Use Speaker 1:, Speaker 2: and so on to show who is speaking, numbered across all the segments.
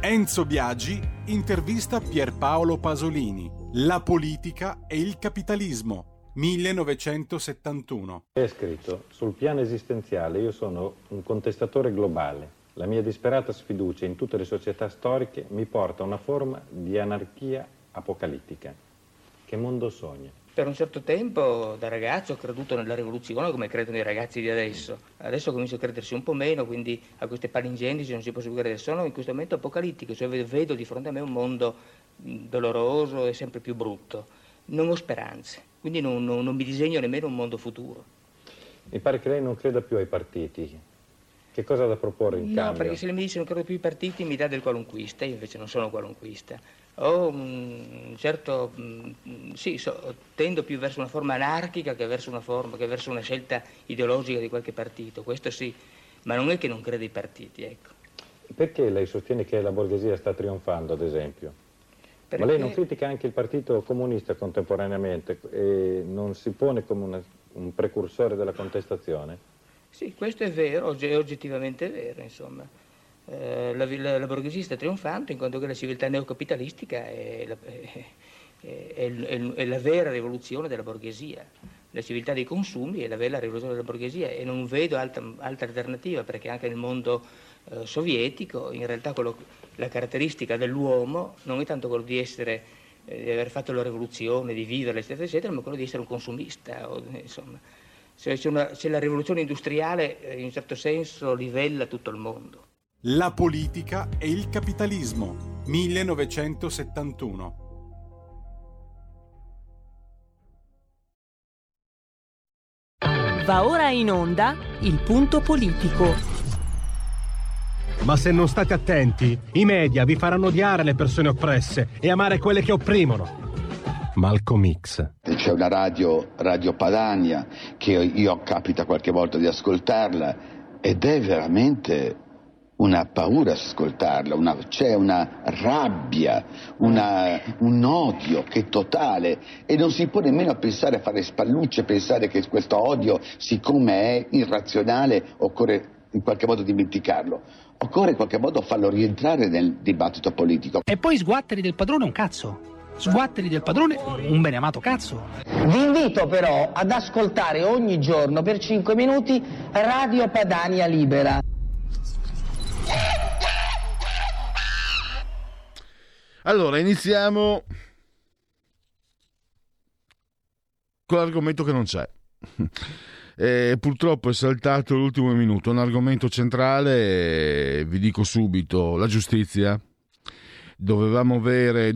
Speaker 1: Enzo Biagi intervista Pierpaolo Pasolini. La politica e il capitalismo, 1971.
Speaker 2: È scritto: sul piano esistenziale io sono un contestatore globale. La mia disperata sfiducia in tutte le società storiche mi porta a una forma di anarchia apocalittica. Che mondo sogna?
Speaker 3: Per un certo tempo, da ragazzo, ho creduto nella rivoluzione come credono i ragazzi di adesso. Adesso comincio a credersi un po' meno, quindi a queste palingendici non si può più credere. Sono in questo momento apocalittico, cioè vedo di fronte a me un mondo doloroso e sempre più brutto. Non ho speranze, quindi non mi disegno nemmeno un mondo futuro.
Speaker 2: Mi pare che lei non creda più ai partiti. Che cosa ha da proporre in cambio?
Speaker 3: No, perché se lei mi dice non credo più ai partiti mi dà del qualunquista, io invece non sono qualunquista. Ho un certo, tendo più verso una forma anarchica che verso una scelta ideologica di qualche partito, questo sì, ma non è che non credo ai partiti, ecco.
Speaker 2: Perché lei sostiene che la borghesia sta trionfando, ad esempio? Perché... Ma lei non critica anche il Partito Comunista contemporaneamente e non si pone come un precursore della contestazione?
Speaker 3: Sì, questo è vero, è oggettivamente vero, insomma. La borghesia sta trionfando in quanto che la civiltà neocapitalistica è la vera rivoluzione della borghesia. La civiltà dei consumi è la vera rivoluzione della borghesia e non vedo altra alternativa, perché anche nel mondo sovietico in realtà la caratteristica dell'uomo non è tanto quello di aver fatto la rivoluzione, di vivere, eccetera, eccetera, ma quello di essere un consumista, insomma. Se la rivoluzione industriale in un certo senso livella tutto il mondo.
Speaker 1: La politica e il capitalismo, 1971.
Speaker 4: Va ora in onda Il Punto Politico.
Speaker 5: Ma se non state attenti, i media vi faranno odiare le persone oppresse e amare quelle che opprimono. Malcolm X.
Speaker 6: C'è una Radio Padania che io capita qualche volta di ascoltarla ed è veramente una paura ascoltarla, c'è una rabbia, un odio che è totale e non si può nemmeno pensare a fare spallucce, pensare che questo odio, siccome è irrazionale, occorre in qualche modo dimenticarlo. Occorre in qualche modo farlo rientrare nel dibattito politico.
Speaker 7: E poi sguatteri del padrone un cazzo. Sguatteri del padrone un beneamato cazzo.
Speaker 8: Vi invito però ad ascoltare ogni giorno per 5 minuti Radio Padania Libera.
Speaker 9: Allora, iniziamo con l'argomento che non c'è. Purtroppo è saltato l'ultimo minuto, un argomento centrale, vi dico subito, la giustizia. Dovevamo avere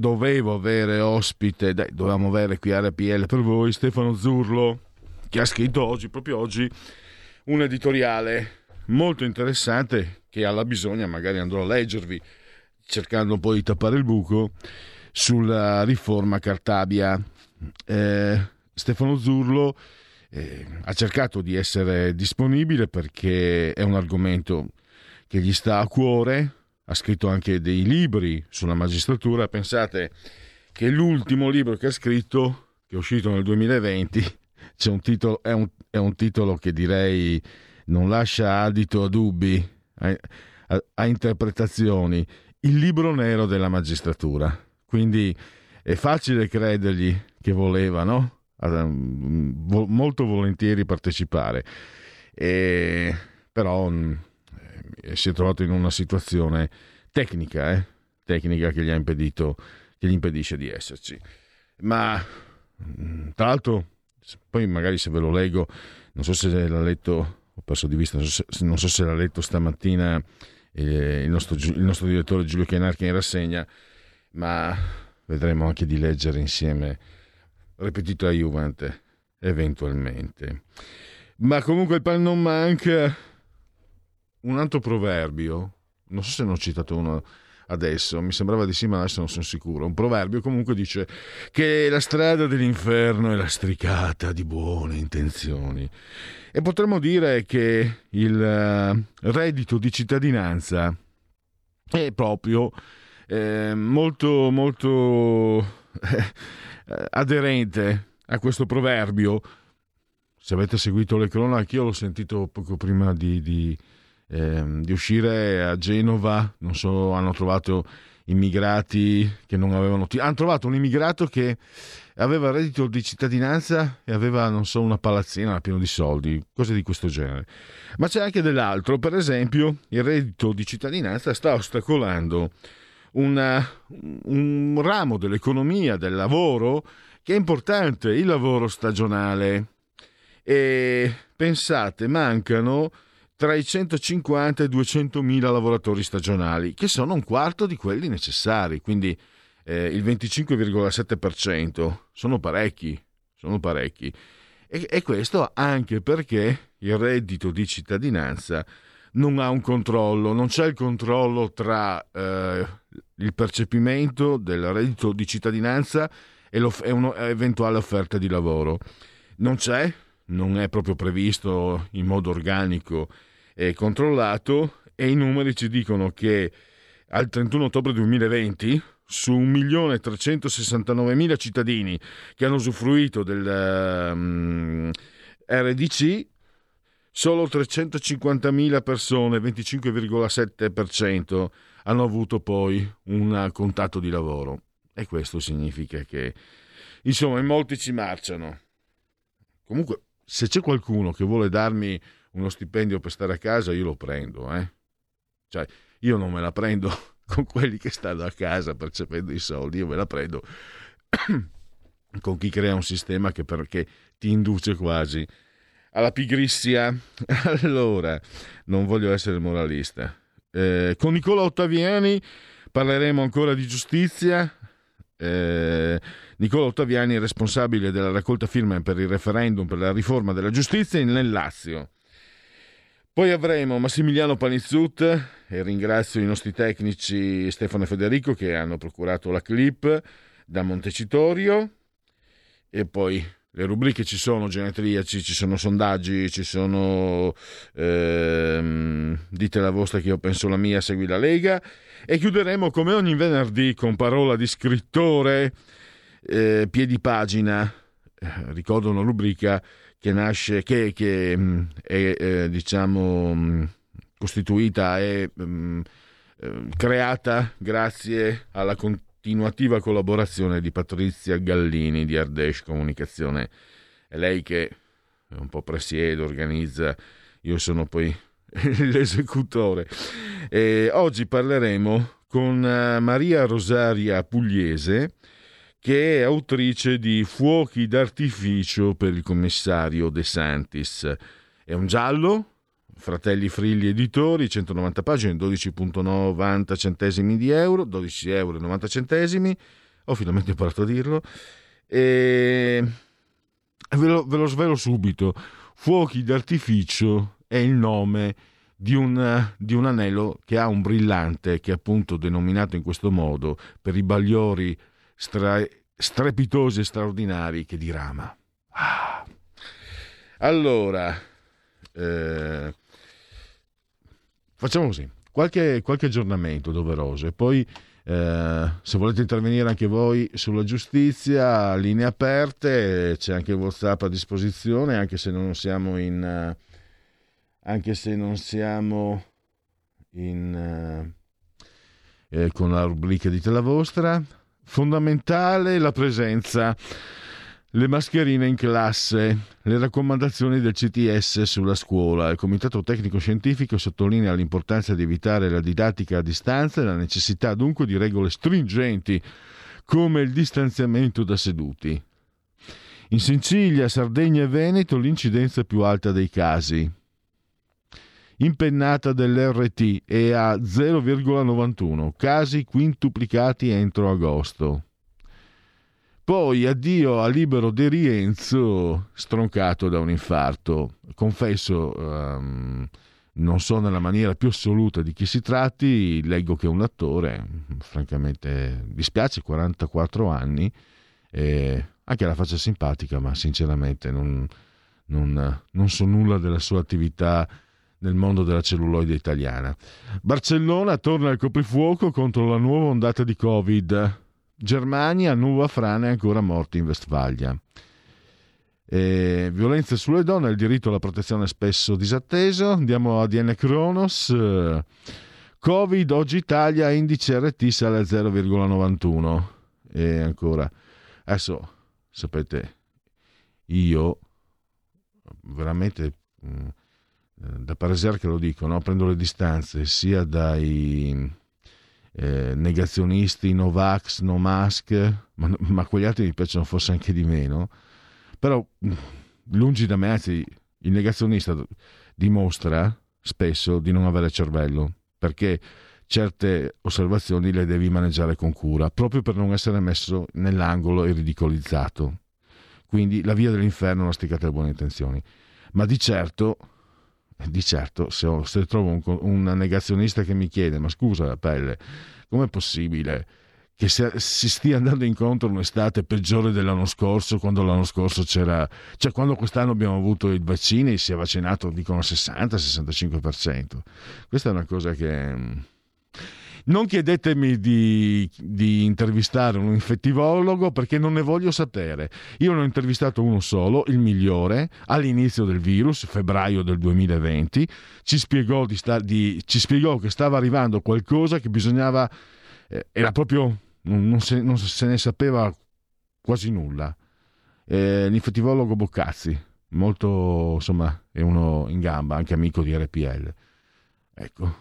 Speaker 9: qui a RPL per voi Stefano Zurlo, che ha scritto proprio oggi, un editoriale molto interessante che alla bisogna magari andrò a leggervi, cercando poi di tappare il buco, sulla riforma Cartabia. Stefano Zurlo ha cercato di essere disponibile perché è un argomento che gli sta a cuore. Ha scritto anche dei libri sulla magistratura. Pensate che l'ultimo libro che ha scritto, che è uscito nel 2020, c'è un titolo, è un titolo che direi non lascia adito a dubbi, a interpretazioni. Il libro nero della magistratura. Quindi è facile credergli che voleva, no? Molto volentieri partecipare. Però si è trovato in una situazione tecnica che gli impedisce di esserci. Ma tra l'altro, poi magari se ve lo leggo, non so se l'ha letto, ho perso di vista, non so se l'ha letto stamattina il nostro direttore Giulio Chianarchi in rassegna, ma vedremo anche di leggere insieme Repetita Juvante eventualmente. Ma comunque il pan non manca. Un altro proverbio, non so se ne ho citato uno adesso, mi sembrava di sì, ma adesso non sono sicuro. Un proverbio comunque dice che la strada dell'inferno è lastricata di buone intenzioni. E potremmo dire che il reddito di cittadinanza è proprio molto, molto aderente a questo proverbio. Se avete seguito le cronache, io l'ho sentito poco prima di di uscire a Genova, non so, hanno trovato immigrati che non avevano... Hanno trovato un immigrato che aveva il reddito di cittadinanza e aveva, non so, una palazzina piena di soldi, cose di questo genere. Ma c'è anche dell'altro, per esempio il reddito di cittadinanza sta ostacolando un ramo dell'economia, del lavoro, che è importante, il lavoro stagionale. E pensate, mancano tra i 150 e i 200 mila lavoratori stagionali, che sono un quarto di quelli necessari, quindi il 25,7%, sono parecchi. E questo anche perché il reddito di cittadinanza non ha un controllo, non c'è il controllo tra il percepimento del reddito di cittadinanza e un'eventuale offerta di lavoro. Non è proprio previsto in modo organico e controllato, e i numeri ci dicono che al 31 ottobre 2020 su 1.369.000 cittadini che hanno usufruito del RDC, solo 350.000 persone, 25,7%, hanno avuto poi un contatto di lavoro. E questo significa che, insomma, in molti ci marciano. Comunque, se c'è qualcuno che vuole darmi uno stipendio per stare a casa, io lo prendo, Cioè, io non me la prendo con quelli che stanno a casa percependo i soldi, io me la prendo con chi crea un sistema perché ti induce quasi alla pigrizia. Allora, non voglio essere moralista. Con Nicola Ottaviani parleremo ancora di giustizia. Nicola Ottaviani è responsabile della raccolta firme per il referendum per la riforma della giustizia nel Lazio. Poi avremo Massimiliano Panizzut, e ringrazio i nostri tecnici Stefano e Federico che hanno procurato la clip da Montecitorio. E poi le rubriche ci sono: genetriaci, ci sono sondaggi, ci sono dite la vostra che io penso la mia, segui la Lega. E chiuderemo come ogni venerdì con parola di scrittore, piedi pagina. Ricordo una rubrica che nasce, che è diciamo costituita e creata grazie alla continuativa collaborazione di Patrizia Gallini di Ardèche Comunicazione. È lei che un po' presiede, organizza, io sono poi l'esecutore. E oggi parleremo con Maria Rosaria Pugliese, che è autrice di Fuochi d'artificio per il commissario De Santis. È un giallo, Fratelli Frilli Editori, 190 pagine, 12,90 centesimi di euro, 12,90 euro. Ho finalmente imparato a dirlo. E ve lo svelo subito. Fuochi d'artificio è il nome di un anello che ha un brillante, che è appunto denominato in questo modo per i bagliori strepitosi e straordinari che dirama. Allora, facciamo così, qualche aggiornamento doveroso, e poi se volete intervenire anche voi sulla giustizia, linee aperte, c'è anche il WhatsApp a disposizione, anche se non siamo in con la rubrica dite la vostra. Fondamentale la presenza, le mascherine in classe, le raccomandazioni del CTS sulla scuola. Il Comitato Tecnico Scientifico sottolinea l'importanza di evitare la didattica a distanza e la necessità dunque di regole stringenti come il distanziamento da seduti. In Sicilia, Sardegna e Veneto l'incidenza più alta dei casi. Impennata dell'RT è a 0,91, casi quintuplicati entro agosto. Poi addio a Libero De Rienzo, stroncato da un infarto. Confesso, non so nella maniera più assoluta di chi si tratti, leggo che è un attore, francamente dispiace, 44 anni, anche la faccia simpatica, ma sinceramente non so nulla della sua attività nel mondo della celluloide italiana. Barcellona torna al coprifuoco contro la nuova ondata di Covid. Germania, nuova frana e ancora morti in Vestfalia. Violenze sulle donne, il diritto alla protezione spesso disatteso. Andiamo a ADN Cronos. Covid, oggi Italia, indice RT sale a 0,91. E ancora, adesso sapete, io veramente da pareser che lo dico, no? Prendo le distanze sia dai negazionisti, Novax, no mask, ma quegli altri mi piacciono forse anche di meno, però lungi da me, anzi il negazionista dimostra spesso di non avere cervello, perché certe osservazioni le devi maneggiare con cura, proprio per non essere messo nell'angolo e ridicolizzato. Quindi la via dell'inferno è una sticata di buone intenzioni. Ma di certo se trovo un negazionista che mi chiede: ma scusa la pelle, com'è possibile che si stia andando incontro a un'estate peggiore dell'anno scorso, quando l'anno scorso c'era, cioè quando quest'anno abbiamo avuto i vaccini, si è vaccinato dicono 60-65%. Questa è una cosa che... Non chiedetemi di intervistare un infettivologo, perché non ne voglio sapere. Io ne ho intervistato uno solo, il migliore, all'inizio del virus, febbraio del 2020. Ci spiegò che stava arrivando qualcosa che bisognava... era proprio... non se ne sapeva quasi nulla. L'infettivologo Boccazzi, molto, insomma, è uno in gamba, anche amico di RPL. Ecco,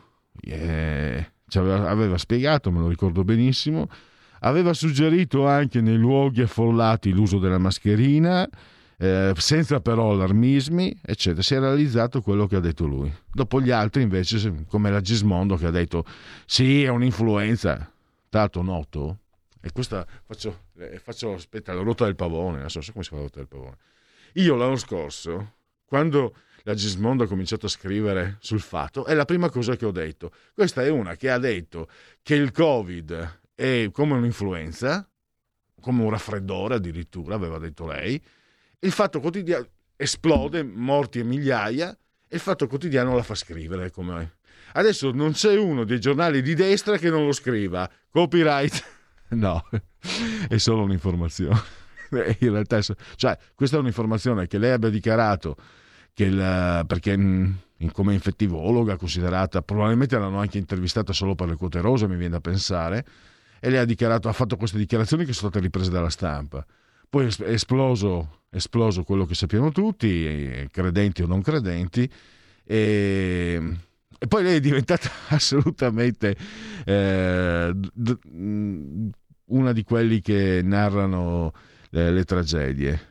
Speaker 9: aveva spiegato, me lo ricordo benissimo, aveva suggerito anche nei luoghi affollati l'uso della mascherina, senza però allarmismi, eccetera. Si è realizzato quello che ha detto lui. Dopo gli altri invece, come la Gismondo, che ha detto sì, è un'influenza, tanto noto. E questa faccio aspetta, la ruota del pavone, non so come si fa la ruota del pavone. Io l'anno scorso, quando la Gismondo ha cominciato a scrivere sul fatto, è la prima cosa che ho detto. Questa è una che ha detto che il Covid è come un'influenza, come un raffreddore addirittura, aveva detto lei. Il Fatto Quotidiano esplode, morti e migliaia, e il Fatto Quotidiano la fa scrivere. Adesso non c'è uno dei giornali di destra che non lo scriva. Copyright. No, è solo un'informazione. In realtà, cioè, questa è un'informazione che lei abbia dichiarato, perché come infettivologa considerata, probabilmente l'hanno anche intervistata solo per le quote rosa, mi viene da pensare, e lei ha fatto queste dichiarazioni che sono state riprese dalla stampa. Poi è esploso quello che sappiamo tutti, credenti o non credenti, e poi lei è diventata assolutamente una di quelli che narrano le tragedie.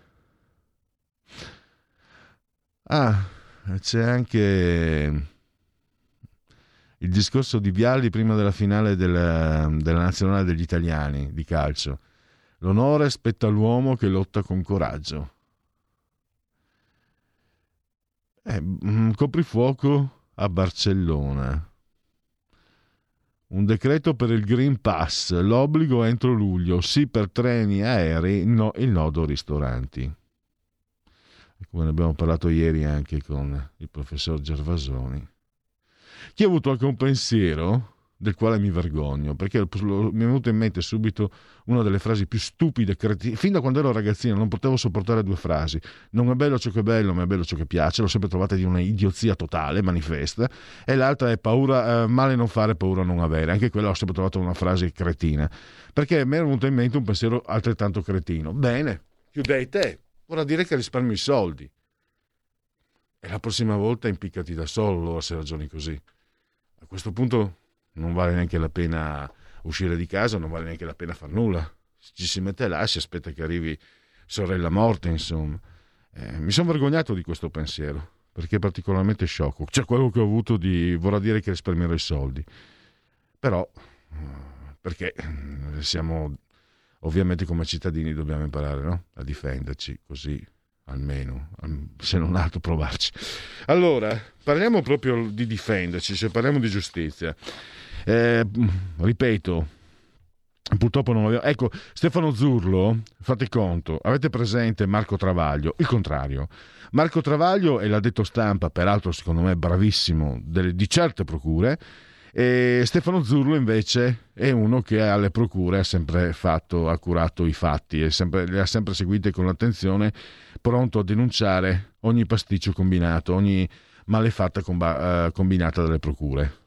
Speaker 9: C'è anche il discorso di Vialli prima della finale della nazionale degli italiani di calcio. L'onore spetta all'uomo che lotta con coraggio. Coprifuoco a Barcellona. Un decreto per il Green Pass, l'obbligo entro luglio, sì per treni e aerei, no il nodo ristoranti. Come ne abbiamo parlato ieri anche con il professor Gervasoni, che ha avuto anche un pensiero del quale mi vergogno, perché mi è venuto in mente subito una delle frasi più stupide, fin da quando ero ragazzino non potevo sopportare due frasi: non è bello ciò che è bello, ma è bello ciò che piace. L'ho sempre trovata di una idiozia totale, manifesta. E l'altra è paura, male non fare, paura non avere. Anche quella l'ho sempre trovata una frase cretina, perché mi è venuto in mente un pensiero altrettanto cretino. Bene, chiudete, vorrà dire che risparmi i soldi, e la prossima volta impiccati da solo se ragioni così. A questo punto non vale neanche la pena uscire di casa, non vale neanche la pena far nulla. Ci si mette là, si aspetta che arrivi sorella morte, insomma. Mi sono vergognato di questo pensiero, perché è particolarmente sciocco. Cioè, quello che ho avuto vorrà dire che risparmierò i soldi. Però, perché siamo, ovviamente come cittadini dobbiamo imparare, no? A difenderci, così almeno, se non altro provarci. Allora, parliamo proprio di difenderci, cioè parliamo di giustizia. Ripeto, purtroppo non avevo... Ecco, Stefano Zurlo, fate conto, avete presente Marco Travaglio? Il contrario. Marco Travaglio è l'addetto stampa, peraltro secondo me bravissimo, di certe procure, E Stefano Zurlo invece è uno che alle procure ha sempre ha curato i fatti, le ha sempre seguite con attenzione, pronto a denunciare ogni pasticcio combinato, ogni malefatta combinata dalle procure.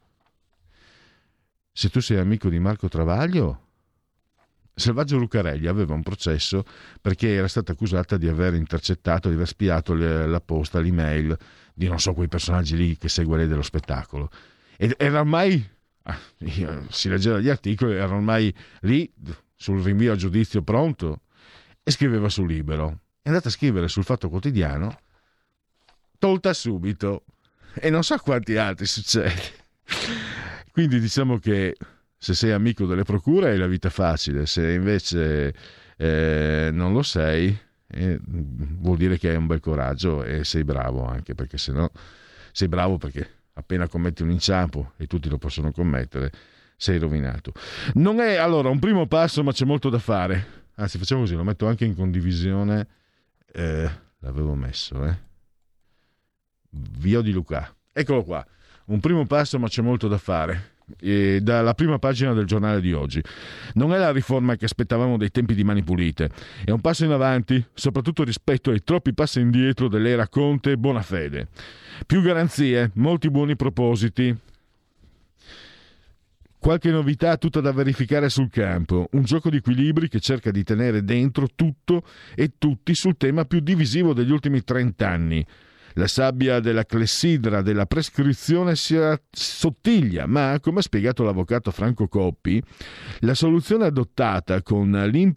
Speaker 9: Se tu sei amico di Marco Travaglio, Selvaggio Lucarelli aveva un processo perché era stata accusata di aver intercettato, di aver spiato la posta, l'email di non so quei personaggi lì che segue lei dello spettacolo. Ed era ormai, si leggeva gli articoli, era ormai lì sul rinvio a giudizio pronto, e scriveva sul Libero. È andata a scrivere sul Fatto Quotidiano, tolta subito, e non so quanti altri succede. Quindi diciamo che se sei amico delle procure hai la vita facile, se invece non lo sei, vuol dire che hai un bel coraggio e sei bravo anche, perché sennò sei bravo perché appena commetti un inciampo, e tutti lo possono commettere, sei rovinato. Non è allora un primo passo, ma c'è molto da fare. Anzi, facciamo così, lo metto anche in condivisione, l'avevo messo, Vio di Luca, eccolo qua. Un primo passo, ma c'è molto da fare. Dalla prima pagina del giornale di oggi. Non è la riforma che aspettavamo dai tempi di Mani Pulite, è un passo in avanti, soprattutto rispetto ai troppi passi indietro dell'era Conte e Bonafede. Più garanzie, molti buoni propositi, qualche novità tutta da verificare sul campo, un gioco di equilibri che cerca di tenere dentro tutto e tutti sul tema più divisivo degli ultimi 30 anni. La sabbia della clessidra della prescrizione si assottiglia, ma, come ha spiegato l'avvocato Franco Coppi, la soluzione adottata con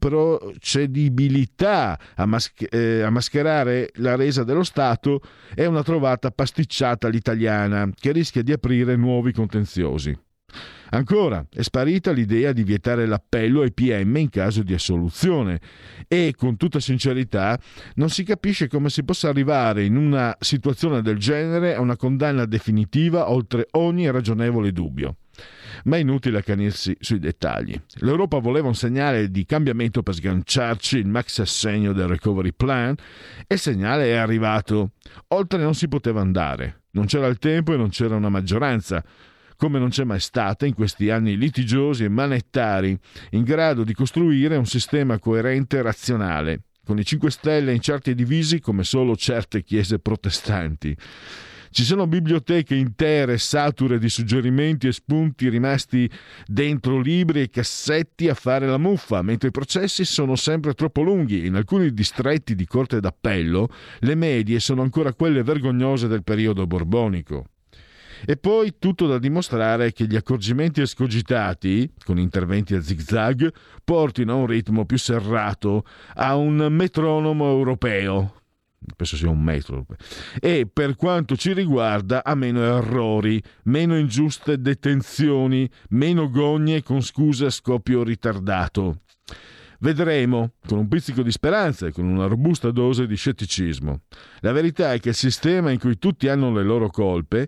Speaker 9: l'improcedibilità a mascherare la resa dello Stato è una trovata pasticciata all'italiana che rischia di aprire nuovi contenziosi. Ancora, è sparita l'idea di vietare l'appello ai PM in caso di assoluzione e, con tutta sincerità, non si capisce come si possa arrivare in una situazione del genere a una condanna definitiva oltre ogni ragionevole dubbio. Ma è inutile accanirsi sui dettagli. L'Europa voleva un segnale di cambiamento per sganciarci il maxi assegno del recovery plan e il segnale è arrivato. Oltre non si poteva andare. Non c'era il tempo e non c'era una maggioranza, come non c'è mai stata in questi anni litigiosi e manettari, in grado di costruire un sistema coerente e razionale, con i 5 Stelle incerti e divisi come solo certe chiese protestanti. Ci sono biblioteche intere sature di suggerimenti e spunti rimasti dentro libri e cassetti a fare la muffa, mentre i processi sono sempre troppo lunghi. In alcuni distretti di corte d'appello le medie sono ancora quelle vergognose del periodo borbonico. E poi tutto da dimostrare che gli accorgimenti escogitati, con interventi a zigzag, portino a un ritmo più serrato, a un metronomo europeo. Penso sia un metro. E per quanto ci riguarda, a meno errori, meno ingiuste detenzioni, meno gogne con scuse a scoppio ritardato. Vedremo, con un pizzico di speranza e con una robusta dose di scetticismo. La verità è che il sistema in cui tutti hanno le loro colpe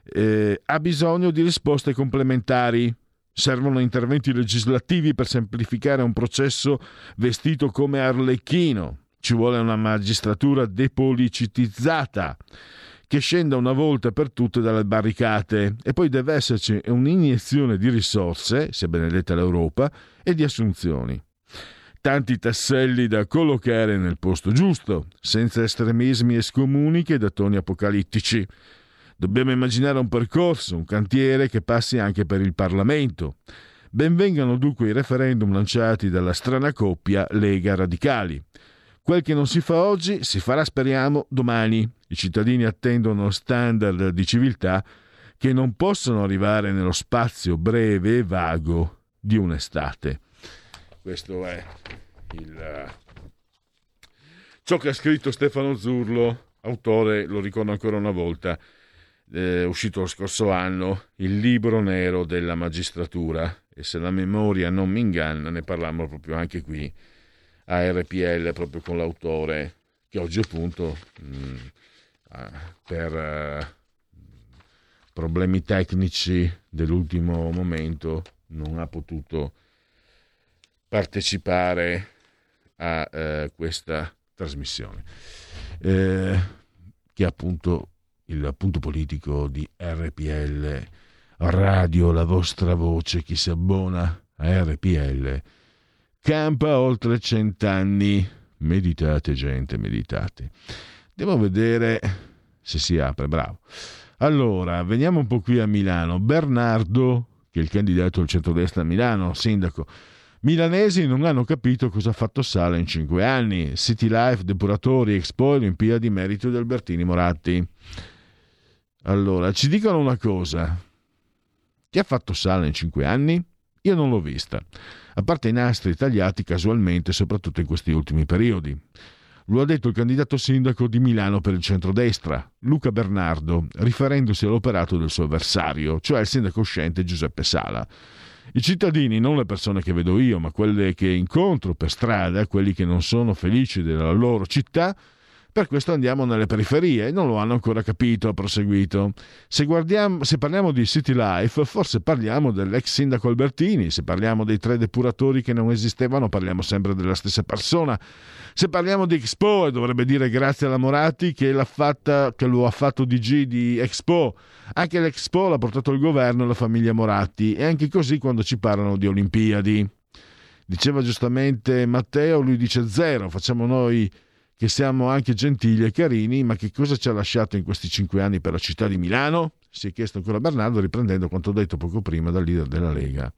Speaker 9: ha bisogno di risposte complementari. Servono interventi legislativi per semplificare un processo vestito come arlecchino. Ci vuole una magistratura depoliticizzata che scenda una volta per tutte dalle barricate, e poi deve esserci un'iniezione di risorse, sia benedetta l'Europa, e di assunzioni. Tanti tasselli da collocare nel posto giusto, senza estremismi e scomuniche da toni apocalittici. Dobbiamo immaginare un percorso, un cantiere che passi anche per il Parlamento. Benvengano dunque i referendum lanciati dalla strana coppia Lega Radicali. Quel che non si fa oggi si farà, speriamo, domani. I cittadini attendono standard di civiltà che non possono arrivare nello spazio breve e vago di un'estate. Questo è ciò che ha scritto Stefano Zurlo, autore, lo ricordo ancora una volta, uscito lo scorso anno, Il libro nero della magistratura, e se la memoria non mi inganna ne parlammo proprio anche qui a RPL, proprio con l'autore, che oggi appunto per problemi tecnici dell'ultimo momento non ha potuto partecipare a questa trasmissione, che è appunto il punto politico di RPL radio, la vostra voce, chi si abbona a RPL campa oltre 100 anni. Meditate, gente, meditate. Devo vedere se si apre, bravo. Allora, veniamo un po' qui a Milano. Bernardo, che è il candidato del centrodestra a Milano, sindaco. Milanesi non hanno capito cosa ha fatto Sala in 5 anni. City Life, depuratori, Expo e Olimpiadi, merito di Albertini Moratti. Allora, ci dicono una cosa. Chi ha fatto Sala in 5 anni? Io non l'ho vista, a parte i nastri tagliati casualmente, soprattutto in questi ultimi periodi. Lo ha detto il candidato sindaco di Milano per il centrodestra, Luca Bernardo, riferendosi all'operato del suo avversario, cioè il sindaco uscente Giuseppe Sala. I cittadini, non le persone che vedo io, ma quelle che incontro per strada, quelli che non sono felici della loro città, per questo andiamo nelle periferie e non lo hanno ancora capito, ha proseguito. Se parliamo di City Life, forse parliamo dell'ex sindaco Albertini, se parliamo dei 3 depuratori che non esistevano, parliamo sempre della stessa persona. Se parliamo di Expo, e dovrebbe dire grazie alla Moratti che lo ha fatto DG di Expo. Anche l'Expo l'ha portato il governo e la famiglia Moratti, e anche così quando ci parlano di Olimpiadi. Diceva giustamente Matteo, lui dice 0, facciamo noi che siamo anche gentili e carini, ma che cosa ci ha lasciato in questi 5 anni per la città di Milano? Si è chiesto ancora Bernardo, riprendendo quanto detto poco prima dal leader della Lega,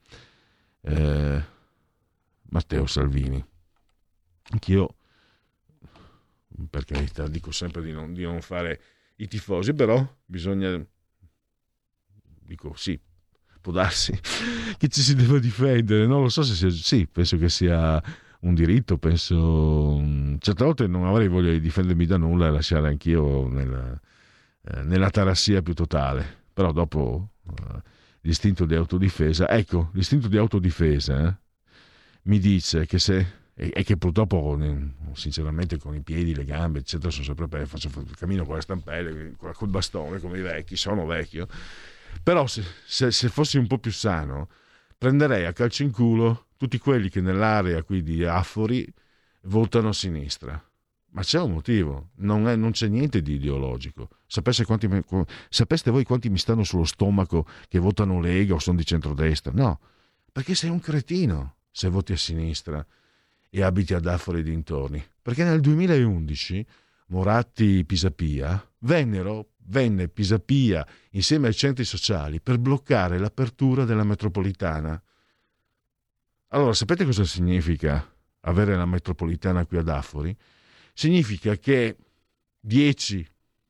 Speaker 9: Matteo Salvini. Anch'io, per carità, dico sempre di non fare i tifosi, però bisogna, dico sì, può darsi che ci si debba difendere, non lo so se sia, sì, penso che sia un diritto, penso, certe volte non avrei voglia di difendermi da nulla e lasciare anch'io nella tarassia più totale, però dopo l'istinto di autodifesa, ecco, l'istinto di autodifesa mi dice che e che purtroppo sinceramente con i piedi, le gambe eccetera sono sempre faccio cammino con le stampelle, col bastone come i vecchi, sono vecchio, però se fossi un po' più sano prenderei a calcio in culo tutti quelli che nell'area qui di Affori votano a sinistra. Ma c'è un motivo, non c'è niente di ideologico. Sapeste voi quanti mi stanno sullo stomaco che votano Lega o sono di centrodestra? No, perché sei un cretino se voti a sinistra e abiti ad Affori e dintorni. Perché nel 2011 Moratti Pisapia venne Pisapia insieme ai centri sociali per bloccare l'apertura della metropolitana. Allora, sapete cosa significa avere la metropolitana qui ad Affori? Significa che 10-12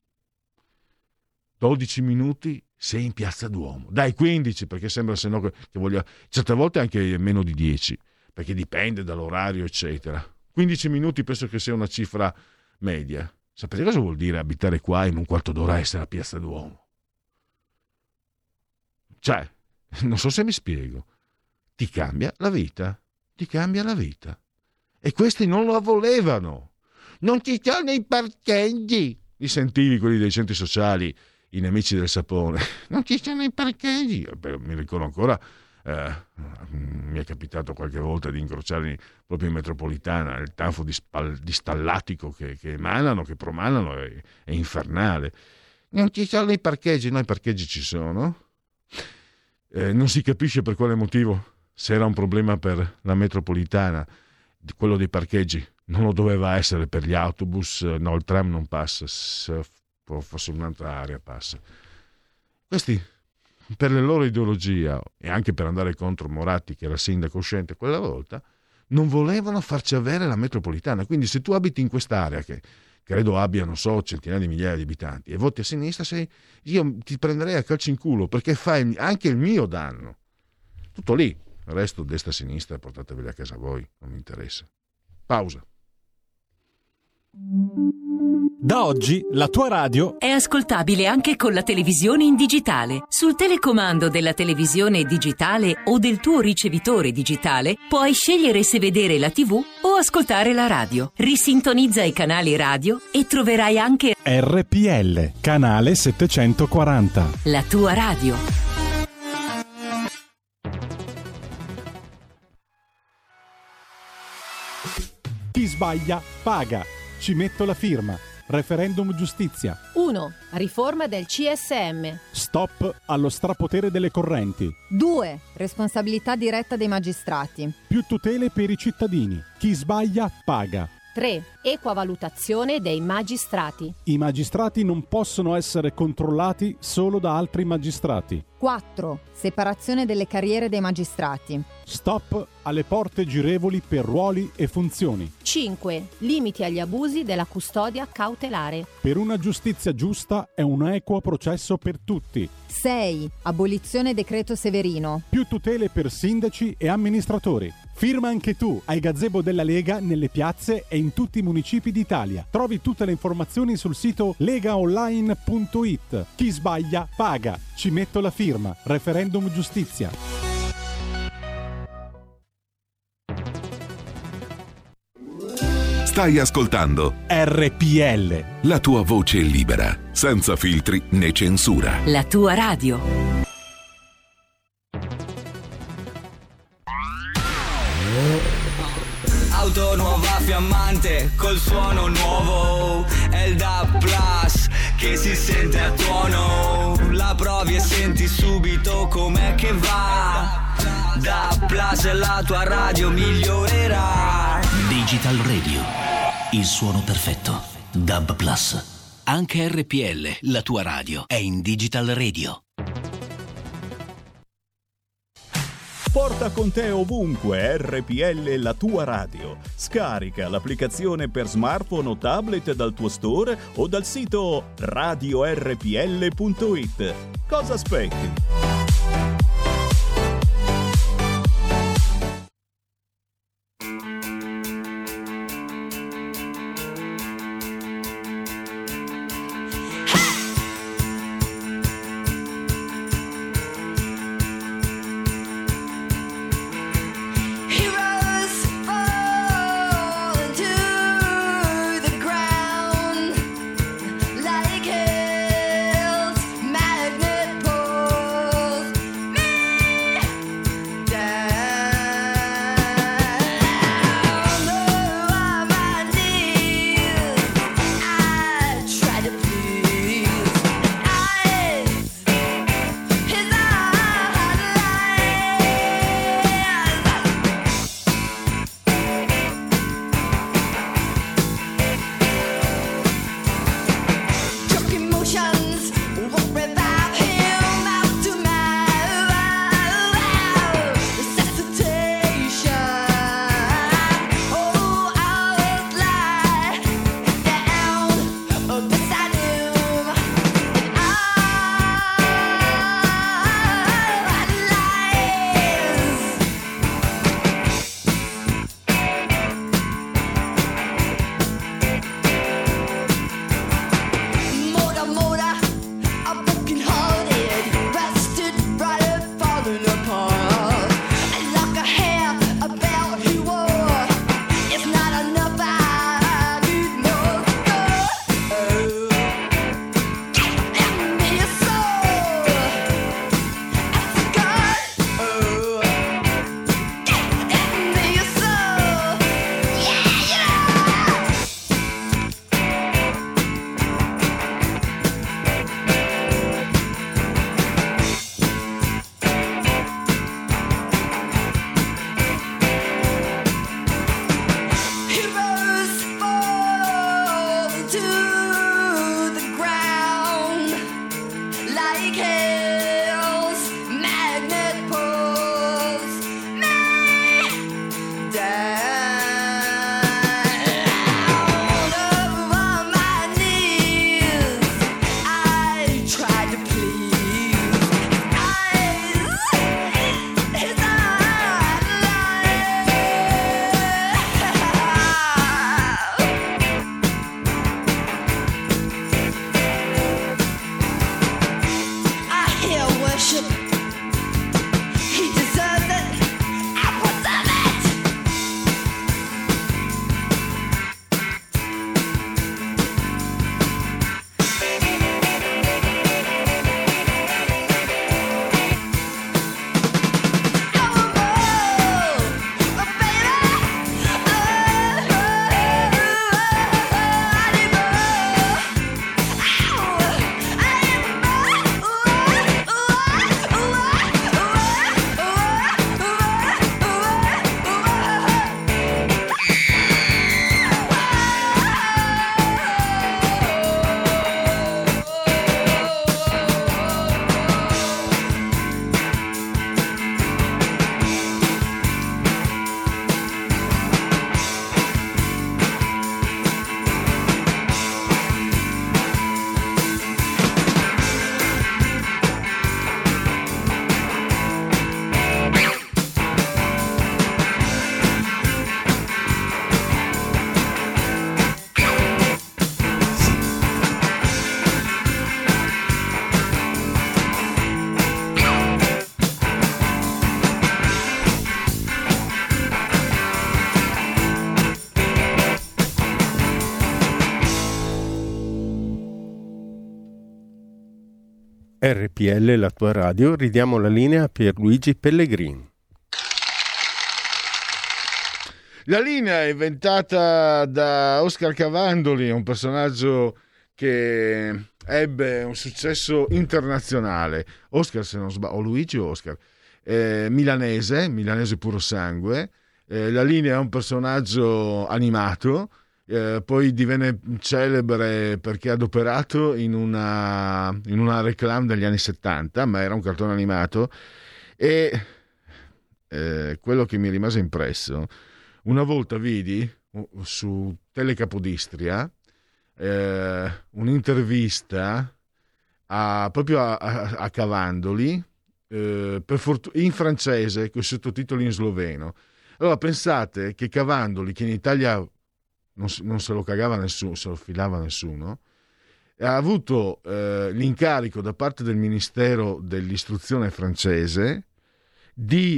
Speaker 9: minuti sei in Piazza Duomo. Dai, 15, perché sembra se no che voglia... Certe volte anche meno di 10, perché dipende dall'orario, eccetera. 15 minuti penso che sia una cifra media. Sapete cosa vuol dire abitare qua e in un quarto d'ora essere a Piazza Duomo? Cioè, non so se mi spiego. Ti cambia la vita. E questi non lo volevano. Non ci sono i parcheggi. Li sentivi quelli dei centri sociali, i nemici del sapone. Non ci sono i parcheggi. Mi ricordo ancora, mi è capitato qualche volta di incrociarli proprio in metropolitana. Il tanfo di stallatico che emanano, che promanano è infernale. Non ci sono i parcheggi. No, i parcheggi ci sono. Non si capisce per quale motivo. Se era un problema per la metropolitana, quello dei parcheggi non lo doveva essere per gli autobus, no, il tram non passa, forse un'altra area passa. Questi, per la loro ideologia e anche per andare contro Moratti, che era sindaco uscente quella volta, non volevano farci avere la metropolitana. Quindi se tu abiti in quest'area, che credo abbia, non so, centinaia di migliaia di abitanti, e voti a sinistra, io ti prenderei a calcio in culo, perché fai anche il mio danno. Tutto lì. Il resto destra e sinistra portateveli a casa voi, non mi interessa. Pausa.
Speaker 1: Da oggi la tua radio
Speaker 4: è ascoltabile anche con la televisione in digitale. Sul telecomando della televisione digitale o del tuo ricevitore digitale puoi scegliere se vedere la TV o ascoltare la radio. Risintonizza i canali radio e troverai anche
Speaker 1: RPL, canale 740.
Speaker 4: La tua radio.
Speaker 1: Chi sbaglia paga. Ci metto la firma. referendum giustizia.
Speaker 10: 1. Riforma del CSM.
Speaker 1: Stop allo strapotere delle correnti.
Speaker 11: 2. Responsabilità diretta dei magistrati.
Speaker 1: Più tutele per i cittadini. Chi sbaglia paga.
Speaker 10: 3. Equa valutazione dei magistrati.
Speaker 1: I magistrati non possono essere controllati solo da altri magistrati.
Speaker 11: 4. Separazione delle carriere dei magistrati.
Speaker 1: Stop alle porte girevoli per ruoli e funzioni.
Speaker 10: 5. Limiti agli abusi della custodia cautelare.
Speaker 1: Per una giustizia giusta e un equo processo per tutti.
Speaker 11: 6. Abolizione decreto Severino.
Speaker 1: Più tutele per sindaci e amministratori. Firma anche tu ai gazebo della Lega nelle piazze e in tutti i municipi d'Italia. Trovi tutte le informazioni sul sito legaonline.it. Chi sbaglia paga. Ci metto la firma. Referendum giustizia.
Speaker 12: Stai ascoltando
Speaker 1: RPL.
Speaker 12: La tua voce libera, senza filtri né censura.
Speaker 4: La tua radio.
Speaker 13: Auto nuova fiammante col suono nuovo, è il DAB Plus che si sente a tuono. La provi e senti subito com'è che va. DAB Plus e la tua radio migliorerà.
Speaker 14: Digital Radio, il suono perfetto. DAB Plus. Anche RPL, la tua radio, è in Digital Radio.
Speaker 15: Porta con te ovunque RPL, la tua radio. Scarica l'applicazione per smartphone o tablet dal tuo store o dal sito radiorpl.it. Cosa aspetti?
Speaker 16: Like hills, magnet poles. RPL, la tua radio, ridiamo la linea a Pierluigi Pellegrini.
Speaker 9: La linea è inventata da Oscar Cavandoli, un personaggio che ebbe un successo internazionale. Oscar, se non sbaglio, o Luigi o Oscar, milanese puro sangue. La linea è un personaggio animato, poi divenne celebre perché adoperato in una reclame degli anni 70, ma era un cartone animato. E quello che mi rimase impresso, una volta vidi su Telecapodistria un'intervista proprio a Cavandoli, in francese con i sottotitoli in sloveno. Allora pensate che Cavandoli, che in Italia non se lo cagava nessuno, se lo filava nessuno, ha avuto l'incarico da parte del Ministero dell'Istruzione francese di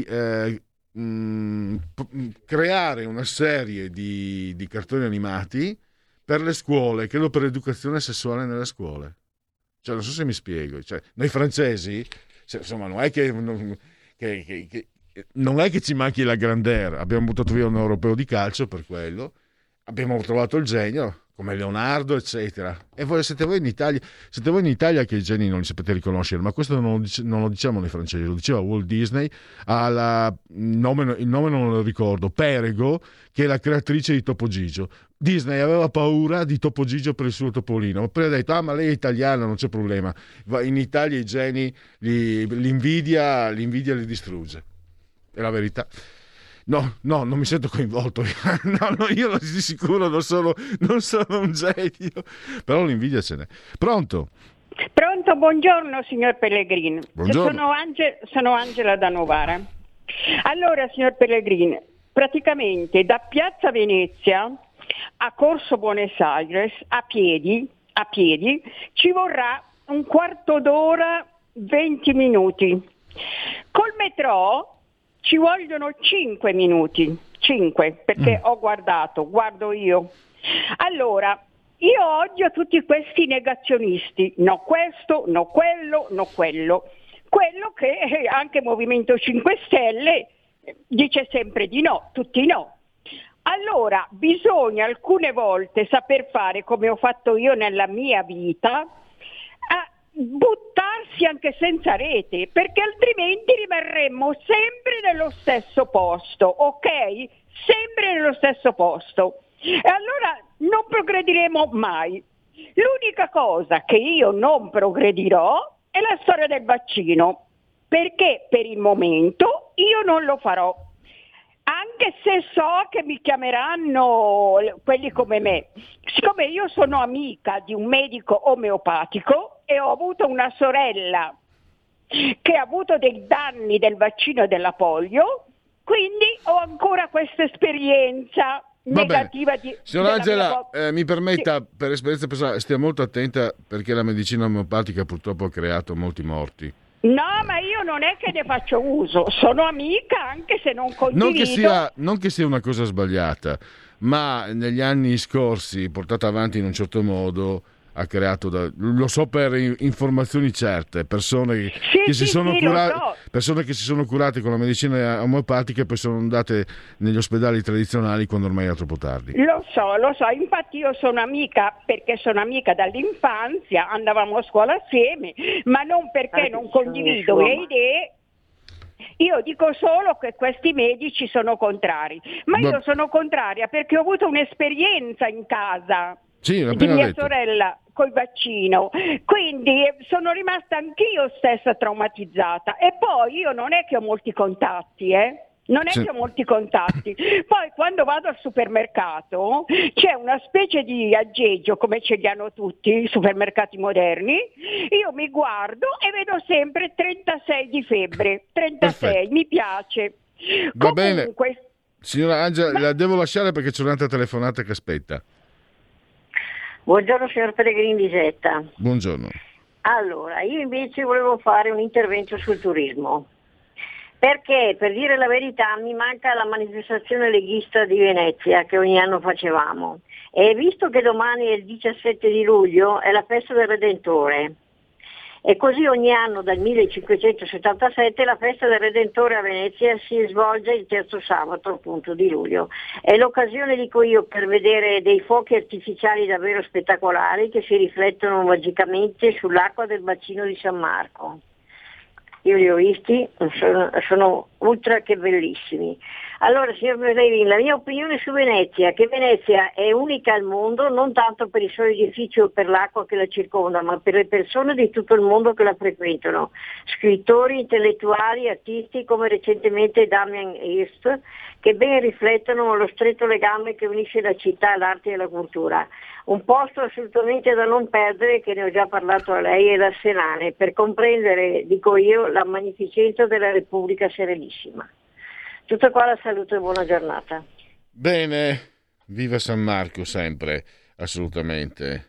Speaker 9: creare una serie di cartoni animati per le scuole, credo per l'educazione sessuale nelle scuole. Cioè, non so se mi spiego. Cioè, noi francesi, insomma, non è che ci manchi la grandeur. Abbiamo buttato via un europeo di calcio per quello. Abbiamo trovato il genio, come Leonardo, eccetera. E voi siete voi in Italia che i geni non li sapete riconoscere, ma questo non lo diciamo noi francesi, lo diceva Walt Disney, il nome non lo ricordo, Perego, che è la creatrice di Topo Gigio. Disney aveva paura di Topo Gigio per il suo topolino, poi ha detto: ma lei è italiana, non c'è problema. In Italia i geni, l'invidia li distrugge. È la verità. No, non mi sento coinvolto. No, io di sicuro non sono un genio, però l'invidia ce n'è. Pronto,
Speaker 17: buongiorno signor Pellegrini.
Speaker 9: Buongiorno.
Speaker 17: Sono Angela da Novara. Allora, signor Pellegrini, praticamente da Piazza Venezia a Corso Buenos Aires a piedi ci vorrà un quarto d'ora, 20 minuti. Col metro ci vogliono 5 minuti, 5, perché guardo io. Allora, io odio tutti questi negazionisti, no questo, no quello, no quello. Quello che anche Movimento 5 Stelle dice sempre di no, tutti no. Allora, bisogna alcune volte saper fare, come ho fatto io nella mia vita, buttarsi anche senza rete, perché altrimenti rimarremmo sempre nello stesso posto, ok? Sempre nello stesso posto. E allora non progrediremo mai. L'unica cosa che io non progredirò è la storia del vaccino, perché per il momento io non lo farò. Anche se so che mi chiameranno quelli come me, siccome io sono amica di un medico omeopatico e ho avuto una sorella che ha avuto dei danni del vaccino della polio, quindi ho ancora questa esperienza negativa di...
Speaker 9: Signora Angela, mi permetta, sì, per esperienza personale, stia molto attenta, perché la medicina omeopatica purtroppo ha creato molti morti.
Speaker 17: No, ma io non è che ne faccio uso, sono amica anche se non condivido.
Speaker 9: Non che sia una cosa sbagliata, ma negli anni scorsi, portata avanti in un certo modo, ha creato, lo so per informazioni certe, persone che si sono curate con la medicina omeopatica e poi sono andate negli ospedali tradizionali quando ormai era troppo tardi.
Speaker 17: Lo so, infatti io sono amica perché sono amica dall'infanzia, andavamo a scuola assieme, ma non perché non condivido le idee. Io dico solo che questi medici sono contrari, ma io sono contraria perché ho avuto un'esperienza in casa.
Speaker 9: Sì,
Speaker 17: di mia sorella col vaccino, quindi sono rimasta anch'io stessa traumatizzata. E poi io non è che ho molti contatti, che ho molti contatti. Poi quando vado al supermercato c'è una specie di aggeggio, come ce li hanno tutti i supermercati moderni, io mi guardo e vedo sempre 36 di febbre, 36. Perfetto. Mi piace.
Speaker 9: Va bene, signora Angela, la devo lasciare perché c'è un'altra telefonata che aspetta.
Speaker 18: Buongiorno signor Pellegrini di Getta.
Speaker 9: Buongiorno.
Speaker 18: Allora, io invece volevo fare un intervento sul turismo, perché per dire la verità mi manca la manifestazione leghista di Venezia che ogni anno facevamo, e visto che domani è il 17 di luglio è la festa del Redentore E così ogni anno dal 1577 la festa del Redentore a Venezia si svolge il terzo sabato appunto di luglio. È l'occasione, dico io, per vedere dei fuochi artificiali davvero spettacolari che si riflettono magicamente sull'acqua del bacino di San Marco. Io li ho visti, sono ultra che bellissimi. Allora, signor Pellegrini, la mia opinione su Venezia, che Venezia è unica al mondo, non tanto per i suoi edifici o per l'acqua che la circonda, ma per le persone di tutto il mondo che la frequentano. Scrittori, intellettuali, artisti, come recentemente Damien Hirst, che ben riflettono lo stretto legame che unisce la città, l'arte e la cultura. Un posto assolutamente da non perdere, che ne ho già parlato a lei, è l'Arsenale, per comprendere, dico io, la magnificenza della Repubblica Serenissima. Tutto qua, la saluto e buona giornata.
Speaker 9: Bene, viva San Marco sempre, assolutamente.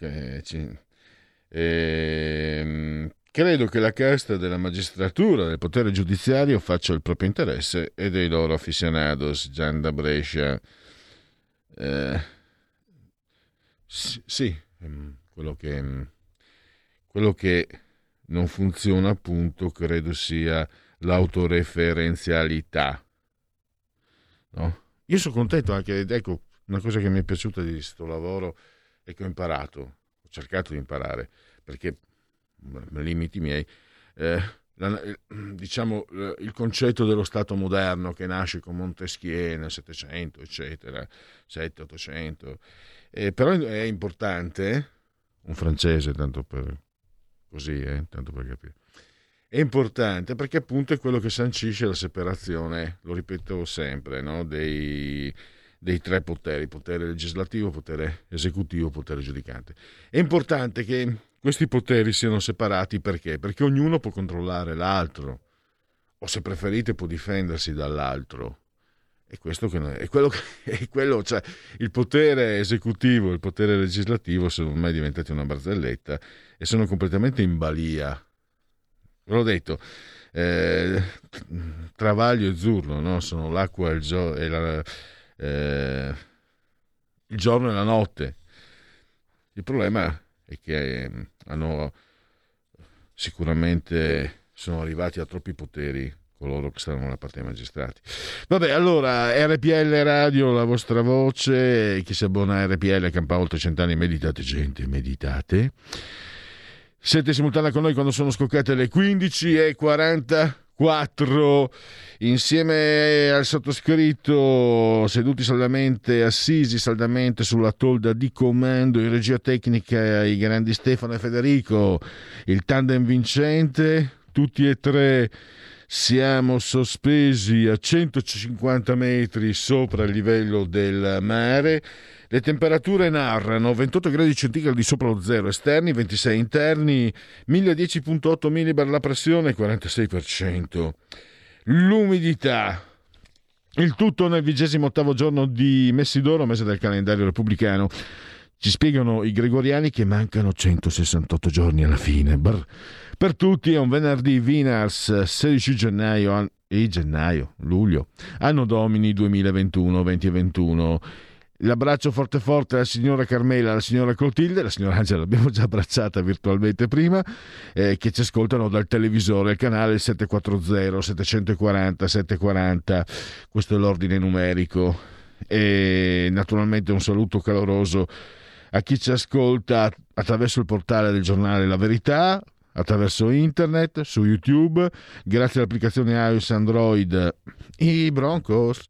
Speaker 9: Credo che la casta della magistratura, del potere giudiziario, faccia il proprio interesse e dei loro aficionados, Gian da Brescia. Sì, quello che non funziona appunto credo sia l'autoreferenzialità, no? Io sono contento anche, ecco, una cosa che mi è piaciuta di questo lavoro e che ho cercato di imparare, perché limiti miei, diciamo il concetto dello Stato moderno che nasce con Montesquieu nel 700 eccetera, 700-800, però è importante, un francese tanto per capire, è importante perché appunto è quello che sancisce la separazione, lo ripeto sempre, no? dei tre poteri, potere legislativo, potere esecutivo, potere giudicante. È importante che questi poteri siano separati perché ognuno può controllare l'altro, o se preferite può difendersi dall'altro. E questo è quello, cioè il potere esecutivo e il potere legislativo sono ormai diventati una barzelletta e sono completamente in balia. Ve l'ho detto, Travaglio e Zurlo, no? Sono l'acqua e il giorno e la notte. Il problema è che sono arrivati a troppi poteri coloro che stanno dalla parte dei magistrati. Vabbè, allora, RPL Radio, la vostra voce, chi si abbona a RPL campa oltre 100 anni, meditate gente, meditate. Siete simultanea con noi quando sono scoccate le 15:44, insieme al sottoscritto, seduti saldamente, assisi saldamente sulla tolda di comando, in regia tecnica i grandi Stefano e Federico, il tandem vincente, tutti e tre siamo sospesi a 150 metri sopra il livello del mare. Le temperature narrano 28 gradi centigradi sopra lo zero esterni, 26 interni, 1010.8 millibar la pressione, 46%. L'umidità. Il tutto nel 28° giorno di Messidoro, mese del calendario repubblicano. Ci spiegano i gregoriani che mancano 168 giorni alla fine. Per tutti è un venerdì Vinars, 16 luglio, anno domini 2021. L'abbraccio forte forte alla signora Carmela, alla signora Clotilde, la signora Angela l'abbiamo già abbracciata virtualmente prima, che ci ascoltano dal televisore, il canale 740, 740, 740, questo è l'ordine numerico. E naturalmente un saluto caloroso a chi ci ascolta attraverso il portale del giornale La Verità, attraverso internet, su YouTube, grazie all'applicazione iOS Android, i Broncos.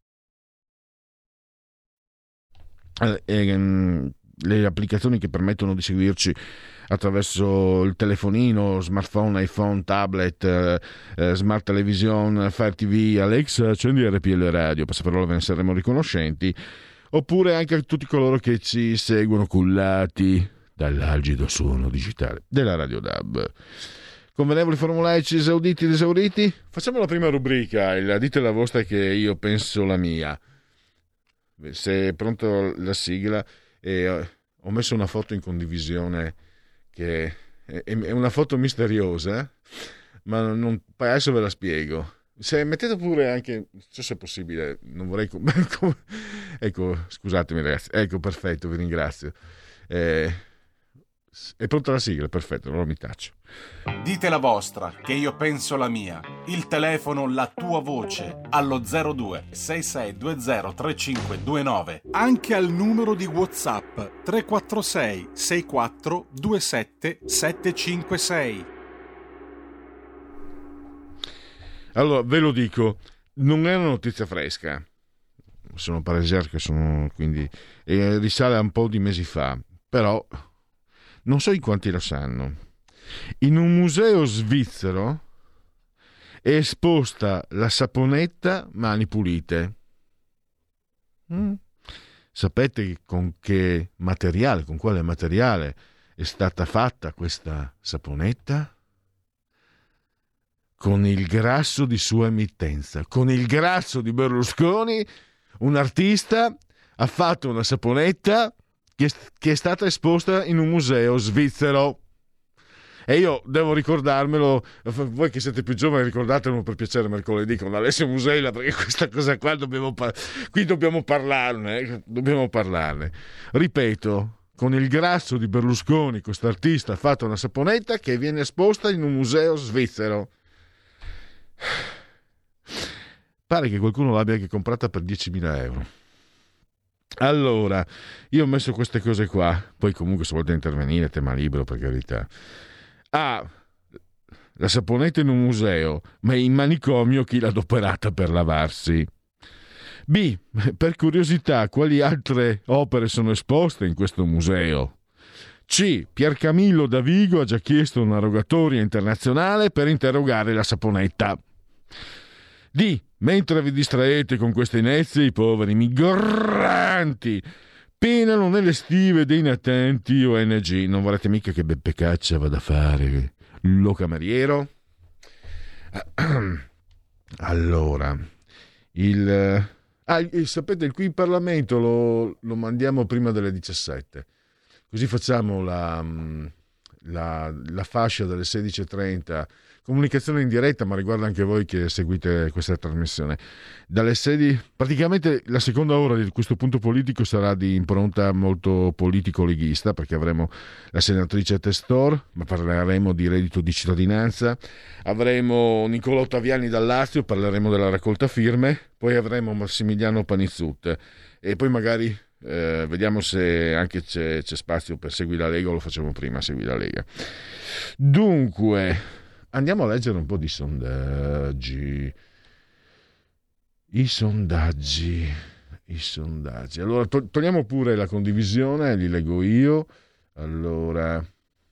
Speaker 9: Le applicazioni che permettono di seguirci attraverso il telefonino, smartphone, iPhone, tablet, smart television, Fire TV, Alexa, accendi RPL Radio, passaparola, ve ne saremo riconoscenti, oppure anche a tutti coloro che ci seguono cullati dall'algido suono digitale della Radio DAB. Convenevoli formulaici esauditi ed esauriti? Facciamo la prima rubrica, il dite la vostra che io penso la mia. Se è pronto la sigla, ho messo una foto in condivisione che è una foto misteriosa, ma adesso ve la spiego. Se mettete pure anche, non so se è possibile, non vorrei ecco, scusatemi ragazzi, ecco, perfetto, vi ringrazio. È pronta la sigla, perfetto, allora mi taccio.
Speaker 19: Dite la vostra, che io penso la mia. Il telefono, la tua voce, allo 02 6620 3529.
Speaker 1: Anche al numero di WhatsApp 346 64 27 756.
Speaker 9: Allora, ve lo dico, non è una notizia fresca. Sono paresier che sono, quindi risale a un po' di mesi fa, però non so in quanti lo sanno. In un museo svizzero è esposta la saponetta Mani Pulite. Sapete con che materiale, con quale materiale è stata fatta questa saponetta? Con il grasso di sua emittenza, con il grasso di Berlusconi. Un artista ha fatto una saponetta che è stata esposta in un museo svizzero. E io devo ricordarmelo, voi che siete più giovani ricordatelo per piacere mercoledì con Alessio Musella, perché questa cosa qua dobbiamo parlarne. Ripeto, con il grasso di Berlusconi quest'artista ha fatto una saponetta che viene esposta in un museo svizzero. Pare che qualcuno l'abbia anche comprata per 10.000 euro. Allora, io ho messo queste cose qua, poi comunque se volete intervenire, tema libero, per carità. A, la saponetta in un museo, ma in manicomio chi l'ha adoperata per lavarsi. B, per curiosità, quali altre opere sono esposte in questo museo? C, Piercamillo Davigo ha già chiesto una rogatoria internazionale per interrogare la saponetta. D, mentre vi distraete con queste inezie, i poveri migranti penano nelle stive dei natenti ONG. Non vorrete mica che Beppe Caccia vada a fare lo cameriero? Allora, sapete, qui in Parlamento lo mandiamo prima delle 17, così facciamo la fascia delle 16.30, comunicazione in diretta, ma riguarda anche voi che seguite questa trasmissione. Dalle sedi, praticamente la seconda ora di questo punto politico sarà di impronta molto politico-leghista, perché avremo la senatrice Testor, ma parleremo di reddito di cittadinanza, avremo Nicola Ottaviani dal Lazio, parleremo della raccolta firme, poi avremo Massimiliano Panizzut e poi magari vediamo se anche c'è spazio per Segui la Lega, o lo facciamo prima Segui la Lega. Dunque andiamo a leggere un po' di sondaggi. I sondaggi. Allora togliamo pure la condivisione, li leggo io. Allora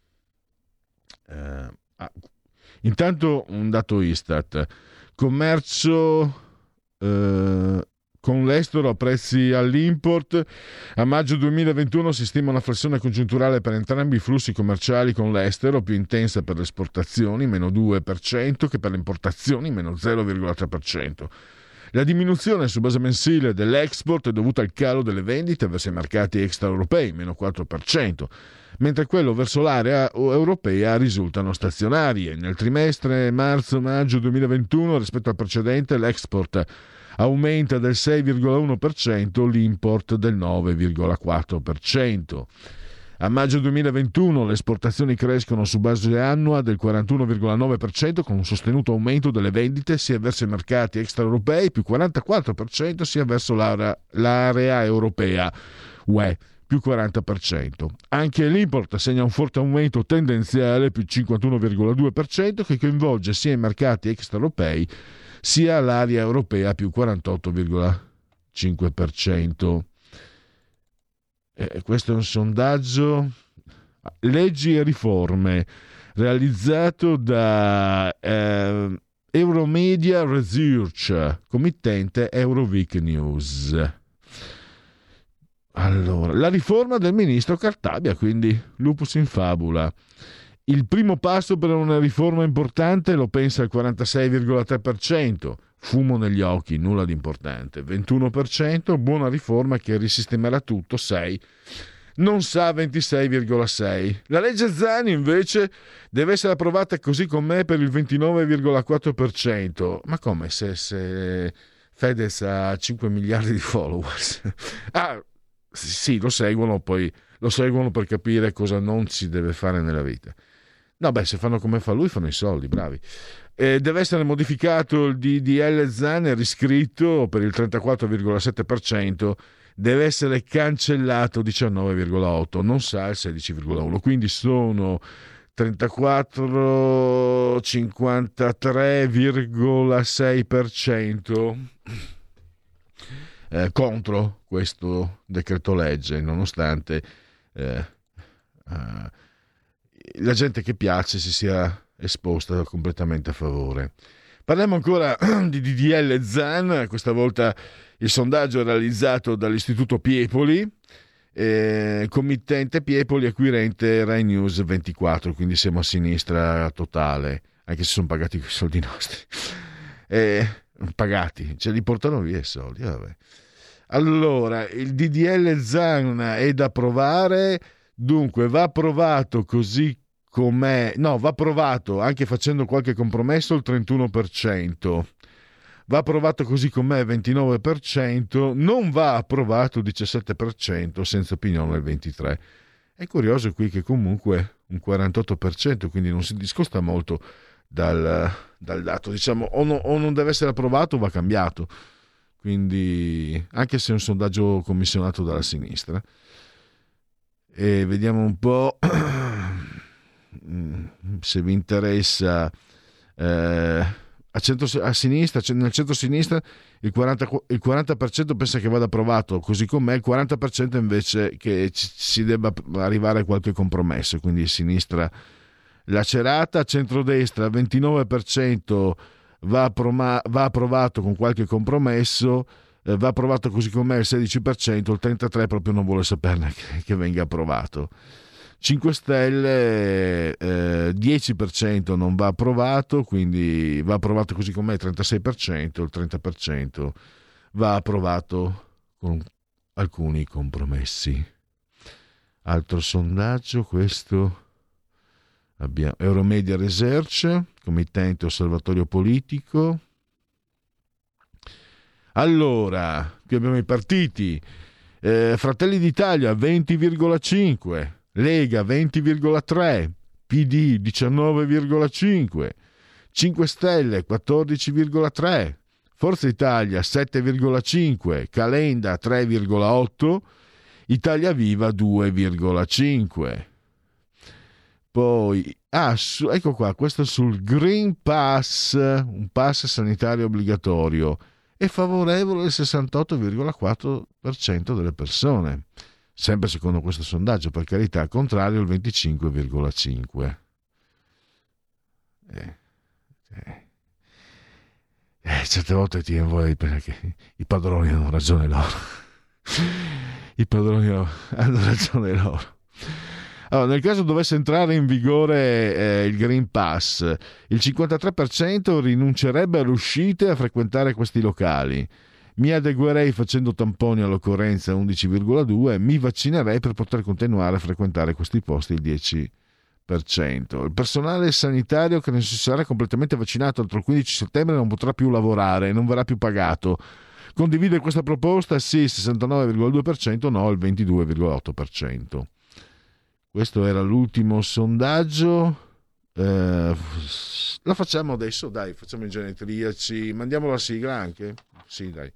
Speaker 9: intanto un dato Istat: commercio con l'estero a prezzi all'import. A maggio 2021 si stima una flessione congiunturale per entrambi i flussi commerciali con l'estero, più intensa per le esportazioni, meno 2%, che per le importazioni, meno 0,3%. La diminuzione su base mensile dell'export è dovuta al calo delle vendite verso i mercati extraeuropei, meno 4%, mentre quello verso l'area europea risultano stazionarie. Nel trimestre marzo-maggio 2021 rispetto al precedente l'export aumenta del 6,1%, l'import del 9,4%. A maggio 2021 le esportazioni crescono su base annua del 41,9%, con un sostenuto aumento delle vendite sia verso i mercati extraeuropei, più 44%, sia verso l'area europea, UE, più 40%. Anche l'import segna un forte aumento tendenziale, più 51,2%, che coinvolge sia i mercati extraeuropei sia l'area europea, più 48,5%. Questo è un sondaggio Leggi e riforme realizzato da Euromedia Research, committente Euroweek News. Allora, la riforma del ministro Cartabia, quindi lupus in fabula. Il primo passo per una riforma importante lo pensa il 46,3%, fumo negli occhi, nulla di importante, 21%, buona riforma che risistemerà tutto, 6%, non sa 26,6%. La legge Zani invece deve essere approvata così com'è per il 29,4%, ma come se Fedez ha 5 miliardi di followers? sì, lo seguono per capire cosa non si deve fare nella vita. No, beh, se fanno come fa lui, fanno i soldi, bravi. Deve essere modificato il DDL Zan e riscritto per il 34,7%, deve essere cancellato 19,8%, non sa il 16,1%, quindi sono 53,6% contro questo decreto legge, nonostante la gente che piace si sia esposta completamente a favore. Parliamo ancora di DDL Zan, questa volta il sondaggio realizzato dall'Istituto Piepoli, committente Piepoli, acquirente Rai News 24, quindi siamo a sinistra totale, anche se sono pagati i soldi nostri. Pagati, ce li portano via i soldi, vabbè. Allora, il DDL Zan è da approvare, dunque va approvato così com'è, no, va approvato anche facendo qualche compromesso il 31%, va approvato così com'è il 29%, non va approvato il 17%, senza opinione il 23%. È curioso qui che comunque un 48%, quindi non si discosta molto dal dato, diciamo, o non deve essere approvato o va cambiato, quindi anche se è un sondaggio commissionato dalla sinistra. E vediamo un po' se vi interessa. A sinistra, nel centro-sinistra il 40% pensa che vada approvato così com'è, il 40% invece che si debba arrivare a qualche compromesso, quindi sinistra lacerata. Centrodestra 29% va approvato con qualche compromesso, va approvato così com'è il 16%, il 33% proprio non vuole saperne che venga approvato. 5 Stelle 10% non va approvato, quindi va approvato così com'è il 36%, il 30% va approvato con alcuni compromessi. Altro sondaggio, questo abbiamo Euromedia Research, committente Osservatorio Politico. Allora, qui abbiamo i partiti. Fratelli d'Italia 20,5%, Lega 20,3%, PD 19,5%, 5 Stelle 14,3%, Forza Italia 7,5%, Calenda 3,8%, Italia Viva 2,5%. Poi, ecco qua, questo sul Green Pass, un pass sanitario obbligatorio, è favorevole il 68,4% delle persone. Sempre secondo questo sondaggio, per carità, al contrario il 25,5%. Certe volte ti vuoi perché i padroni hanno ragione loro. I padroni hanno ragione loro. Allora, nel caso dovesse entrare in vigore il Green Pass, il 53% rinuncerebbe alle uscite a frequentare questi locali. Mi adeguerei facendo tamponi all'occorrenza 11,2%, mi vaccinerei per poter continuare a frequentare questi posti il 10%. Il personale sanitario che non si sarà completamente vaccinato entro il 15 settembre non potrà più lavorare, non verrà più pagato. Condivide questa proposta? Sì, il 69,2%, no, il 22,8%. Questo era l'ultimo sondaggio. Lo facciamo adesso, dai, facciamo i genetriaci, mandiamo la sigla anche? Sì, dai.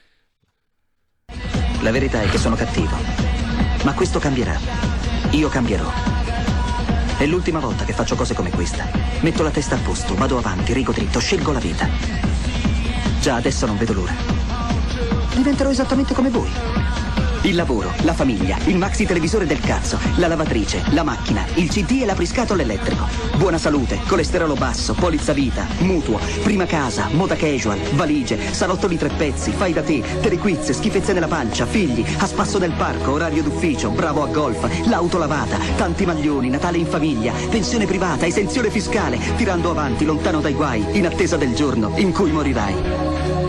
Speaker 20: La verità è che sono cattivo, ma questo cambierà. Io cambierò. È l'ultima volta che faccio cose come questa. Metto la testa a posto, vado avanti, rigo dritto, scelgo la vita. Già adesso non vedo l'ora. Diventerò esattamente come voi. Il lavoro, la famiglia, il maxi televisore del cazzo, la lavatrice, la macchina, il CD e l'apriscatole elettrico. Buona salute, colesterolo basso, polizza vita, mutuo, prima casa, moda casual, valigie, salotto di 3 pezzi, fai da te, telequiz, schifezze nella pancia, figli, a spasso nel parco, orario d'ufficio, bravo a golf, l'auto lavata, tanti maglioni, Natale in famiglia, pensione privata, esenzione fiscale, tirando avanti, lontano dai guai, in attesa del giorno in cui morirai.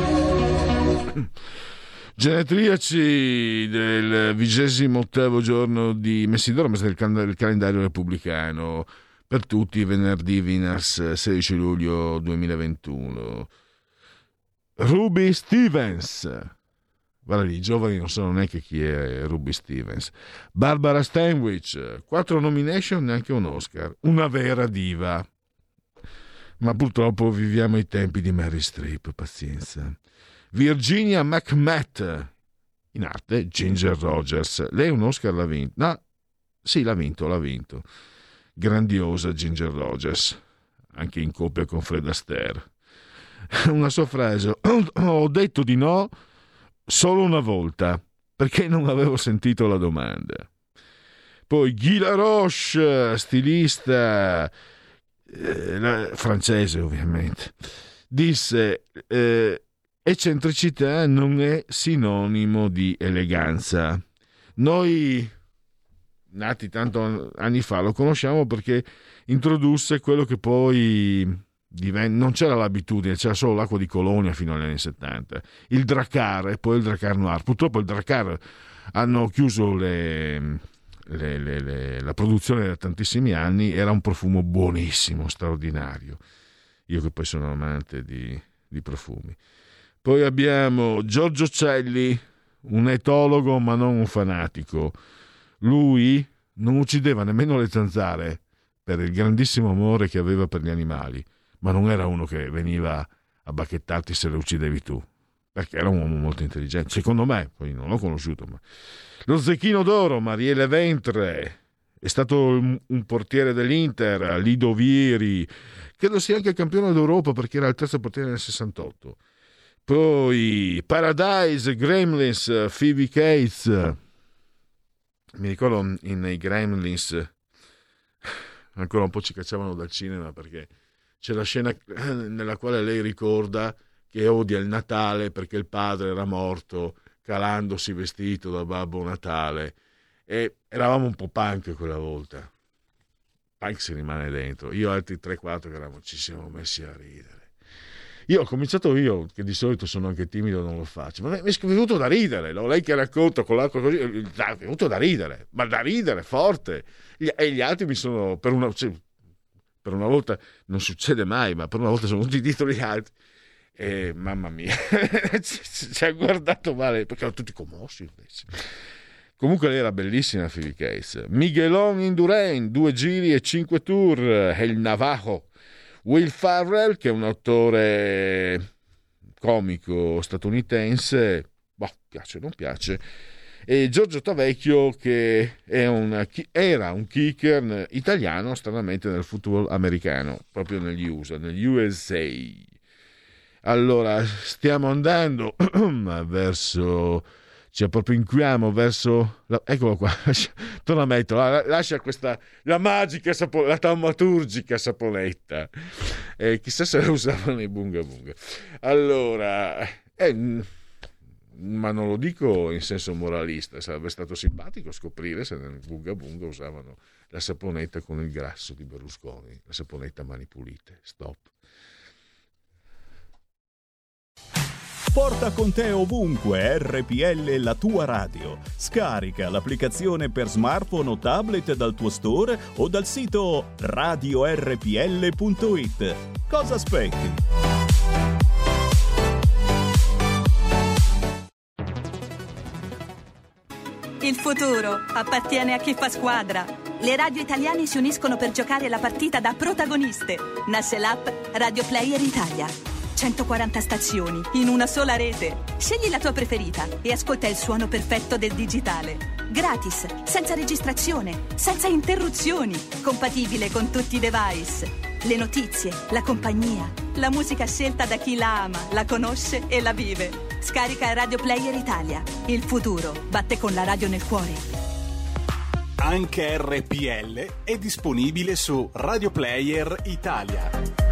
Speaker 9: Genetriaci del 28° giorno di Messidoro, mese del calendario repubblicano, per tutti venerdì Vinas 16 luglio 2021. Ruby Stevens, Guarda lì, i giovani non sanno neanche chi è Ruby Stevens. Barbara Stanwyck, 4 nomination, neanche un Oscar. Una vera diva. Ma purtroppo viviamo i tempi di Mary Streep, pazienza. Virginia McMath, in arte Ginger Rogers. Lei un Oscar l'ha vinto? No, sì, l'ha vinto. Grandiosa Ginger Rogers, anche in coppia con Fred Astaire. Una sua frase: ho detto di no solo una volta perché non avevo sentito la domanda. Poi Guy Laroche, stilista francese ovviamente, disse eccentricità non è sinonimo di eleganza. Noi, nati tanto anni fa, lo conosciamo perché introdusse quello che poi non c'era l'abitudine, c'era solo l'acqua di Colonia fino agli anni 70, il Drakkar e poi il Drakkar Noir. Purtroppo il Drakkar hanno chiuso la produzione da tantissimi anni. Era un profumo buonissimo, straordinario, io che poi sono amante di profumi. Poi abbiamo Giorgio Celli, un etologo ma non un fanatico. Lui non uccideva nemmeno le zanzare per il grandissimo amore che aveva per gli animali, ma non era uno che veniva a bacchettarti se le uccidevi tu, perché era un uomo molto intelligente, secondo me. Poi non l'ho conosciuto, ma lo Zecchino d'Oro, Marielle Ventre, è stato un portiere dell'Inter. Lido Vieri, credo sia anche campione d'Europa perché era il terzo portiere nel 68. Poi Paradise, Gremlins, Phoebe Cates. Mi ricordo nei Gremlins ancora un po' ci cacciavano dal cinema perché c'è la scena nella quale lei ricorda che odia il Natale perché il padre era morto calandosi vestito da Babbo Natale, e eravamo un po' punk quella volta. Punk si rimane dentro. Io e altri 3-4 ci siamo messi a ridere. Io ho cominciato, che di solito sono anche timido, non lo faccio, ma mi è venuto da ridere, no? Lei che racconta con l'acqua così, è venuto da ridere, ma da ridere forte. E gli altri mi sono, per una volta, non succede mai, ma per una volta sono venuti dietro gli altri. E mamma mia, ci ha guardato male, perché erano tutti commossi invece. Comunque lei era bellissima, Phoebe Cates. Miguelón Indurain, 2 giri e 5 tour, El Navajo. Will Ferrell, che è un attore comico statunitense, piace o non piace, e Giorgio Tavecchio, che era un kicker italiano, stranamente nel football americano, proprio negli USA. Allora, stiamo andando verso, proprio inquiamo verso eccolo qua, torna a metterlo, lascia questa, la magica la taumaturgica saponetta, chissà se la usavano nei Bunga Bunga. Allora, ma non lo dico in senso moralista, sarebbe stato simpatico scoprire se nel Bunga Bunga usavano la saponetta con il grasso di Berlusconi, la saponetta mani pulite. Stop.
Speaker 15: Porta con te ovunque RPL, la tua radio. Scarica l'applicazione per smartphone o tablet dal tuo store o dal sito radiorpl.it. Cosa aspetti?
Speaker 21: Il futuro appartiene a chi fa squadra. Le radio italiane si uniscono per giocare la partita da protagoniste. Nasce l'app Radio Player Italia. 140 stazioni in una sola rete. Scegli la tua preferita e ascolta il suono perfetto del digitale. Gratis, senza registrazione, senza interruzioni, compatibile con tutti i device. Le notizie, la compagnia, la musica scelta da chi la ama, la conosce e la vive. Scarica Radio Player Italia. Il futuro batte con la radio nel cuore.
Speaker 19: Anche RPL è disponibile su Radio Player Italia.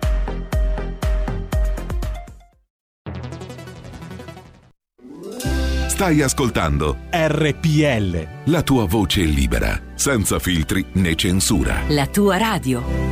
Speaker 12: Stai ascoltando
Speaker 19: RPL,
Speaker 12: la tua voce libera, senza filtri né censura.
Speaker 4: La tua radio.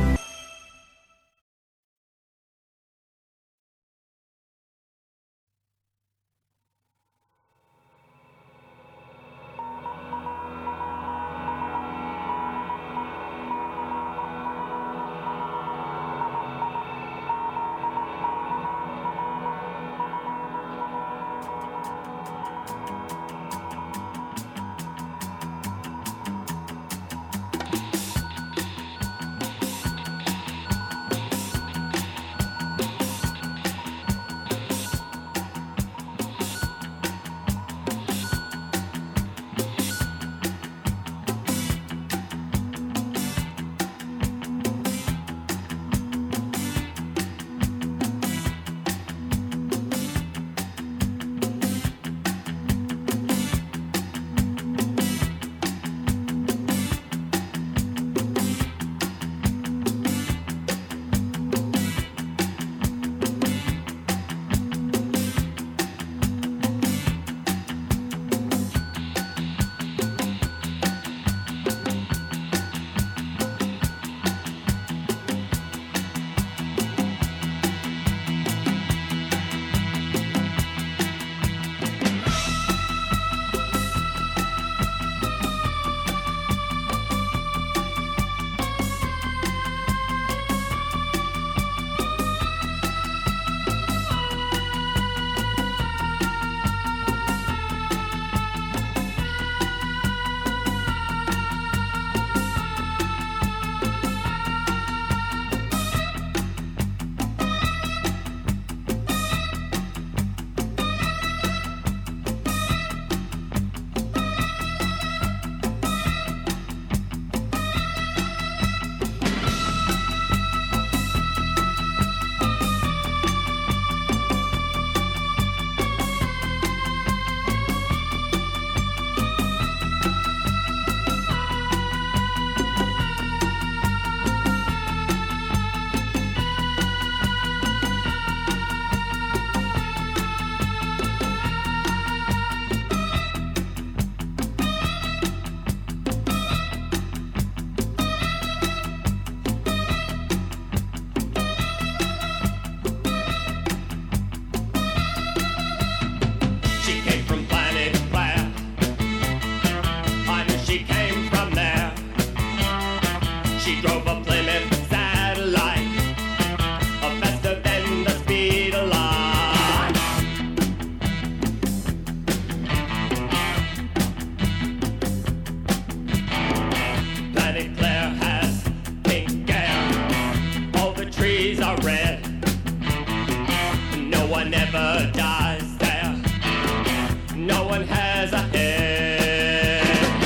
Speaker 2: one has a head.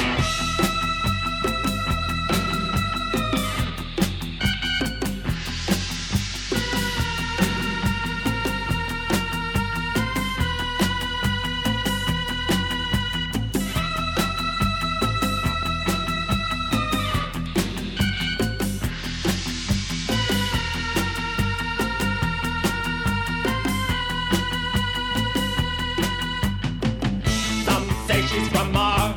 Speaker 2: She's from Mars,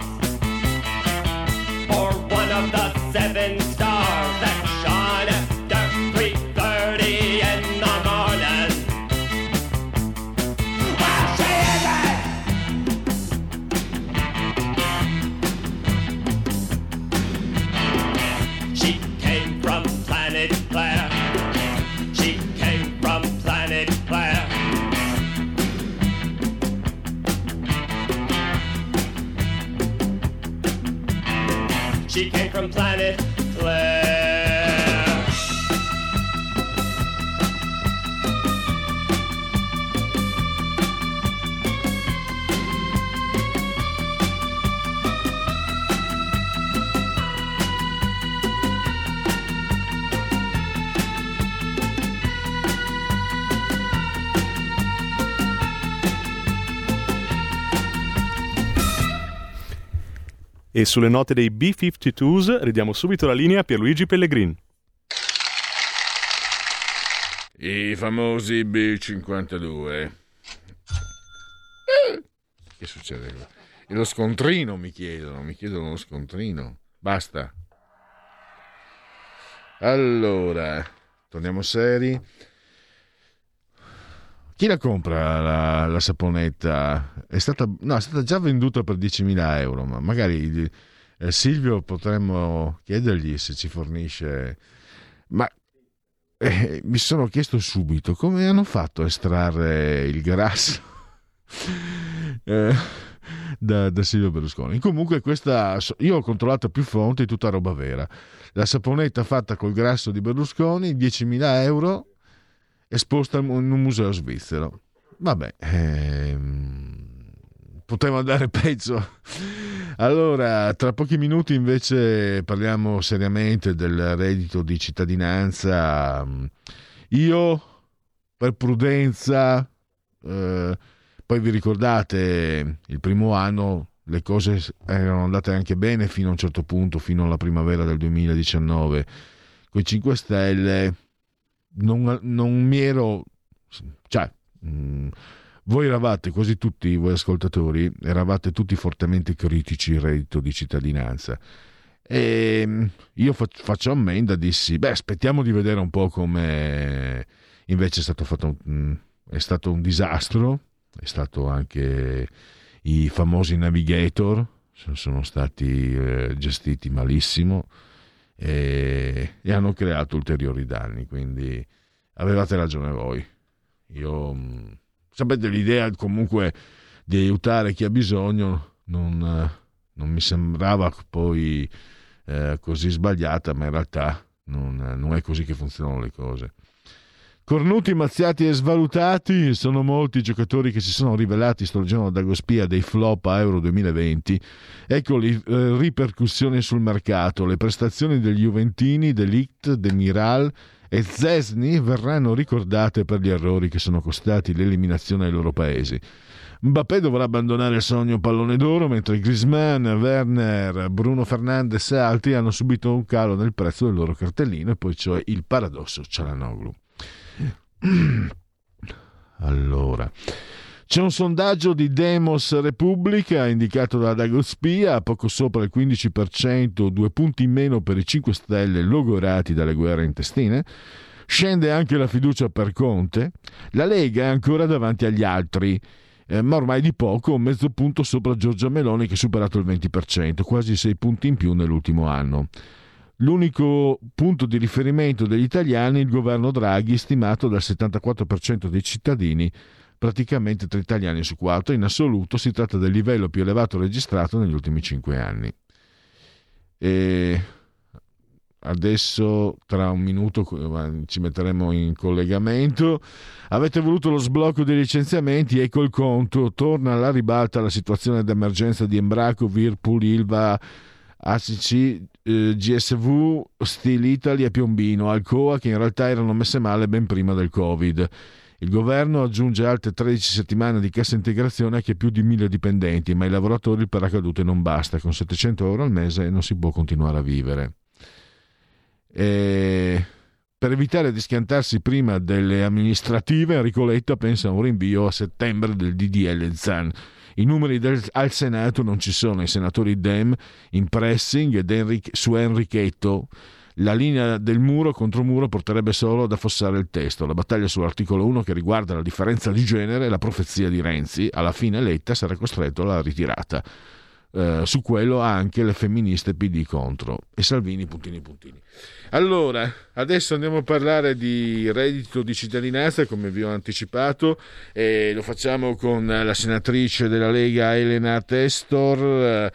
Speaker 2: or one of the 7 stars that shine after 3:30 in the morning. Well, she isn't. She came from planet Claire. She came from planet Claire. She came from planet Claire.
Speaker 22: E sulle note dei B-52s ridiamo subito la linea a Pierluigi Pellegrin.
Speaker 9: I famosi B-52. Che succede? E lo scontrino mi chiedono lo scontrino. Basta. Allora, torniamo seri. Chi la compra la saponetta? È stata già venduta per 10.000 euro, ma magari Silvio potremmo chiedergli se ci fornisce. Ma mi sono chiesto subito come hanno fatto a estrarre il grasso da Silvio Berlusconi. Comunque io ho controllato più fonti, tutta roba vera. La saponetta fatta col grasso di Berlusconi, 10.000 euro, esposta in un museo svizzero. Vabbè, poteva andare peggio. Allora, tra pochi minuti invece parliamo seriamente del reddito di cittadinanza. Io, per prudenza, poi vi ricordate, il primo anno le cose erano andate anche bene fino a un certo punto, fino alla primavera del 2019. Con i 5 Stelle non mi ero... voi eravate, quasi tutti voi ascoltatori, eravate tutti fortemente critici il reddito di cittadinanza. E io faccio ammenda, dissi, aspettiamo di vedere un po' come... Invece è stato un disastro, è stato anche i famosi navigator, sono stati gestiti malissimo e hanno creato ulteriori danni, quindi avevate ragione voi. Io, sapete, l'idea comunque di aiutare chi ha bisogno non mi sembrava poi così sbagliata, ma in realtà non è così che funzionano le cose. Cornuti, mazziati e svalutati sono molti i giocatori che si sono rivelati sto giorno da Dagospia dei flop a Euro 2020. Ecco le ripercussioni sul mercato. Le prestazioni degli Juventini, De Ligt, Demiral e Szczesny verranno ricordate per gli errori che sono costati l'eliminazione ai loro paesi. Mbappé dovrà abbandonare il sogno pallone d'oro, mentre Griezmann, Werner, Bruno Fernandes e altri hanno subito un calo nel prezzo del loro cartellino, e poi c'è il paradosso Çalhanoğlu. Allora, c'è un sondaggio di Demos Repubblica indicato da Dagospia, poco sopra il 15%, 2 punti in meno per i 5 Stelle logorati dalle guerre intestine. Scende anche la fiducia per Conte. La Lega è ancora davanti agli altri, ma ormai di poco, mezzo punto sopra Giorgia Meloni che ha superato il 20%, quasi 6 punti in più nell'ultimo anno. L'unico punto di riferimento degli italiani, il governo Draghi, stimato dal 74% dei cittadini, praticamente 3 italiani su 4. In assoluto si tratta del livello più elevato registrato negli ultimi 5 anni. E adesso tra un minuto ci metteremo in collegamento. Avete voluto lo sblocco dei licenziamenti, ecco il conto, torna alla ribalta la situazione d'emergenza di Embraco, Whirlpool, Ilva, ACC, GSV, Steel Italy e Piombino, Alcoa, che in realtà erano messe male ben prima del Covid. Il governo aggiunge altre 13 settimane di cassa integrazione a chi ha più di 1.000 dipendenti, ma ai lavoratori il paracadute non basta, con 700 euro al mese non si può continuare a vivere. Per evitare di schiantarsi prima delle amministrative, Enrico Letta pensa a un rinvio a settembre del DDL Zan. I numeri al Senato non ci sono, i senatori Dem in pressing ed su Enrichetto. La linea del muro contro muro porterebbe solo ad affossare il testo. La battaglia sull'articolo 1 che riguarda la differenza di genere e la profezia di Renzi. Alla fine Letta sarà costretto alla ritirata. Su quello anche le femministe PD contro. E Salvini puntini. Allora, adesso andiamo a parlare di reddito di cittadinanza, come vi ho anticipato, e lo facciamo con la senatrice della Lega Elena Testor,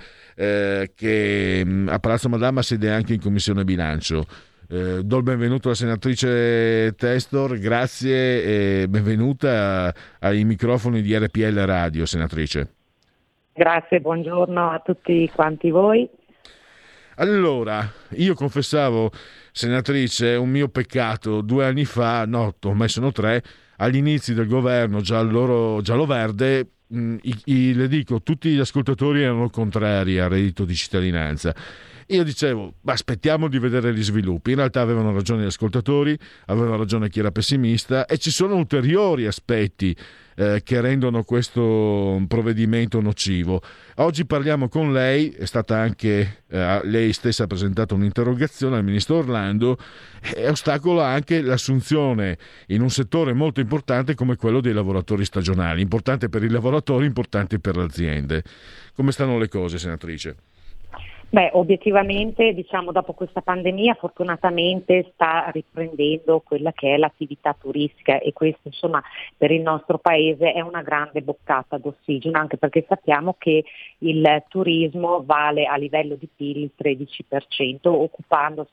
Speaker 9: che a Palazzo Madama siede anche in Commissione Bilancio. Do il benvenuto alla senatrice Testor, grazie e benvenuta ai microfoni di RPL Radio, senatrice.
Speaker 3: Grazie, buongiorno a tutti quanti voi.
Speaker 9: Allora, io confessavo, senatrice, un mio peccato 2 anni fa, no, ormai sono 3, agli inizi del governo giallo-verde, le dico, tutti gli ascoltatori erano contrari al reddito di cittadinanza. Io dicevo, aspettiamo di vedere gli sviluppi. In realtà avevano ragione gli ascoltatori, aveva ragione chi era pessimista, e ci sono ulteriori aspetti che rendono questo provvedimento nocivo. Oggi parliamo con lei, è stata anche lei stessa ha presentato un'interrogazione al ministro Orlando, e ostacola anche l'assunzione in un settore molto importante come quello dei lavoratori stagionali, importante per i lavoratori, importante per le aziende. Come stanno le cose, senatrice?
Speaker 3: Beh, obiettivamente, diciamo, dopo questa pandemia fortunatamente sta riprendendo quella che è l'attività turistica, e questo insomma per il nostro paese è una grande boccata d'ossigeno, anche perché sappiamo che il turismo vale a livello di PIL il 13%, occupando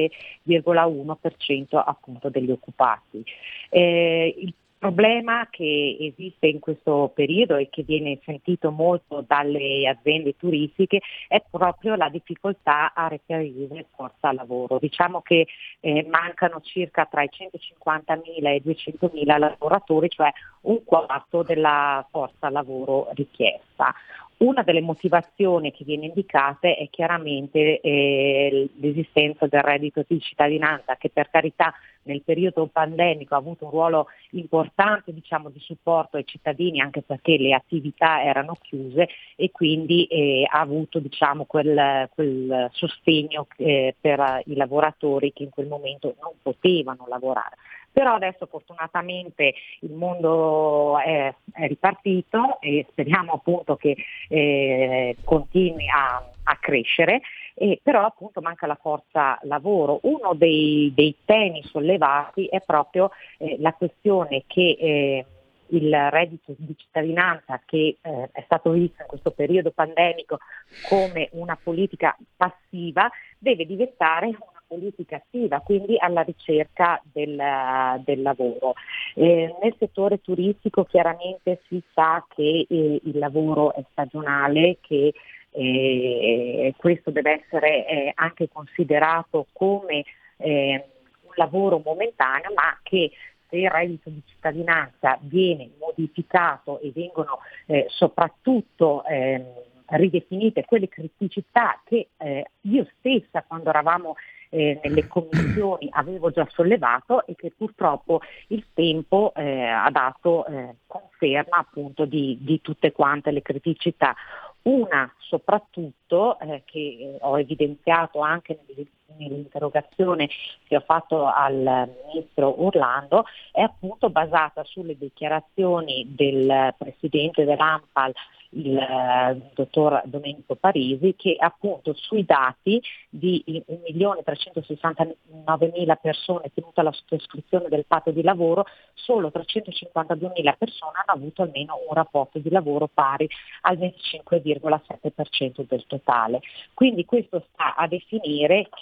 Speaker 3: 7,1% appunto degli occupati. Il problema che esiste in questo periodo e che viene sentito molto dalle aziende turistiche è proprio la difficoltà a reperire forza lavoro. Diciamo che mancano circa tra i 150.000 e i 200.000 lavoratori, cioè un quarto della forza lavoro richiesta. Una delle motivazioni che viene indicata è chiaramente l'esistenza del reddito di cittadinanza, che per carità nel periodo pandemico ha avuto un ruolo importante, diciamo, di supporto ai cittadini, anche perché le attività erano chiuse, e quindi ha avuto, diciamo, quel sostegno per i lavoratori che in quel momento non potevano lavorare. Però adesso fortunatamente il mondo è ripartito e speriamo appunto che continui a crescere, però appunto manca la forza lavoro. Uno dei temi sollevati è proprio la questione che il reddito di cittadinanza, che è stato visto in questo periodo pandemico come una politica passiva, deve diventare una politica attiva, quindi alla ricerca del lavoro. Nel settore turistico chiaramente si sa che il lavoro è stagionale, che questo deve essere anche considerato come un lavoro momentaneo, ma che se il reddito di cittadinanza viene modificato e vengono soprattutto ridefinite quelle criticità che io stessa quando eravamo nelle commissioni avevo già sollevato, e che purtroppo il tempo ha dato conferma appunto di tutte quante le criticità. Una soprattutto che ho evidenziato anche nell'interrogazione che ho fatto al ministro Orlando, è appunto basata sulle dichiarazioni del presidente dell'ANPAL, il dottor Domenico Parisi, che appunto sui dati di 1.369.000 persone tenuta la sottoscrizione del patto di lavoro, solo 352.000 persone hanno avuto almeno un rapporto di lavoro pari al 25,7% del totale. Quindi questo sta a definire che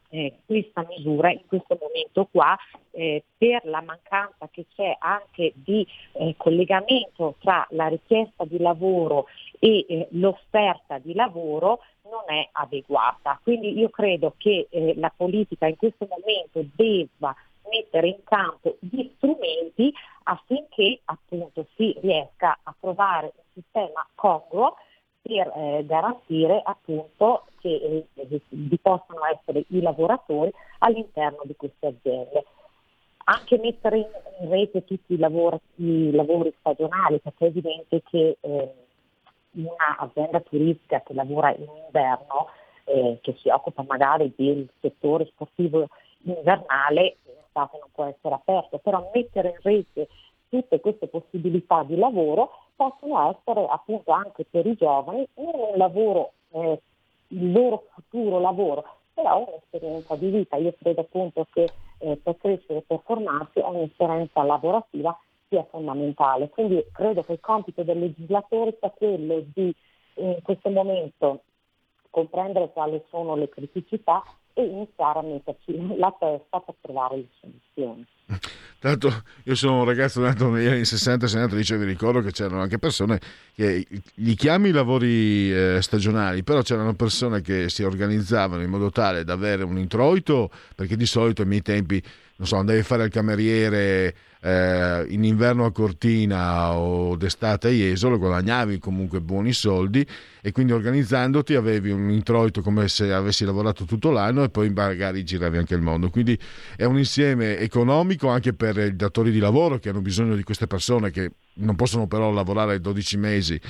Speaker 3: questa misura in questo momento qua, per la mancanza che c'è anche di collegamento tra la richiesta di lavoro e l'offerta di lavoro, non è adeguata. Quindi io credo che la politica in questo momento debba mettere in campo gli strumenti affinché appunto si riesca a trovare un sistema congruo per garantire appunto che vi possano essere i lavoratori all'interno di queste aziende. Anche mettere in rete tutti i lavori stagionali, perché è evidente che un'azienda turistica che lavora in inverno, che si occupa magari del settore sportivo invernale, l'estate non può essere aperto, però mettere in rete tutte queste possibilità di lavoro possono essere appunto anche per i giovani un lavoro, il loro futuro lavoro, però un'esperienza di vita. Io credo appunto che per crescere e per formarsi ogni esperienza lavorativa sia fondamentale. Quindi credo che il compito del legislatore sia quello di in questo momento comprendere quali sono le criticità e iniziare a metterci la testa per trovare le soluzioni.
Speaker 9: Tanto io sono un ragazzo nato negli anni 60, senatrice, vi ricordo che c'erano anche persone che li chiami lavori stagionali, però c'erano persone che si organizzavano in modo tale da avere un introito, perché di solito ai miei tempi, non so, andavi a fare il cameriere in inverno a Cortina o d'estate a Jesolo, guadagnavi comunque buoni soldi e quindi organizzandoti avevi un introito come se avessi lavorato tutto l'anno e poi magari giravi anche il mondo. Quindi è un insieme economico anche per i datori di lavoro che hanno bisogno di queste persone, che non possono però lavorare 12 mesi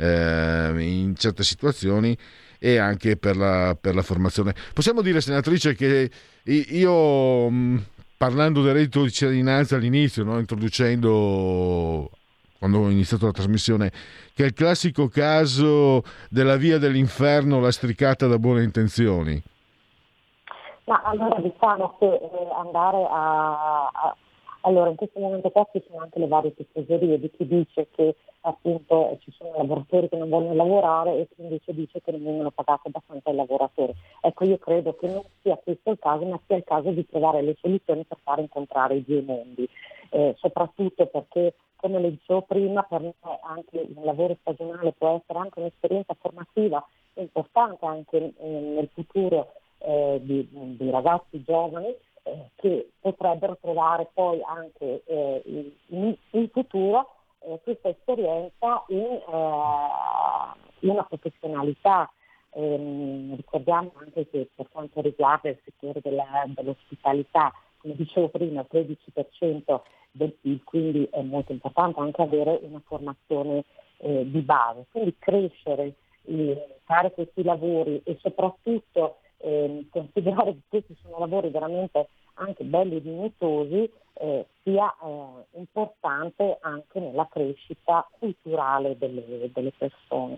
Speaker 9: in certe situazioni, e anche per la formazione. Possiamo dire, senatrice, che io parlando del reddito di cittadinanza all'inizio, no, introducendo, quando ho iniziato la trasmissione, che è il classico caso della via dell'inferno lastricata da buone intenzioni?
Speaker 3: Ma allora diciamo che andare allora in questo momento qua ci sono anche le varie tifoserie di chi dice che appunto ci sono lavoratori che non vogliono lavorare e chi invece dice che non vengono pagati abbastanza i lavoratori. Ecco, io credo che non sia questo il caso, ma sia il caso di trovare le soluzioni per far incontrare i due mondi, soprattutto perché, come le dicevo prima, per me anche un lavoro stagionale può essere anche un'esperienza formativa importante anche nel futuro di ragazzi giovani, che potrebbero trovare poi anche in futuro questa esperienza in una professionalità. Ricordiamo anche che per quanto riguarda il settore dell'ospitalità, come dicevo prima, il 13% del PIL, quindi è molto importante anche avere una formazione di base, quindi crescere, fare questi lavori e soprattutto considerare che questi sono lavori veramente anche belli e dignitosi, sia importante anche nella crescita culturale delle persone.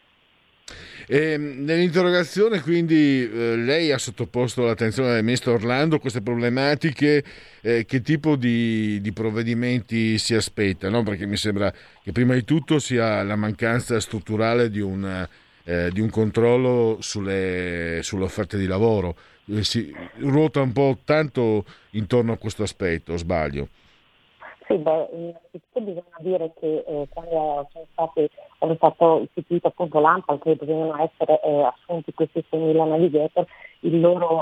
Speaker 9: Nell'interrogazione quindi lei ha sottoposto all'attenzione del ministro Orlando queste problematiche, che tipo di provvedimenti si aspetta, no? Perché mi sembra che prima di tutto sia la mancanza strutturale di un controllo sulle offerte di lavoro. Si ruota un po' tanto intorno a questo aspetto, o sbaglio?
Speaker 3: Sì, innanzitutto bisogna dire che quando è stato istituito appunto l'ANPAL, che dovevano essere assunti questi 6.000 navigator, il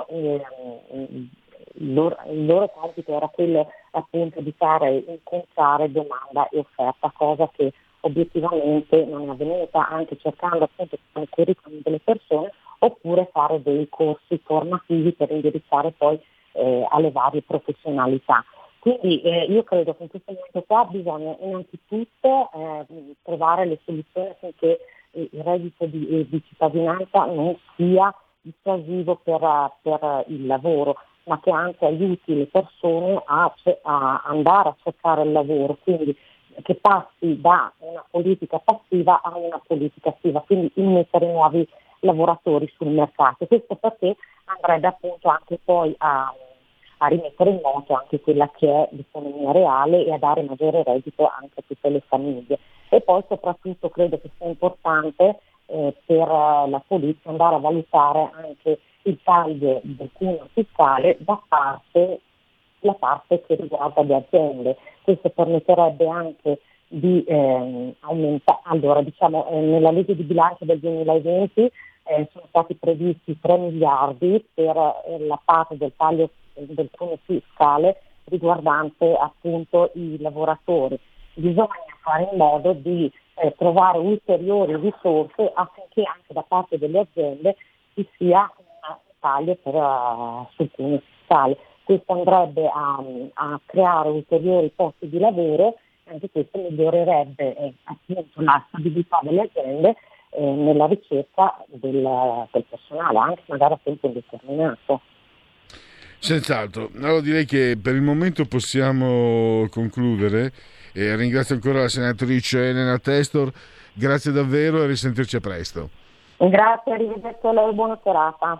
Speaker 3: loro compito era quello appunto di fare incontrare domanda e offerta, cosa che obiettivamente non è avvenuta, anche cercando appunto il curriculum delle persone, oppure fare dei corsi formativi per indirizzare poi alle varie professionalità. Quindi io credo che in questo momento qua bisogna innanzitutto trovare le soluzioni affinché il reddito di cittadinanza non sia dissuasivo per il lavoro, ma che anche aiuti le persone a andare a cercare il lavoro, quindi che passi da una politica passiva a una politica attiva, quindi immettere nuovi lavoratori sul mercato. Questo perché andrebbe appunto anche poi a rimettere in moto anche quella che è l'economia reale e a dare maggiore reddito anche a tutte le famiglie. E poi soprattutto credo che sia importante per la politica andare a valutare anche il taglio del cuneo fiscale la parte che riguarda le aziende. Questo permetterebbe anche di aumentare. Allora, nella legge di bilancio del 2020 sono stati previsti 3 miliardi per la parte del taglio del cuneo fiscale riguardante appunto i lavoratori. Bisogna fare in modo di trovare ulteriori risorse affinché anche da parte delle aziende ci sia un taglio sul cuneo fiscale. Questo andrebbe a creare ulteriori posti di lavoro, anche questo migliorerebbe appunto la stabilità delle aziende nella ricerca del personale, anche magari a tempo indeterminato.
Speaker 9: Senz'altro. Allora direi che per il momento possiamo concludere. Ringrazio ancora la senatrice Elena Testor, grazie davvero e risentirci a presto.
Speaker 3: Grazie, arrivederci a lei, buona serata.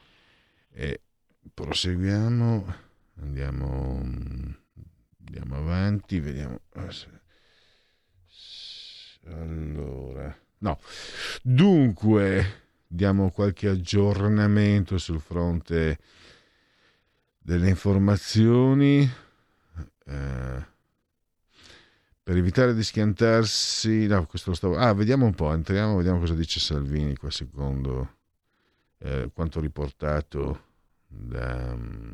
Speaker 9: Proseguiamo, andiamo avanti, vediamo. Allora, no. Dunque, diamo qualche aggiornamento sul fronte delle informazioni. Per evitare di schiantarsi, no, questo lo stavo. Vediamo un po', entriamo, vediamo cosa dice Salvini qua secondo quanto riportato da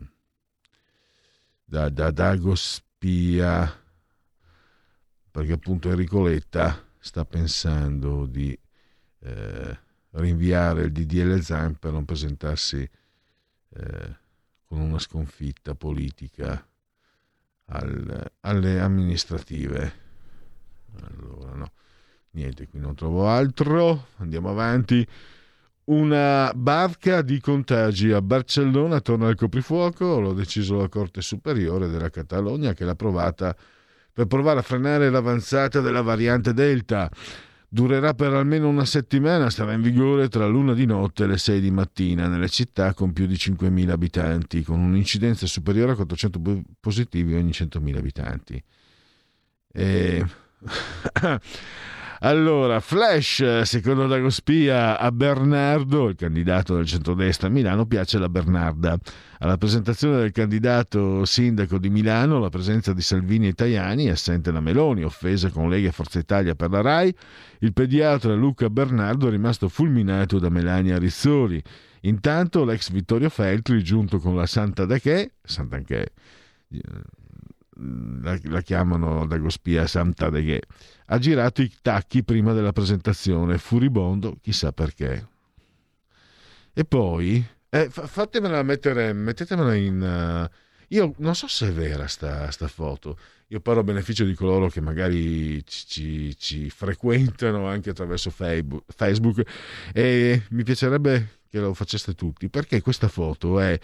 Speaker 9: Dagospia, perché appunto Enrico Letta sta pensando di rinviare il DDL Zan per non presentarsi con una sconfitta politica alle amministrative. Allora no, niente, qui non trovo altro, andiamo avanti. Una barca di contagi a Barcellona, torna al coprifuoco, l'ha deciso la Corte Superiore della Catalogna, che l'ha approvata per provare a frenare l'avanzata della variante Delta. Durerà per almeno una settimana, sarà in vigore tra l'1 di notte e le 6 di mattina nelle città con più di 5.000 abitanti, con un'incidenza superiore a 400 positivi ogni 100.000 abitanti. Allora, flash, secondo Dagospia, a Bernardo, il candidato del centrodestra a Milano, piace la Bernarda. Alla presentazione del candidato sindaco di Milano, la presenza di Salvini e Tajani, assente la Meloni, offesa con Lega e Forza Italia per la RAI, il pediatra Luca Bernardo è rimasto fulminato da Melania Rizzoli. Intanto l'ex Vittorio Feltri, giunto con la Sant'Anché, la chiamano Dagospia Sant'Anché, ha girato i tacchi prima della presentazione, furibondo, chissà perché. E poi mettetemela in io non so se è vera sta foto. Io parlo a beneficio di coloro che magari ci frequentano anche attraverso Facebook, e mi piacerebbe che lo faceste tutti, perché questa foto è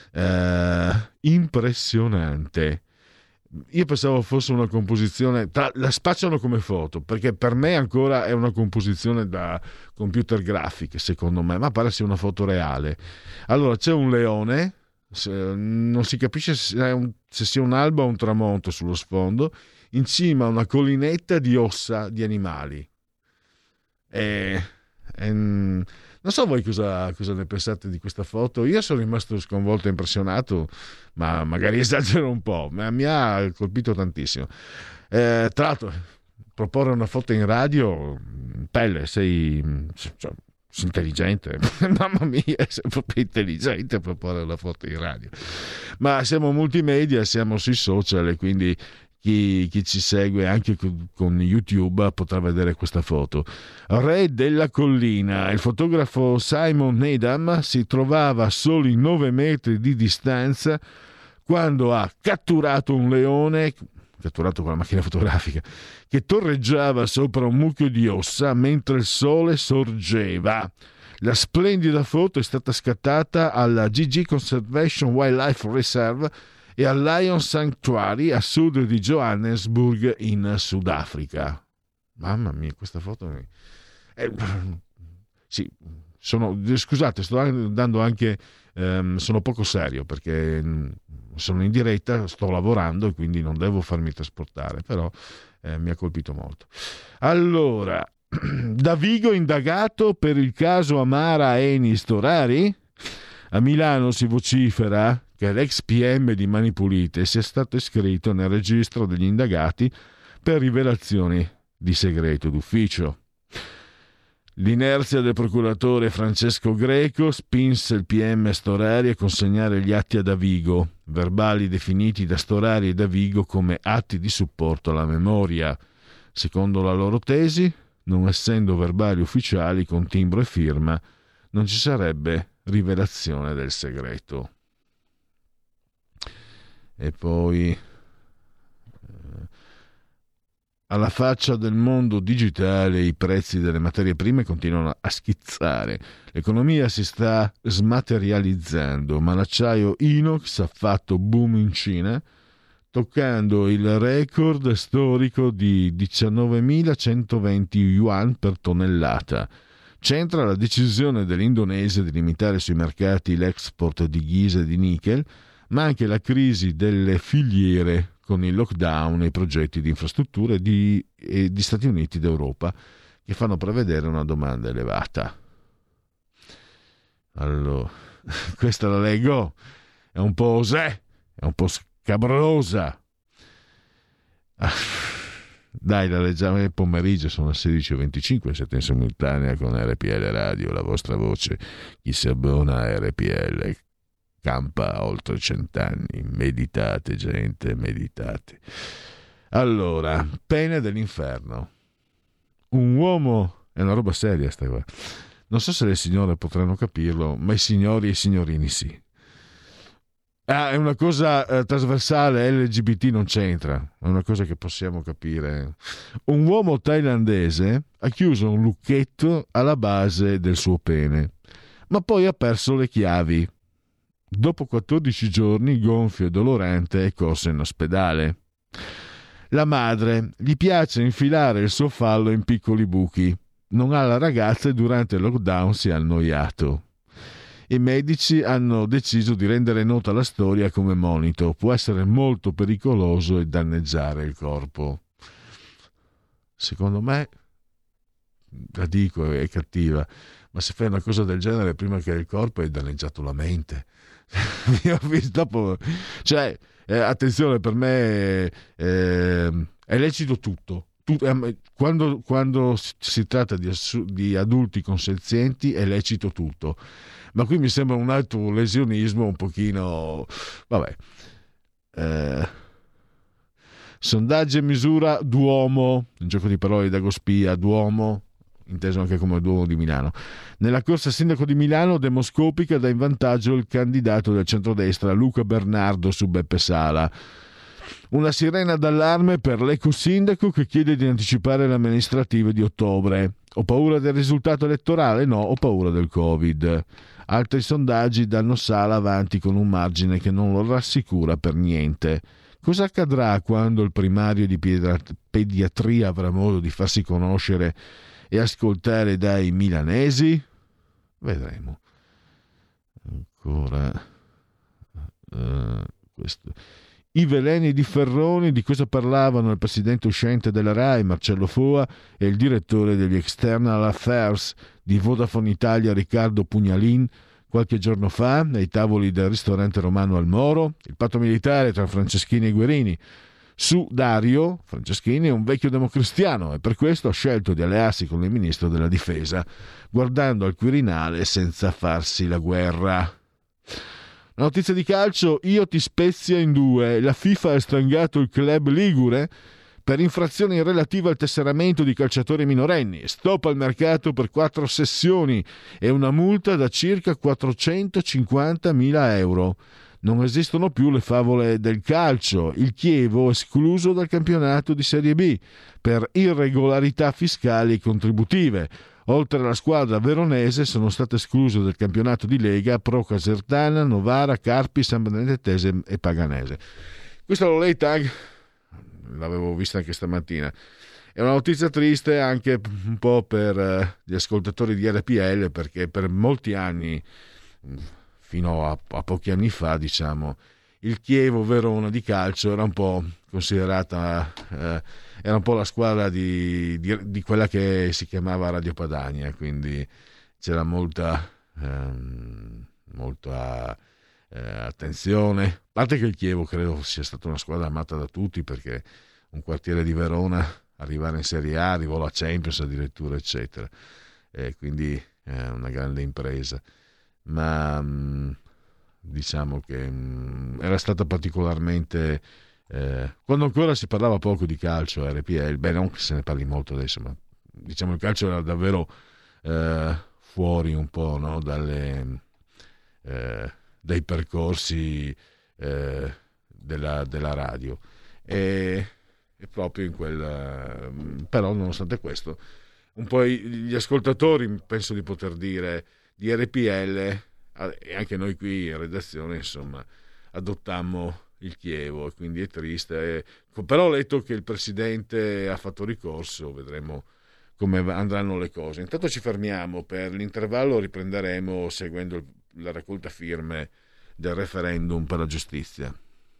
Speaker 9: impressionante. Io pensavo fosse una composizione, la spacciano come foto, perché per me ancora è una composizione da computer grafiche, secondo me, ma pare sia una foto reale. Allora c'è un leone, non si capisce se sia un alba o un tramonto sullo sfondo, in cima una collinetta di ossa di animali. Non so voi cosa ne pensate di questa foto. Io sono rimasto sconvolto e impressionato, ma magari esagero un po', ma mi ha colpito tantissimo. Tra l'altro, proporre una foto in radio, pelle, sei intelligente, mamma mia, sei proprio intelligente a proporre una foto in radio. Ma siamo multimedia, siamo sui social, e quindi chi ci segue anche con YouTube potrà vedere questa foto. Re della collina, il fotografo Simon Needham si trovava a soli 9 metri di distanza quando ha catturato un leone, catturato con la macchina fotografica, che torreggiava sopra un mucchio di ossa mentre il sole sorgeva. La splendida foto è stata scattata alla GG Conservation Wildlife Reserve e al Lion Sanctuary a sud di Johannesburg in Sudafrica. Mamma mia, questa foto sì, scusate, sto dando anche sono poco serio perché sono in diretta, sto lavorando e quindi non devo farmi trasportare, però mi ha colpito molto. Allora, Davigo indagato per il caso Amara Eni Storari. A Milano si vocifera che l'ex PM di Mani Pulite sia stato iscritto nel registro degli indagati per rivelazioni di segreto d'ufficio. L'inerzia del procuratore Francesco Greco spinse il PM Storari a consegnare gli atti a Davigo, verbali definiti da Storari e Davigo come atti di supporto alla memoria. Secondo la loro tesi, non essendo verbali ufficiali con timbro e firma, non ci sarebbe rivelazione del segreto. E poi, alla faccia del mondo digitale, i prezzi delle materie prime continuano a schizzare. L'economia si sta smaterializzando, ma l'acciaio inox ha fatto boom in Cina, toccando il record storico di 19.120 yuan per tonnellata. C'entra la decisione dell'Indonesia di limitare sui mercati l'export di ghisa e di nickel, ma anche la crisi delle filiere con il lockdown e i progetti di infrastrutture di Stati Uniti ed Europa che fanno prevedere una domanda elevata. Allora, questa la leggo, è un po' osè, è un po' scabrosa. Dai, la leggiamo nel pomeriggio, sono le 16:25, siete in simultanea con RPL Radio, la vostra voce. Chi si abbona a RPL campa oltre 100 anni. Meditate, gente, meditate. Allora, pene dell'inferno. Un uomo, è una roba seria sta qua. Non so se le signore potranno capirlo, ma i signori e i signorini sì. È una cosa trasversale, LGBT non c'entra, è una cosa che possiamo capire. Un uomo thailandese ha chiuso un lucchetto alla base del suo pene, ma poi ha perso le chiavi. Dopo 14 giorni, gonfio e dolorante, è corso in ospedale. La madre gli piace infilare il suo fallo in piccoli buchi. Non ha la ragazza e durante il lockdown si è annoiato. I medici hanno deciso di rendere nota la storia come monito. Può essere molto pericoloso e danneggiare il corpo. Secondo me, la dico, è cattiva, ma se fai una cosa del genere prima che il corpo hai danneggiato la mente. Io ho visto dopo, cioè, attenzione, per me è lecito tutto. Quando si tratta di adulti consenzienti è lecito tutto, ma qui mi sembra un altro lesionismo un pochino, vabbè. Sondaggi e misura Duomo, un gioco di parole da Gospia, Duomo inteso anche come Duomo di Milano. Nella corsa sindaco di Milano, demoscopica, dà in vantaggio il candidato del centrodestra Luca Bernardo su Beppe Sala. Una sirena d'allarme per l'eco sindaco che chiede di anticipare le amministrative di ottobre. Ho paura del risultato elettorale? No, ho paura del Covid. Altri sondaggi danno Sala avanti con un margine che non lo rassicura per niente. Cosa accadrà quando il primario di pediatria avrà modo di farsi conoscere e ascoltare dai milanesi? Vedremo. Ancora questo. I veleni di Ferroni, di cosa parlavano il presidente uscente della RAI Marcello Foa e il direttore degli External Affairs di Vodafone Italia Riccardo Pugnalin qualche giorno fa ai tavoli del ristorante romano al Moro? Il patto militare tra Franceschini e Guerini. Su Dario Franceschini è un vecchio democristiano e per questo ha scelto di allearsi con il ministro della difesa, guardando al Quirinale senza farsi la guerra. La notizia di calcio: io ti Spezia in 2. La FIFA ha estrangato il club ligure per infrazioni relative al tesseramento di calciatori minorenni. Stop al mercato per 4 sessioni e una multa da circa 450.000 euro. Non esistono più le favole del calcio. Il Chievo escluso dal campionato di Serie B per irregolarità fiscali e contributive. Oltre alla squadra veronese sono state escluse dal campionato di Lega Pro Casertana, Novara, Carpi, San Benedettese e Paganese. Questa l'ho letta, l'avevo vista anche stamattina. È una notizia triste anche un po' per gli ascoltatori di RPL, perché per molti anni, fino a pochi anni fa, diciamo, il Chievo Verona di calcio era un po' considerata, era un po' la squadra di quella che si chiamava Radio Padania, quindi c'era molta molta attenzione, a parte che il Chievo credo sia stata una squadra amata da tutti, perché un quartiere di Verona arrivare in Serie A, arrivò alla Champions addirittura, eccetera, quindi è una grande impresa, ma diciamo che era stata particolarmente quando ancora si parlava poco di calcio RPL, non che se ne parli molto adesso, ma diciamo il calcio era davvero fuori un po', no? Dai percorsi della radio, e proprio in quel però nonostante questo un po' gli ascoltatori, penso di poter dire, di RPL e anche noi qui in redazione, insomma, adottammo il Chievo, e quindi è triste, però ho letto che il presidente ha fatto ricorso, vedremo come andranno le cose. Intanto ci fermiamo per l'intervallo, riprenderemo seguendo la raccolta firme del referendum per la giustizia.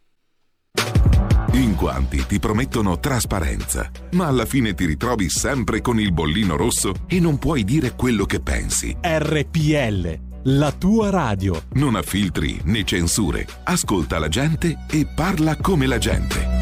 Speaker 12: In quanti ti promettono trasparenza, ma alla fine ti ritrovi sempre con il bollino rosso e non puoi dire quello che pensi.
Speaker 1: RPL, la tua radio.
Speaker 12: Non ha filtri né censure. Ascolta la gente e parla come la gente.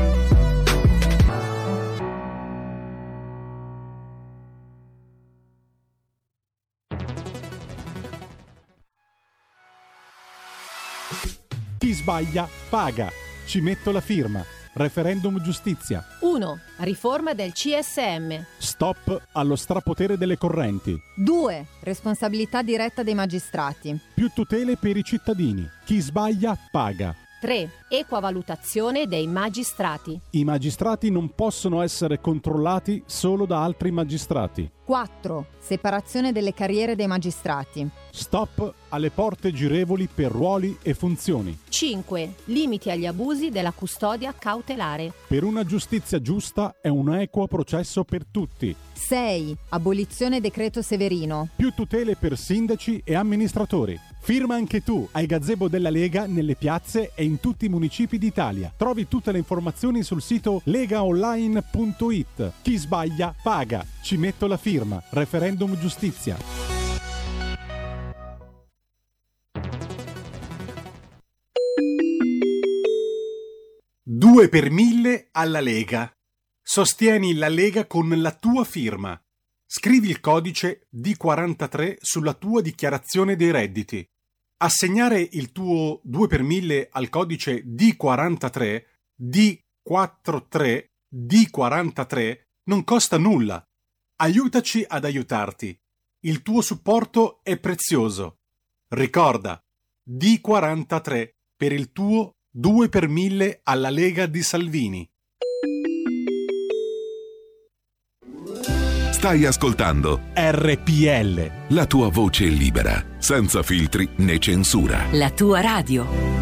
Speaker 1: Chi sbaglia paga. Ci metto la firma. Referendum giustizia.
Speaker 10: 1. Riforma del CSM.
Speaker 1: Stop allo strapotere delle correnti.
Speaker 11: 2. Responsabilità diretta dei magistrati.
Speaker 1: Più tutele per i cittadini. Chi sbaglia paga.
Speaker 10: 3. Equa valutazione dei magistrati.
Speaker 1: I magistrati non possono essere controllati solo da altri magistrati.
Speaker 11: 4. Separazione delle carriere dei magistrati.
Speaker 1: Stop alle porte girevoli per ruoli e funzioni.
Speaker 10: 5. Limiti agli abusi della custodia cautelare.
Speaker 1: Per una giustizia giusta e un equo processo per tutti.
Speaker 11: 6. Abolizione decreto Severino.
Speaker 1: Più tutele per sindaci e amministratori. Firma anche tu ai gazebo della Lega nelle piazze e in tutti i municipi d'Italia. Trovi tutte le informazioni sul sito legaonline.it. Chi sbaglia paga. Ci metto la firma. Referendum giustizia. Due per 1000 alla Lega. Sostieni la Lega con la tua firma. Scrivi il codice D43 sulla tua dichiarazione dei redditi. Assegnare il tuo 2 per 1000 al codice D43, D43, D43 non costa nulla. Aiutaci ad aiutarti. Il tuo supporto è prezioso. Ricorda, D43 per il tuo 2 per 1000 alla Lega di Salvini.
Speaker 12: Stai ascoltando
Speaker 1: RPL.
Speaker 12: La tua voce libera, senza filtri né censura.
Speaker 4: La tua radio.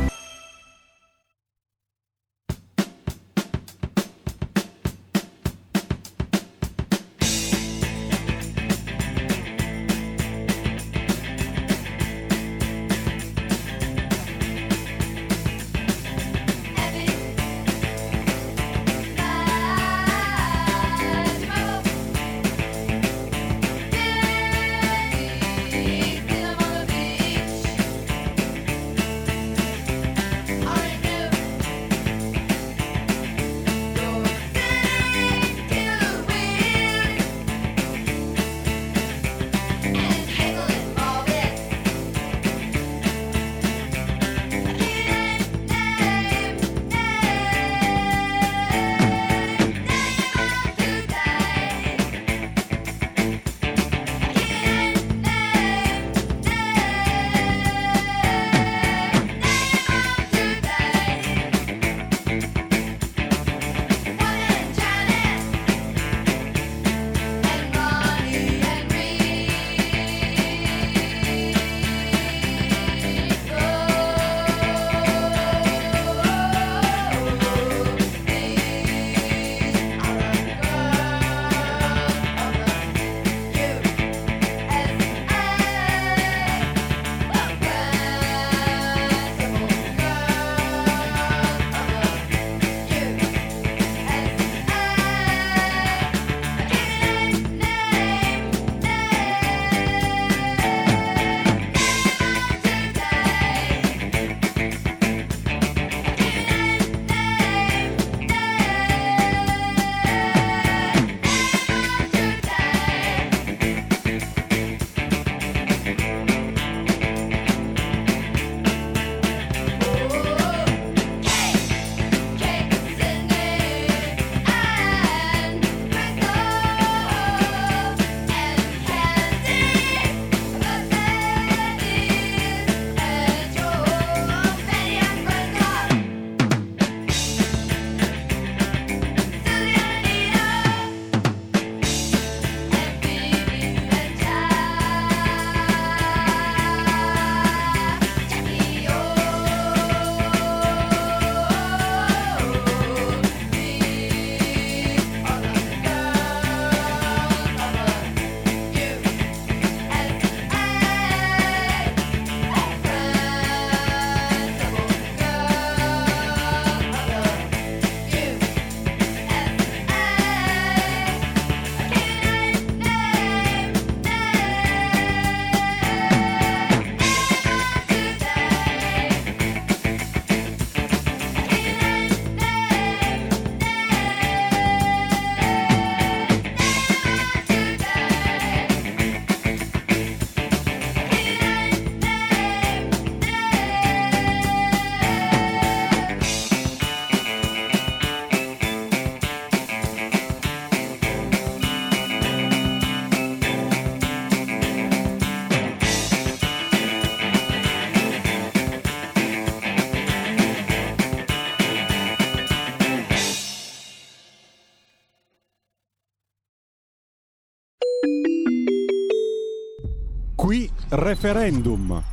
Speaker 1: Referendum.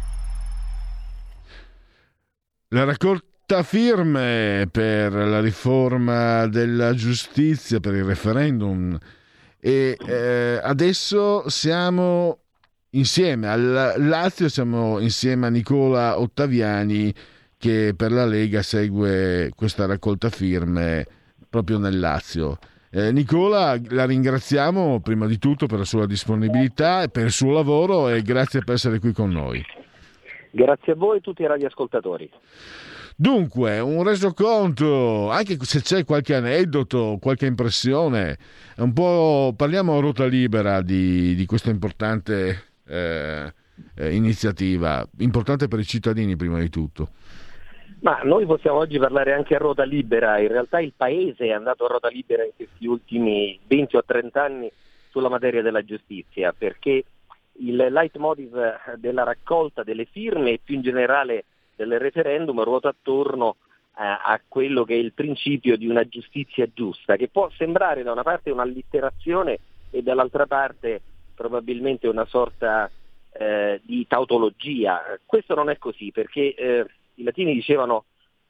Speaker 9: La raccolta firme per la riforma della giustizia, per il referendum, e adesso siamo insieme al Lazio, siamo insieme a Nicola Ottaviani che per la Lega segue questa raccolta firme proprio nel Lazio. Nicola, la ringraziamo prima di tutto per la sua disponibilità e per il suo lavoro, e grazie per essere qui con noi.
Speaker 5: Grazie a voi e tutti i radioascoltatori.
Speaker 9: Dunque, un resoconto, anche se c'è qualche aneddoto, qualche impressione, un po' parliamo a ruota libera di questa importante iniziativa, importante per i cittadini prima di tutto.
Speaker 5: Ma noi possiamo oggi parlare anche a ruota libera. In realtà il Paese è andato a ruota libera in questi ultimi 20 o 30 anni sulla materia della giustizia, perché il leitmotiv della raccolta delle firme e più in generale del referendum ruota attorno a quello che è il principio di una giustizia giusta, che può sembrare da una parte un'allitterazione e dall'altra parte probabilmente una sorta di tautologia. Questo non è così, perché i latini dicevano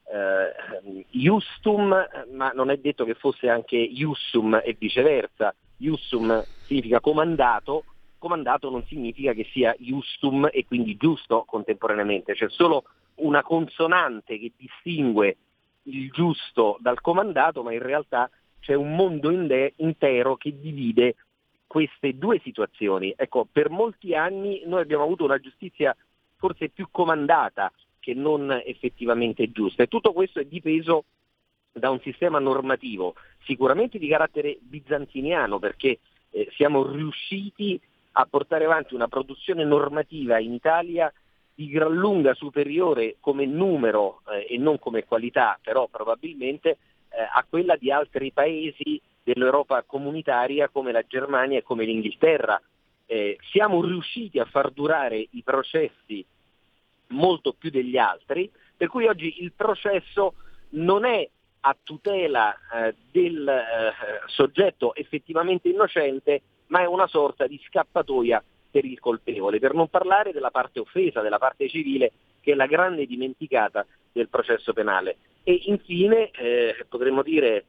Speaker 5: iustum, ma non è detto che fosse anche iussum e viceversa. Iussum significa comandato non significa che sia iustum e quindi giusto contemporaneamente. C'è solo una consonante che distingue il giusto dal comandato, ma in realtà c'è un mondo intero che divide queste due situazioni. Ecco, per molti anni noi abbiamo avuto una giustizia forse più comandata che non effettivamente giusta, e tutto questo è dipeso da un sistema normativo sicuramente di carattere bizantiniano, perché siamo riusciti a portare avanti una produzione normativa in Italia di gran lunga superiore come numero e non come qualità, però probabilmente a quella di altri paesi dell'Europa comunitaria come la Germania e come l'Inghilterra. Siamo riusciti a far durare i processi molto più degli altri, per cui oggi il processo non è a tutela del soggetto effettivamente innocente, ma è una sorta di scappatoia per il colpevole, per non parlare della parte offesa, della parte civile, che è la grande dimenticata del processo penale. E infine potremmo dire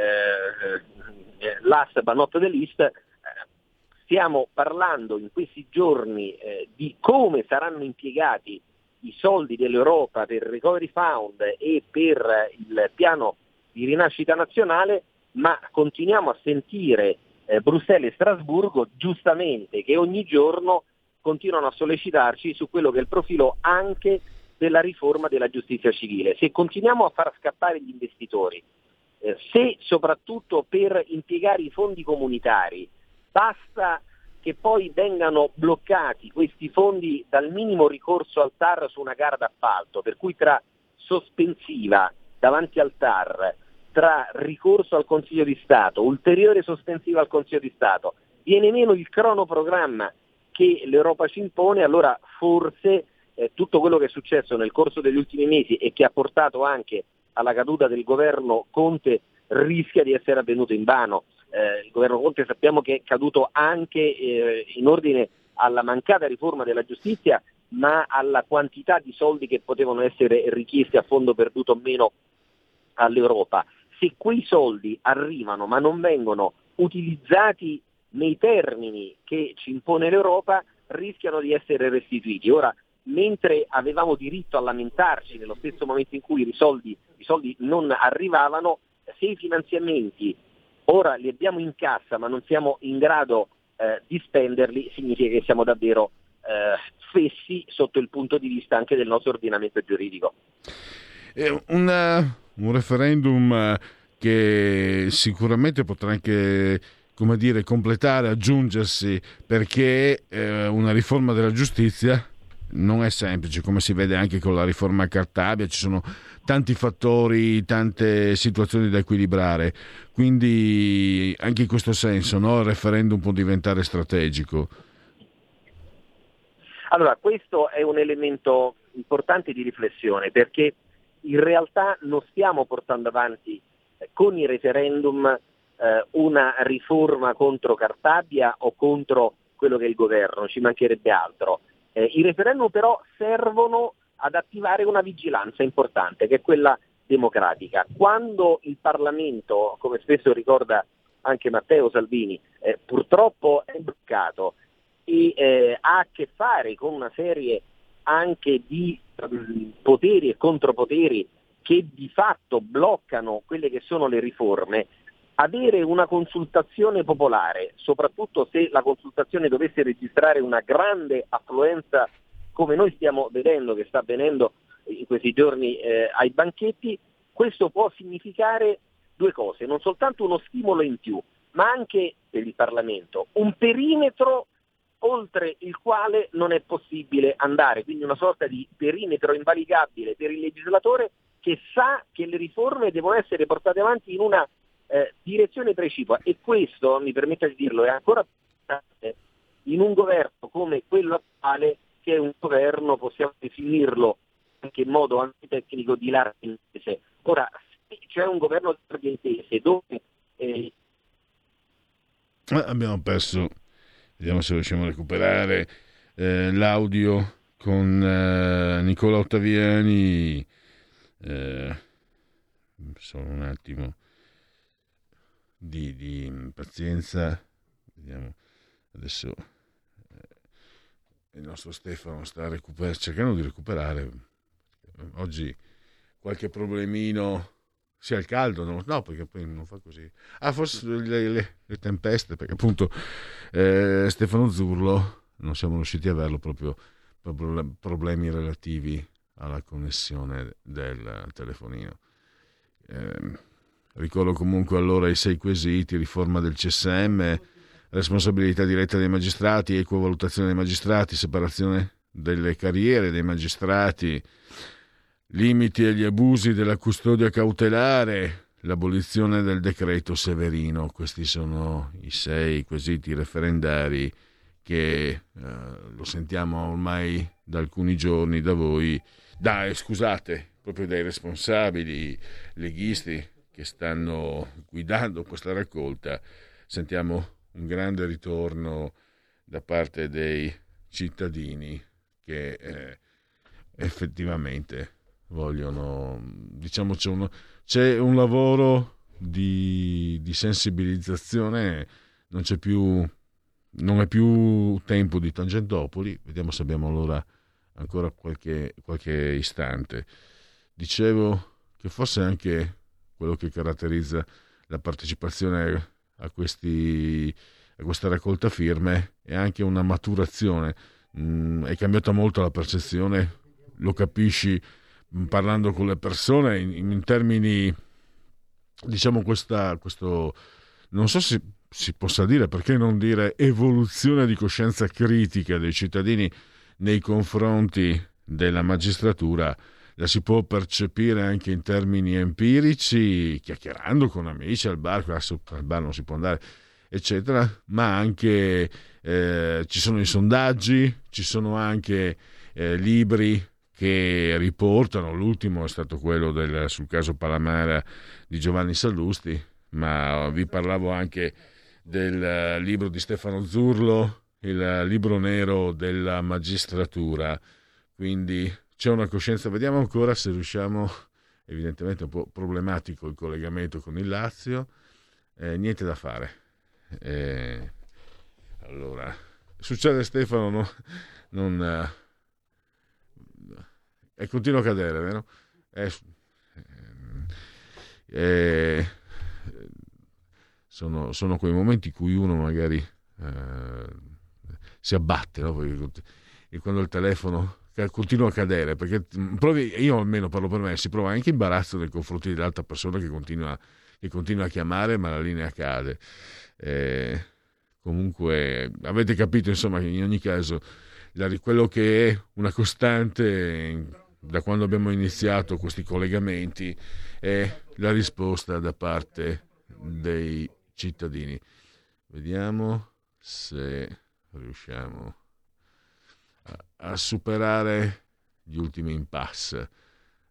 Speaker 5: last but not the least, stiamo parlando in questi giorni di come saranno impiegati i soldi dell'Europa per il Recovery Fund e per il piano di rinascita nazionale, ma continuiamo a sentire Bruxelles e Strasburgo giustamente che ogni giorno continuano a sollecitarci su quello che è il profilo anche della riforma della giustizia civile. Se continuiamo a far scappare gli investitori, se soprattutto per impiegare i fondi comunitari basta che poi vengano bloccati questi fondi dal minimo ricorso al TAR su una gara d'appalto, per cui tra sospensiva davanti al TAR, tra ricorso al Consiglio di Stato, ulteriore sospensiva al Consiglio di Stato, viene meno il cronoprogramma che l'Europa ci impone, allora forse tutto quello che è successo nel corso degli ultimi mesi e che ha portato anche alla caduta del governo Conte rischia di essere avvenuto invano. Il governo Conte sappiamo che è caduto anche in ordine alla mancata riforma della giustizia, ma alla quantità di soldi che potevano essere richiesti a fondo perduto o meno all'Europa. Se quei soldi arrivano ma non vengono utilizzati nei termini che ci impone l'Europa, rischiano di essere restituiti. Ora, mentre avevamo diritto a lamentarci nello stesso momento in cui i soldi non arrivavano, se i finanziamenti ora li abbiamo in cassa ma non siamo in grado di spenderli, significa che siamo davvero fessi sotto il punto di vista anche del nostro ordinamento giuridico.
Speaker 9: Un referendum che sicuramente potrà anche, come dire, completare, aggiungersi, perché una riforma della giustizia non è semplice, come si vede anche con la riforma Cartabia, ci sono tanti fattori, tante situazioni da equilibrare, quindi anche in questo senso, no, il referendum può diventare strategico.
Speaker 5: Allora, questo è un elemento importante di riflessione, perché in realtà non stiamo portando avanti con i referendum una riforma contro Cartabia o contro quello che è il governo, ci mancherebbe altro. I referendum però servono ad attivare una vigilanza importante, che è quella democratica. Quando il Parlamento, come spesso ricorda anche Matteo Salvini, purtroppo è bloccato e ha a che fare con una serie anche di poteri e contropoteri che di fatto bloccano quelle che sono le riforme, avere una consultazione popolare, soprattutto se la consultazione dovesse registrare una grande affluenza, come noi stiamo vedendo che sta avvenendo in questi giorni ai banchetti, questo può significare due cose: non soltanto uno stimolo in più, ma anche per il Parlamento un perimetro oltre il quale non è possibile andare, quindi una sorta di perimetro invalicabile per il legislatore che sa che le riforme devono essere portate avanti in una direzione precipua, e questo, mi permetta di dirlo, è ancora più importante in un governo come quello attuale, che è un governo, possiamo definirlo anche in modo antitecnico, di larghe intese. Ora, se c'è un governo di larghe intese dove
Speaker 9: abbiamo perso, vediamo se riusciamo a recuperare l'audio con Nicola Ottaviani. Solo un attimo di pazienza, vediamo adesso. Il nostro Stefano sta cercando di recuperare. Oggi qualche problemino, sia il caldo, no, perché poi non fa così. Forse le tempeste, perché appunto Stefano Zurlo non siamo riusciti a averlo proprio per problemi relativi alla connessione del telefonino. Ricordo comunque allora i 6 quesiti: riforma del CSM, responsabilità diretta dei magistrati, equivalutazione dei magistrati, separazione delle carriere dei magistrati, limiti agli abusi della custodia cautelare, l'abolizione del decreto Severino. Questi sono i 6 quesiti referendari che lo sentiamo ormai da alcuni giorni da voi, proprio dai responsabili leghisti che stanno guidando questa raccolta. Sentiamo un grande ritorno da parte dei cittadini che effettivamente vogliono, diciamo, c'è un lavoro di sensibilizzazione, non è più tempo di Tangentopoli. Vediamo se abbiamo allora ancora qualche istante. Dicevo che forse anche quello che caratterizza la partecipazione a questa raccolta firme è anche una maturazione. È cambiata molto la percezione, lo capisci parlando con le persone in termini, diciamo, questo non so se si possa dire, perché non dire, evoluzione di coscienza critica dei cittadini nei confronti della magistratura. La si può percepire anche in termini empirici, chiacchierando con amici al bar non si può andare, eccetera, ma anche ci sono i sondaggi, ci sono anche libri che riportano. L'ultimo è stato quello sul caso Palamara di Giovanni Sallusti, ma vi parlavo anche del libro di Stefano Zurlo, il libro nero della magistratura. Quindi c'è una coscienza. Vediamo ancora se riusciamo. Evidentemente è un po' problematico il collegamento con il Lazio, niente da fare. Allora succede, Stefano, non continua a cadere, vero? Sono quei momenti in cui uno magari si abbatte, no? E quando il telefono continua a cadere, perché io almeno parlo per me, si prova anche imbarazzo nei confronti dell'altra persona che continua a chiamare, ma la linea cade. Comunque avete capito, insomma, che in ogni caso quello che è una costante da quando abbiamo iniziato questi collegamenti è la risposta da parte dei cittadini. Vediamo se riusciamo a superare gli ultimi impasse.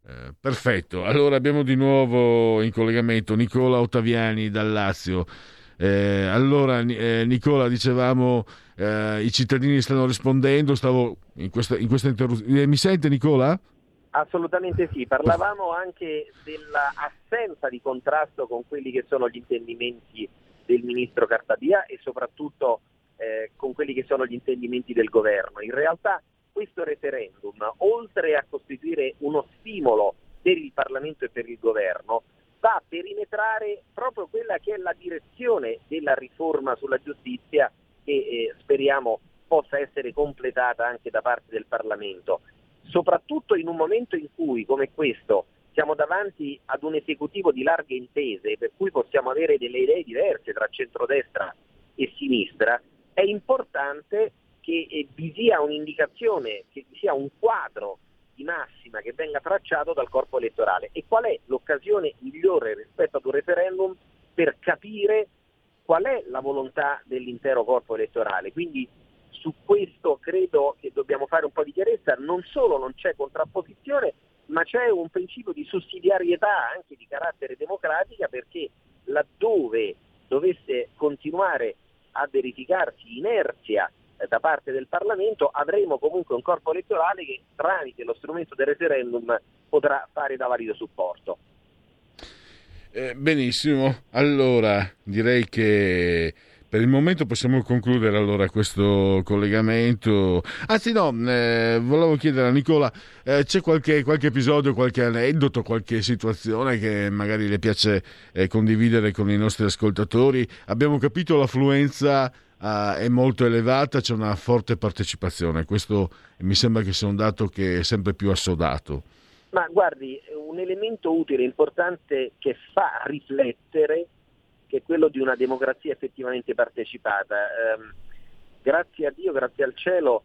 Speaker 9: Perfetto, allora abbiamo di nuovo in collegamento Nicola Ottaviani dal Lazio. Allora, Nicola, dicevamo, i cittadini stanno rispondendo, stavo in questa interruzione. Mi sente, Nicola?
Speaker 5: Assolutamente sì, parlavamo anche dell'assenza di contrasto con quelli che sono gli intendimenti del ministro Cartabia e soprattutto con quelli che sono gli intendimenti del governo. In realtà questo referendum, oltre a costituire uno stimolo per il Parlamento e per il governo, va a perimetrare proprio quella che è la direzione della riforma sulla giustizia che speriamo possa essere completata anche da parte del Parlamento. Soprattutto in un momento in cui, come questo, siamo davanti ad un esecutivo di larghe intese, per cui possiamo avere delle idee diverse tra centrodestra e sinistra, è importante che vi sia un'indicazione, che vi sia un quadro di massima che venga tracciato dal corpo elettorale. E qual è l'occasione migliore rispetto ad un referendum per capire qual è la volontà dell'intero corpo elettorale? Quindi su questo credo che dobbiamo fare un po' di chiarezza. Non solo non c'è contrapposizione, ma c'è un principio di sussidiarietà anche di carattere democratica, perché laddove dovesse continuare a verificarsi inerzia da parte del Parlamento, avremo comunque un corpo elettorale che tramite lo strumento del referendum potrà fare da valido supporto.
Speaker 9: Benissimo, allora direi che per il momento possiamo concludere allora questo collegamento. Anzi no, volevo chiedere a Nicola, c'è qualche episodio, qualche aneddoto, qualche situazione che magari le piace condividere con i nostri ascoltatori? Abbiamo capito l'affluenza è molto elevata, c'è una forte partecipazione, questo mi sembra che sia un dato che è sempre più assodato.
Speaker 5: Ma guardi, un elemento utile, importante, che fa riflettere, che è quello di una democrazia effettivamente partecipata. Grazie a Dio, grazie al cielo,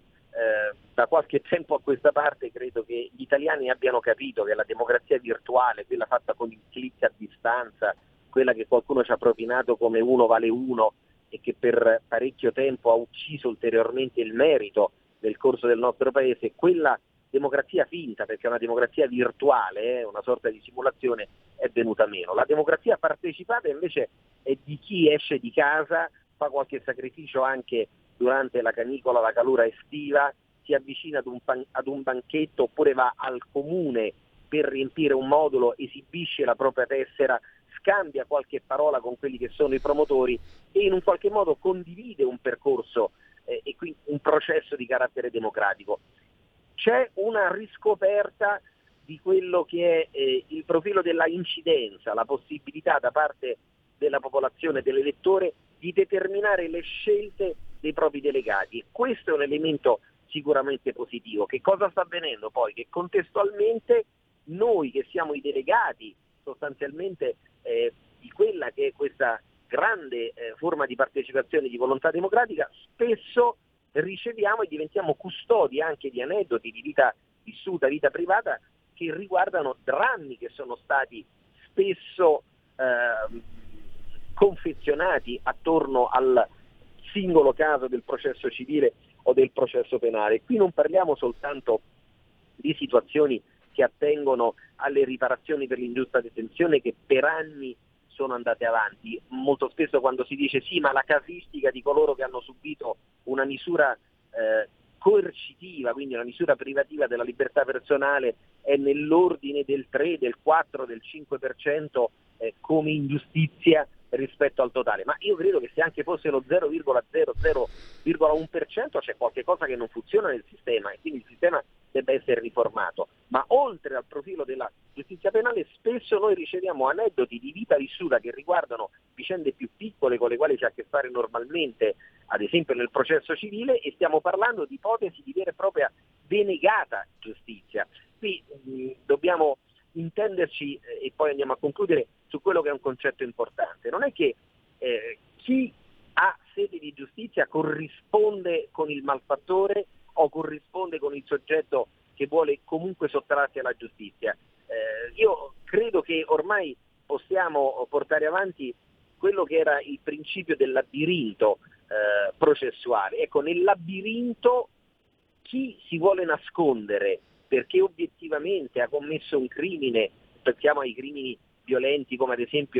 Speaker 5: da qualche tempo a questa parte credo che gli italiani abbiano capito che la democrazia virtuale, quella fatta con il click a distanza, quella che qualcuno ci ha propinato come uno vale uno e che per parecchio tempo ha ucciso ulteriormente il merito nel corso del nostro paese, quella democrazia finta, perché è una democrazia virtuale, una sorta di simulazione, è venuta meno. La democrazia partecipata invece è di chi esce di casa, fa qualche sacrificio anche durante la canicola, la calura estiva, si avvicina ad un banchetto oppure va al comune per riempire un modulo, esibisce la propria tessera, scambia qualche parola con quelli che sono i promotori e in un qualche modo condivide un percorso e quindi un processo di carattere democratico. C'è una riscoperta di quello che è il profilo della incidenza, la possibilità da parte della popolazione, dell'elettore, di determinare le scelte dei propri delegati. E questo è un elemento sicuramente positivo. Che cosa sta avvenendo poi? Che contestualmente noi che siamo i delegati sostanzialmente di quella che è questa grande forma di partecipazione, di volontà democratica, spesso riceviamo e diventiamo custodi anche di aneddoti di vita vissuta, vita privata, che riguardano drammi che sono stati spesso confezionati attorno al singolo caso del processo civile o del processo penale. Qui non parliamo soltanto di situazioni che attengono alle riparazioni per l'ingiusta detenzione che per anni sono andate avanti. Molto spesso quando si dice sì, ma la casistica di coloro che hanno subito una misura coercitiva, quindi una misura privativa della libertà personale, è nell'ordine del 3, del 4, del 5% come ingiustizia rispetto al totale. Ma io credo che se anche fosse lo 0,00,1% c'è qualche cosa che non funziona nel sistema e quindi il sistema deve essere riformato. Ma oltre al profilo della giustizia penale, spesso noi riceviamo aneddoti di vita vissuta che riguardano vicende più piccole con le quali si ha a che fare normalmente, ad esempio nel processo civile, e stiamo parlando di ipotesi di vera e propria denegata giustizia. Qui dobbiamo intenderci, e poi andiamo a concludere, su quello che è un concetto importante. Non è che chi ha sede di giustizia corrisponde con il malfattore o corrisponde con il soggetto che vuole comunque sottrarsi alla giustizia. Io credo che ormai possiamo portare avanti quello che era il principio del labirinto processuale. Ecco, nel labirinto chi si vuole nascondere perché obiettivamente ha commesso un crimine, pensiamo ai crimini violenti come ad esempio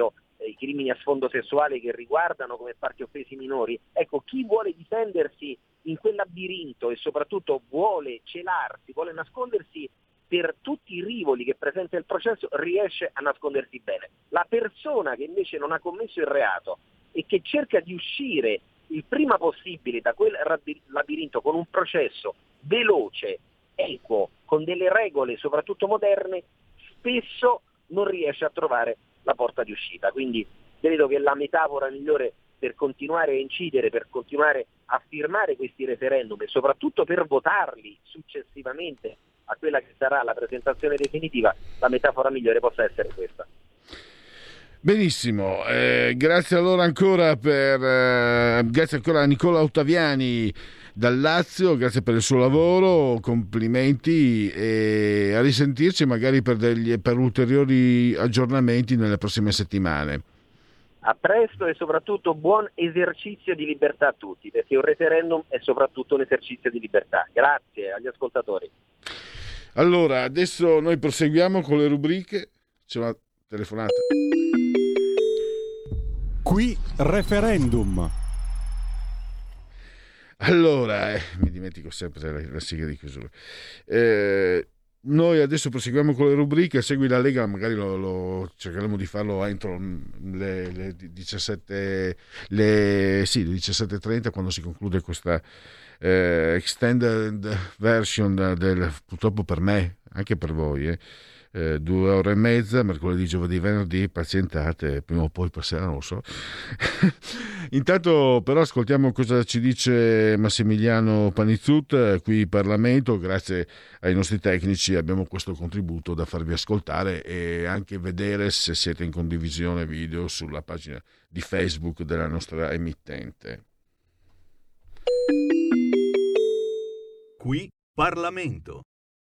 Speaker 5: i crimini a sfondo sessuale che riguardano come parti offesi i minori. Ecco, chi vuole difendersi in quel labirinto e soprattutto vuole celarsi, vuole nascondersi per tutti i rivoli che presenta il processo, riesce a nascondersi bene. La persona che invece non ha commesso il reato e che cerca di uscire il prima possibile da quel labirinto con un processo veloce, equo, con delle regole soprattutto moderne, spesso non riesce a trovare la porta di uscita. Quindi credo che la metafora migliore per continuare a incidere, per continuare a firmare questi referendum e soprattutto per votarli successivamente a quella che sarà la presentazione definitiva, la metafora migliore possa essere questa.
Speaker 9: Benissimo, grazie allora ancora grazie ancora a Nicola Ottaviani dal Lazio, grazie per il suo lavoro, complimenti e a risentirci magari per ulteriori aggiornamenti nelle prossime settimane.
Speaker 5: A presto e soprattutto buon esercizio di libertà a tutti, perché un referendum è soprattutto un esercizio di libertà. Grazie agli ascoltatori.
Speaker 9: Allora, adesso noi proseguiamo con le rubriche. C'è una telefonata.
Speaker 1: Qui referendum.
Speaker 9: Allora, mi dimentico sempre la sigla di chiusura. Noi adesso proseguiamo con le rubriche. Segui la Lega, magari lo cercheremo di farlo entro le 17:30, quando si conclude questa extended version purtroppo per me, anche per voi, 2 ore e mezza, mercoledì, giovedì, venerdì, pazientate, prima o poi passerà, non lo so. Intanto però ascoltiamo cosa ci dice Massimiliano Panizzut qui in Parlamento. Grazie ai nostri tecnici abbiamo questo contributo da farvi ascoltare e anche vedere se siete in condivisione video sulla pagina di Facebook della nostra emittente.
Speaker 6: Qui Parlamento.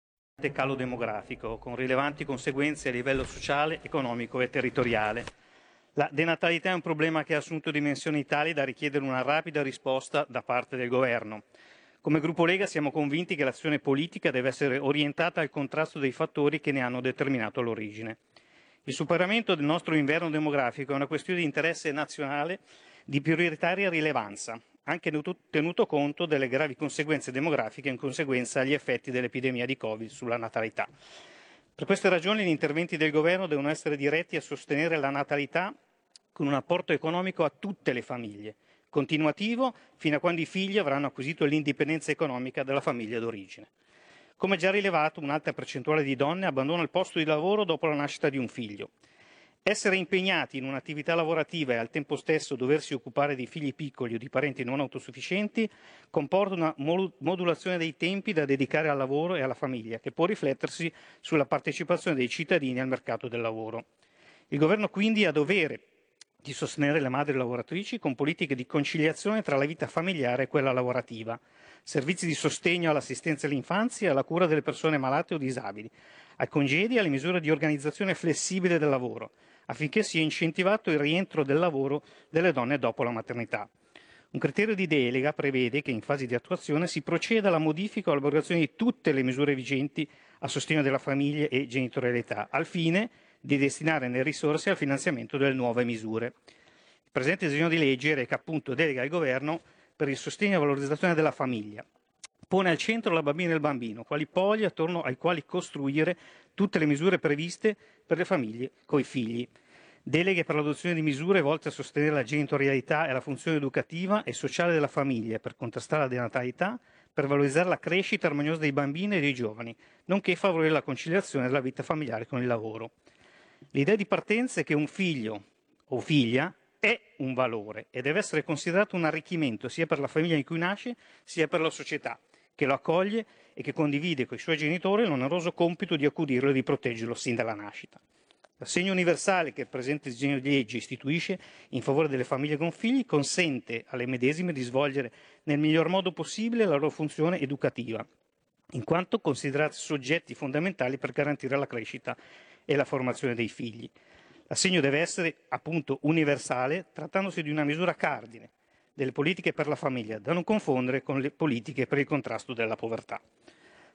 Speaker 7: Calo demografico con rilevanti conseguenze a livello sociale, economico e territoriale. La denatalità è un problema che ha assunto dimensioni tali da richiedere una rapida risposta da parte del governo. Come gruppo Lega siamo convinti che l'azione politica deve essere orientata al contrasto dei fattori che ne hanno determinato l'origine. Il superamento del nostro inverno demografico è una questione di interesse nazionale di prioritaria rilevanza, anche tenuto conto delle gravi conseguenze demografiche in conseguenza agli effetti dell'epidemia di Covid sulla natalità. Per queste ragioni gli interventi del governo devono essere diretti a sostenere la natalità con un apporto economico a tutte le famiglie, continuativo fino a quando i figli avranno acquisito l'indipendenza economica della famiglia d'origine. Come già rilevato, un'alta percentuale di donne abbandona il posto di lavoro dopo la nascita di un figlio. Essere impegnati in un'attività lavorativa e al tempo stesso doversi occupare di figli piccoli o di parenti non autosufficienti comporta una modulazione dei tempi da dedicare al lavoro e alla famiglia, che può riflettersi sulla partecipazione dei cittadini al mercato del lavoro. Il governo quindi ha dovere di sostenere le madri lavoratrici con politiche di conciliazione tra la vita familiare e quella lavorativa, servizi di sostegno all'assistenza all'infanzia e alla cura delle persone malate o disabili, ai congedi e alle misure di organizzazione flessibile del lavoro, affinché sia incentivato il rientro del lavoro delle donne dopo la maternità. Un criterio di delega prevede che in fase di attuazione si proceda alla modifica o all'abrogazione di tutte le misure vigenti a sostegno della famiglia e genitorialità, al fine di destinare le risorse al finanziamento delle nuove misure. Il presente disegno di legge reca appunto delega al governo per il sostegno e valorizzazione della famiglia. Pone al centro la bambina e il bambino, quali poli attorno ai quali costruire tutte le misure previste per le famiglie coi figli. Deleghe per l'adozione di misure volte a sostenere la genitorialità e la funzione educativa e sociale della famiglia per contrastare la denatalità, per valorizzare la crescita armoniosa dei bambini e dei giovani, nonché favorire la conciliazione della vita familiare con il lavoro. L'idea di partenza è che un figlio o figlia è un valore e deve essere considerato un arricchimento sia per la famiglia in cui nasce sia per la società, che lo accoglie e che condivide con i suoi genitori l'oneroso compito di accudirlo e di proteggerlo sin dalla nascita. L'assegno universale che il presente disegno di legge istituisce in favore delle famiglie con figli consente alle medesime di svolgere nel miglior modo possibile la loro funzione educativa, in quanto considerati soggetti fondamentali per garantire la crescita e la formazione dei figli. L'assegno deve essere appunto universale, trattandosi di una misura cardine delle politiche per la famiglia, da non confondere con le politiche per il contrasto della povertà.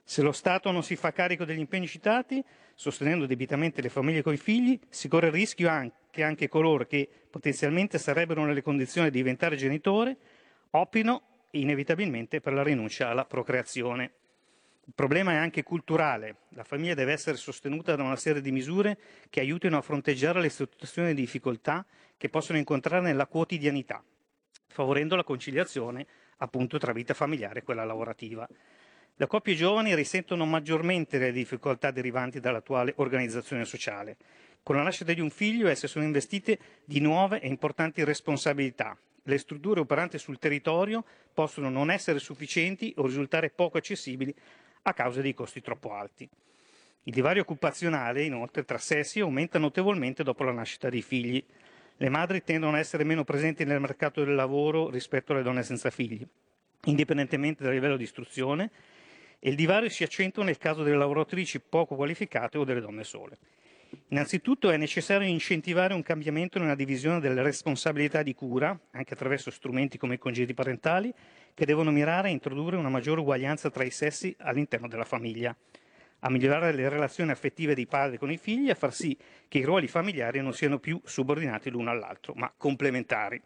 Speaker 7: Se lo Stato non si fa carico degli impegni citati, sostenendo debitamente le famiglie con i figli, si corre il rischio che anche coloro che potenzialmente sarebbero nelle condizioni di diventare genitore optino inevitabilmente per la rinuncia alla procreazione. Il problema è anche culturale. La famiglia deve essere sostenuta da una serie di misure che aiutino a fronteggiare le situazioni di difficoltà che possono incontrare nella quotidianità, favorendo la conciliazione appunto tra vita familiare e quella lavorativa. Le coppie giovani risentono maggiormente delle difficoltà derivanti dall'attuale organizzazione sociale. Con la nascita di un figlio esse sono investite di nuove e importanti responsabilità. Le strutture operanti sul territorio possono non essere sufficienti o risultare poco accessibili a causa dei costi troppo alti. Il divario occupazionale, inoltre, tra sessi aumenta notevolmente dopo la nascita dei figli. Le madri tendono a essere meno presenti nel mercato del lavoro rispetto alle donne senza figli, indipendentemente dal livello di istruzione, e il divario si accentua nel caso delle lavoratrici poco qualificate o delle donne sole. Innanzitutto è necessario incentivare un cambiamento nella divisione delle responsabilità di cura, anche attraverso strumenti come i congedi parentali, che devono mirare a introdurre una maggiore uguaglianza tra i sessi all'interno della famiglia, a migliorare le relazioni affettive dei padri con i figli e a far sì che i ruoli familiari non siano più subordinati l'uno all'altro, ma complementari.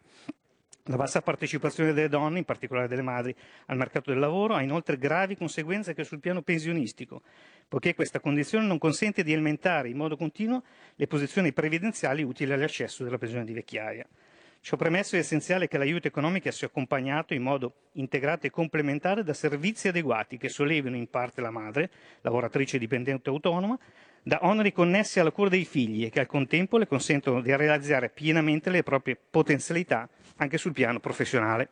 Speaker 7: La bassa partecipazione delle donne, in particolare delle madri, al mercato del lavoro ha inoltre gravi conseguenze anche sul piano pensionistico, poiché questa condizione non consente di alimentare in modo continuo le posizioni previdenziali utili all'accesso della pensione di vecchiaia. Ciò premesso è essenziale che l'aiuto economico sia accompagnato in modo integrato e complementare da servizi adeguati che sollevino in parte la madre, lavoratrice dipendente autonoma, da oneri connessi alla cura dei figli e che al contempo le consentono di realizzare pienamente le proprie potenzialità anche sul piano professionale.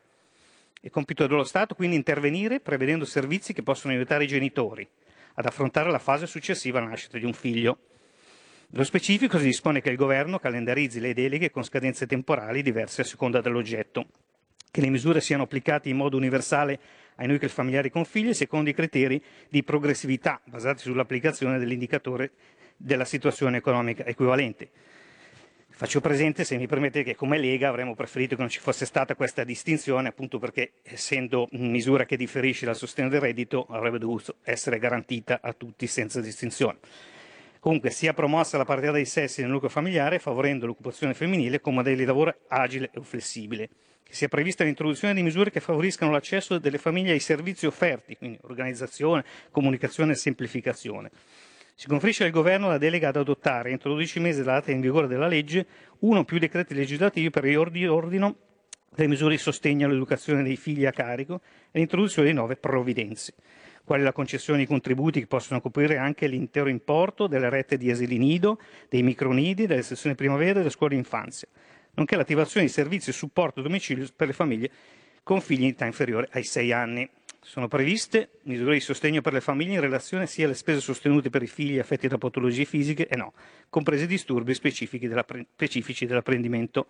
Speaker 7: È compito dello Stato quindi intervenire prevedendo servizi che possono aiutare i genitori ad affrontare la fase successiva alla nascita di un figlio. Nello specifico si dispone che il Governo calendarizzi le deleghe con scadenze temporali diverse a seconda dell'oggetto, che le misure siano applicate in modo universale ai nuclei familiari con figli secondo i criteri di progressività basati sull'applicazione dell'indicatore della situazione economica equivalente. Faccio presente, se mi permette, che come Lega avremmo preferito che non ci fosse stata questa distinzione, appunto perché, essendo misura che differisce dal sostegno del reddito, avrebbe dovuto essere garantita a tutti senza distinzione. Comunque sia promossa la parità dei sessi nel nucleo familiare, favorendo l'occupazione femminile con modelli di lavoro agile e flessibile. Che sia prevista l'introduzione di misure che favoriscano l'accesso delle famiglie ai servizi offerti, quindi organizzazione, comunicazione e semplificazione. Si conferisce al Governo la delega ad adottare, entro 12 mesi dalla data in vigore della legge, uno o più decreti legislativi per il riordino delle misure di sostegno all'educazione dei figli a carico e l'introduzione di nuove provvidenze, quali la concessione di contributi che possono coprire anche l'intero importo delle rette di asili nido, dei micronidi, delle sezioni primavera e delle scuole d'infanzia, nonché l'attivazione di servizi di supporto a domicilio per le famiglie con figli in età inferiore ai 6 anni. Sono previste misure di sostegno per le famiglie in relazione sia alle spese sostenute per i figli affetti da patologie fisiche e no, compresi disturbi specifici dell'apprendimento,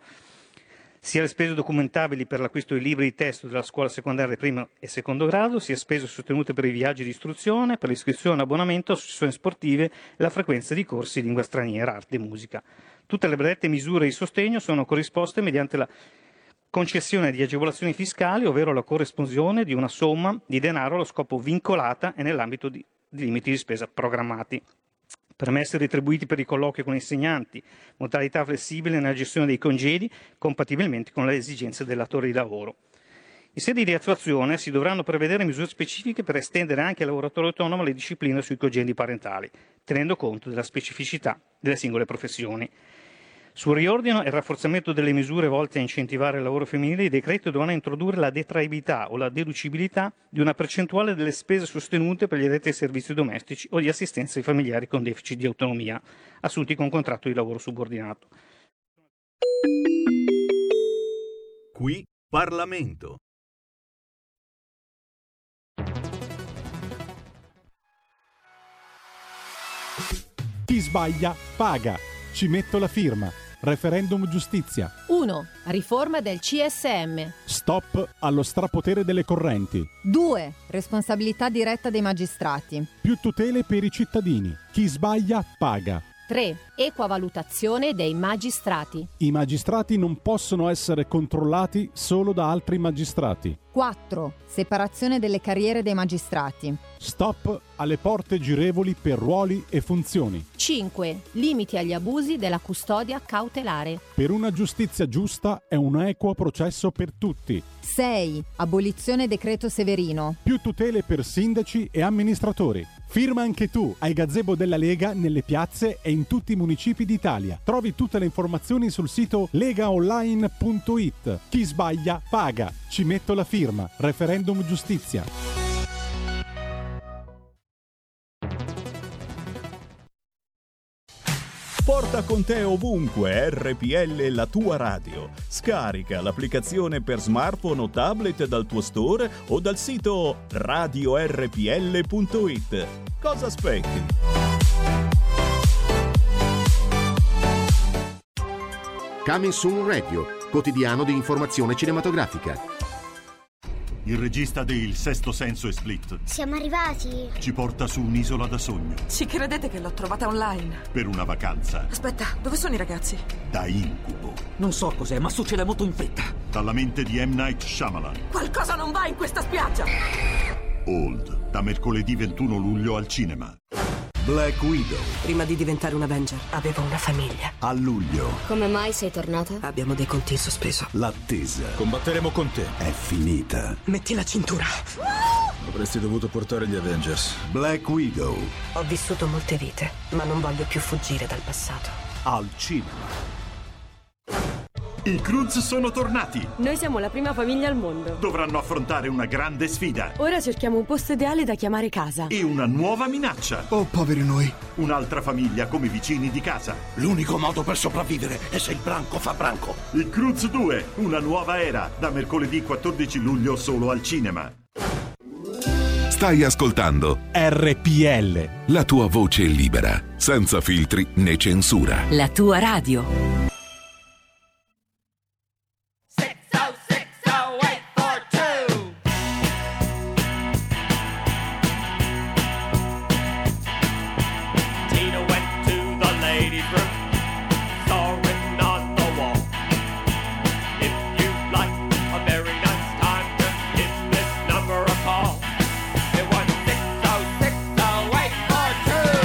Speaker 7: sia le spese documentabili per l'acquisto di libri di testo della scuola secondaria di primo e secondo grado, sia spese sostenute per i viaggi di istruzione, per l'iscrizione, abbonamento, associazioni sportive e la frequenza di corsi di lingua straniera, arte e musica. Tutte le predette misure di sostegno sono corrisposte mediante la concessione di agevolazioni fiscali, ovvero la corresponsione di una somma di denaro allo scopo vincolata e nell'ambito di limiti di spesa programmati. Permessi retribuiti per i colloqui con insegnanti, modalità flessibile nella gestione dei congedi, compatibilmente con le esigenze del datore di lavoro. In sede di attuazione si dovranno prevedere misure specifiche per estendere anche ai lavoratori autonomi le discipline sui congedi parentali, tenendo conto della specificità delle singole professioni. Sul riordino e il rafforzamento delle misure volte a incentivare il lavoro femminile, i decreti dovranno introdurre la detraibilità o la deducibilità di una percentuale delle spese sostenute per gli addetti ai servizi domestici o di assistenza ai familiari con deficit di autonomia, assunti con contratto di lavoro subordinato.
Speaker 6: Qui Parlamento.
Speaker 1: Chi sbaglia paga. Ci metto la firma. Referendum giustizia.
Speaker 10: 1. Riforma del CSM.
Speaker 1: Stop allo strapotere delle correnti.
Speaker 11: 2. Responsabilità diretta dei magistrati.
Speaker 1: Più tutele per i cittadini. Chi sbaglia paga.
Speaker 10: 3. Equa valutazione dei magistrati.
Speaker 1: I magistrati non possono essere controllati solo da altri magistrati.
Speaker 11: 4. Separazione delle carriere dei magistrati.
Speaker 1: Stop alle porte girevoli per ruoli e funzioni.
Speaker 10: 5. Limiti agli abusi della custodia cautelare.
Speaker 1: Per una giustizia giusta è un equo processo per tutti.
Speaker 11: 6. Abolizione decreto Severino.
Speaker 1: Più tutele per sindaci e amministratori. Firma anche tu ai gazebo della Lega nelle piazze e in tutti i municipi d'Italia. Trovi tutte le informazioni sul sito legaonline.it. Chi sbaglia paga. Ci metto la firma. Referendum giustizia.
Speaker 15: Porta con te ovunque RPL la tua radio. Scarica l'applicazione per smartphone o tablet dal tuo store o dal sito radiorpl.it. Cosa aspetti?
Speaker 8: Coming Soon Radio, quotidiano di informazione cinematografica.
Speaker 13: Il regista di Il Sesto Senso e Split
Speaker 23: Siamo arrivati.
Speaker 13: ci porta su un'isola da sogno
Speaker 24: Ci credete che l'ho trovata online?
Speaker 13: per una vacanza
Speaker 24: Aspetta, dove sono i ragazzi?
Speaker 13: da incubo.
Speaker 24: Non so cos'è, ma succede molto in fretta.
Speaker 13: Dalla mente di M. Night Shyamalan.
Speaker 24: Qualcosa non va in questa spiaggia!
Speaker 13: Old, da mercoledì 21 luglio al cinema. Black Widow,
Speaker 24: Prima di diventare un Avenger, avevo una famiglia.
Speaker 13: a luglio.
Speaker 23: Come mai sei tornata?
Speaker 24: Abbiamo dei conti in sospeso.
Speaker 13: L'attesa. Combatteremo con te. È finita.
Speaker 24: Metti la cintura.
Speaker 13: Avresti dovuto portare gli Avengers. Black Widow,
Speaker 24: Ho vissuto molte vite, ma non voglio più fuggire dal passato.
Speaker 13: al cinema. I Cruz sono tornati.
Speaker 25: Noi siamo la prima famiglia al mondo.
Speaker 13: Dovranno affrontare una grande sfida
Speaker 25: Ora cerchiamo un posto ideale da chiamare casa.
Speaker 13: e una nuova minaccia.
Speaker 8: Oh, poveri noi.
Speaker 13: Un'altra famiglia come vicini di casa.
Speaker 8: L'unico modo per sopravvivere è se il branco fa branco.
Speaker 13: I Cruz 2, una nuova era, da mercoledì 14 luglio solo al cinema.
Speaker 12: Stai ascoltando
Speaker 1: RPL.
Speaker 12: la tua voce libera, senza filtri né censura.
Speaker 4: La tua radio.
Speaker 2: Tina went to the ladies' room, saw written on the wall. If you'd like a very nice time, just give this number a call. It was 6060842.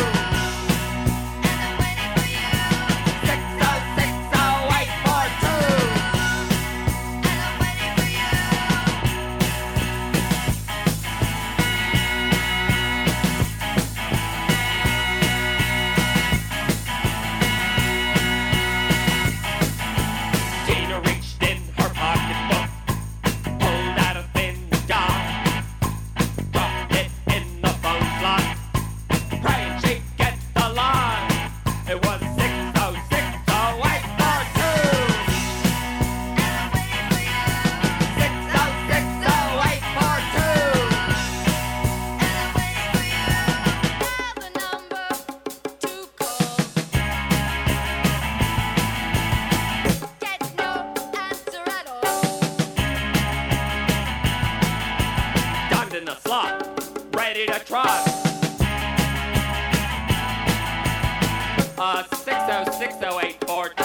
Speaker 2: 6060842.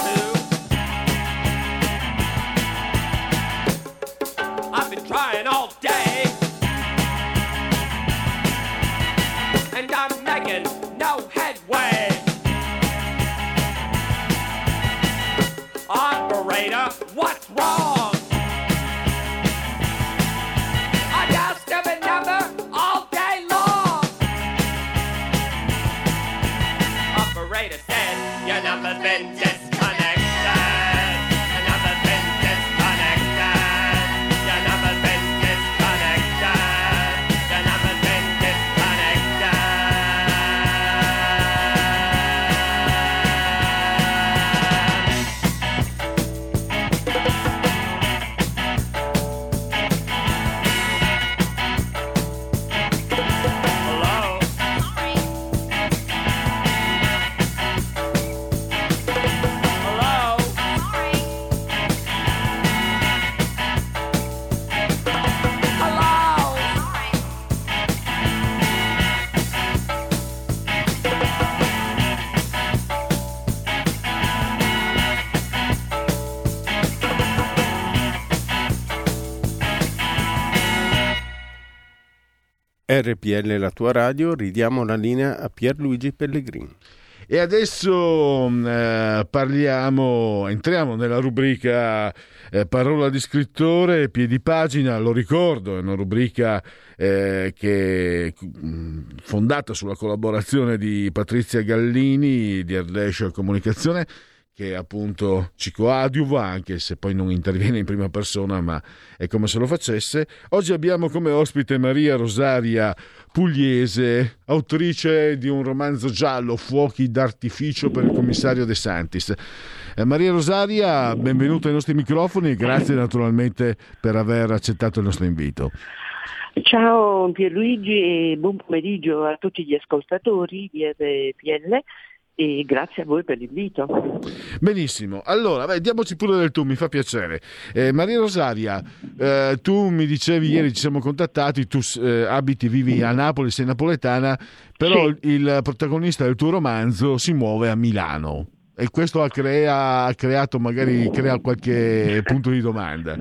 Speaker 2: I've been trying all day, and I'm making no headway. Operator, what's wrong? I dial stupid number all day long. Operator said your number's been disconnected. Your number's been disconnected. Your number's been disconnected. Your number's been disconnected. Hello?
Speaker 14: RPL, la tua radio, ridiamo la linea a Pierluigi Pellegrini.
Speaker 9: E adesso entriamo nella rubrica Parola di scrittore, piedipagina. Lo ricordo, è una rubrica che fondata sulla collaborazione di Patrizia Gallini di Ardescio Comunicazione, che appunto ci coadiuva, anche se poi non interviene in prima persona, ma è come se lo facesse. Oggi abbiamo come ospite Maria Rosaria Pugliese, autrice di un romanzo giallo, Fuochi d'artificio per il commissario De Santis. Maria Rosaria, benvenuta ai nostri microfoni e grazie naturalmente per aver accettato il nostro invito.
Speaker 16: Ciao Pierluigi e buon pomeriggio a tutti gli ascoltatori di RPL. E grazie a voi per l'invito.
Speaker 9: Benissimo, allora diamoci pure del tu, mi fa piacere. Maria Rosaria, tu mi dicevi ieri, ci siamo contattati, tu vivi a Napoli, sei napoletana, però sì, il protagonista del tuo romanzo si muove a Milano e questo crea qualche punto di domanda.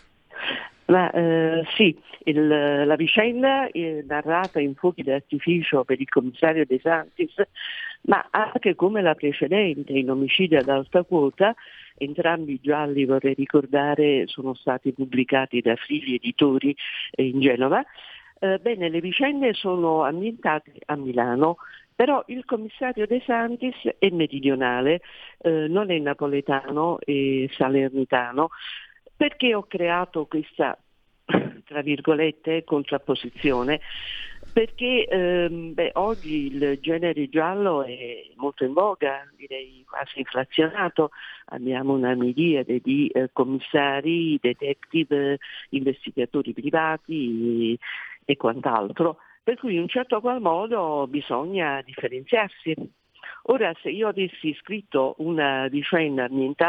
Speaker 16: Sì, la vicenda è narrata in Fuochi d'artificio per il commissario De Santis, ma anche come la precedente, in Omicidi ad alta quota, entrambi i gialli, vorrei ricordare, sono stati pubblicati da Figli Editori in Genova. Bene, le vicende sono ambientate a Milano, però il commissario De Santis è meridionale, non è napoletano, è salernitano. Perché ho creato questa, tra virgolette, contrapposizione? Perché oggi il genere giallo è molto in voga, direi quasi inflazionato. Abbiamo una miriade di commissari, detective, investigatori privati e quant'altro, per cui in un certo qual modo bisogna differenziarsi. Ora, se io avessi scritto una vicenda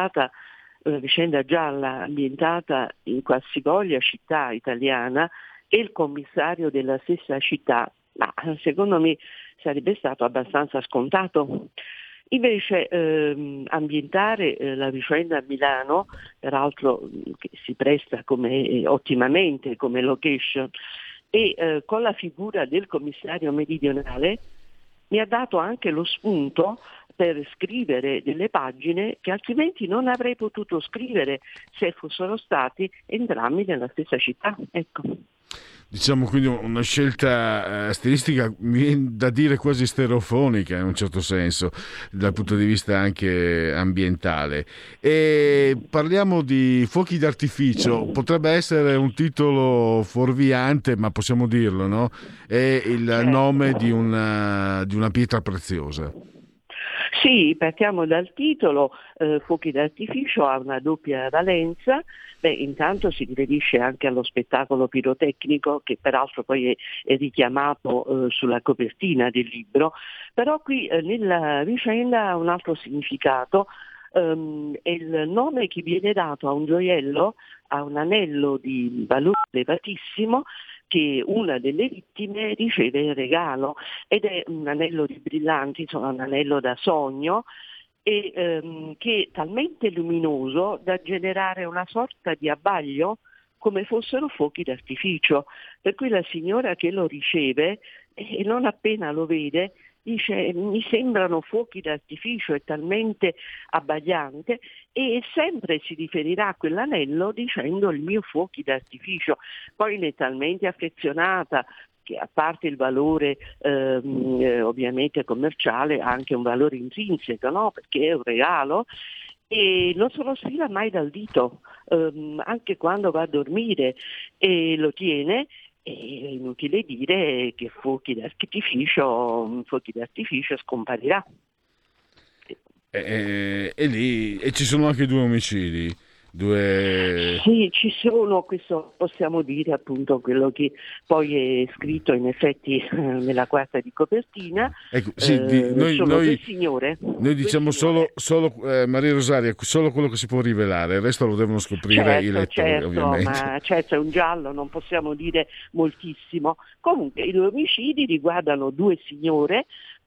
Speaker 16: gialla ambientata in qualsivoglia città italiana e il commissario della stessa città, ma secondo me sarebbe stato abbastanza scontato. Invece ambientare la vicenda a Milano, peraltro che si presta ottimamente come location, e con la figura del commissario meridionale, mi ha dato anche lo spunto per scrivere delle pagine che altrimenti non avrei potuto scrivere se fossero stati entrambi nella stessa città. Ecco.
Speaker 9: Diciamo quindi una scelta stilistica, mi viene da dire quasi stereofonica in un certo senso, dal punto di vista anche ambientale. E parliamo di Fuochi d'artificio, potrebbe essere un titolo fuorviante, ma possiamo dirlo, no? È il nome di una pietra preziosa.
Speaker 16: Sì, partiamo dal titolo. Fuochi d'artificio ha una doppia valenza. Intanto si riferisce anche allo spettacolo pirotecnico, che peraltro poi è richiamato sulla copertina del libro, però qui nella vicenda ha un altro significato. È il nome che viene dato a un gioiello, a un anello di valore elevatissimo che una delle vittime riceve in regalo, ed è un anello di brillanti, insomma un anello da sogno, e che è talmente luminoso da generare una sorta di abbaglio come fossero fuochi d'artificio, per cui la signora che lo riceve e non appena lo vede dice: mi sembrano fuochi d'artificio, è talmente abbagliante, e sempre si riferirà a quell'anello dicendo il mio fuochi d'artificio. Poi ne è talmente affezionata che, a parte il valore ovviamente commerciale, ha anche un valore intrinseco, no? Perché è un regalo, e non se lo sfila mai dal dito, anche quando va a dormire, e lo tiene. È inutile dire che fuochi d'artificio scomparirà.
Speaker 9: E lì ci sono anche 2 omicidi.
Speaker 16: Sì, ci sono, questo possiamo dire appunto quello che poi è scritto in effetti nella quarta di copertina.
Speaker 9: Ecco, sì,
Speaker 16: sono 2 signore.
Speaker 9: Noi diciamo solo Maria Rosaria, solo quello che si può rivelare, il resto lo devono scoprire i lettori, ovviamente.
Speaker 16: Ma certo, è un giallo, non possiamo dire moltissimo. Comunque i 2 omicidi riguardano 2 signore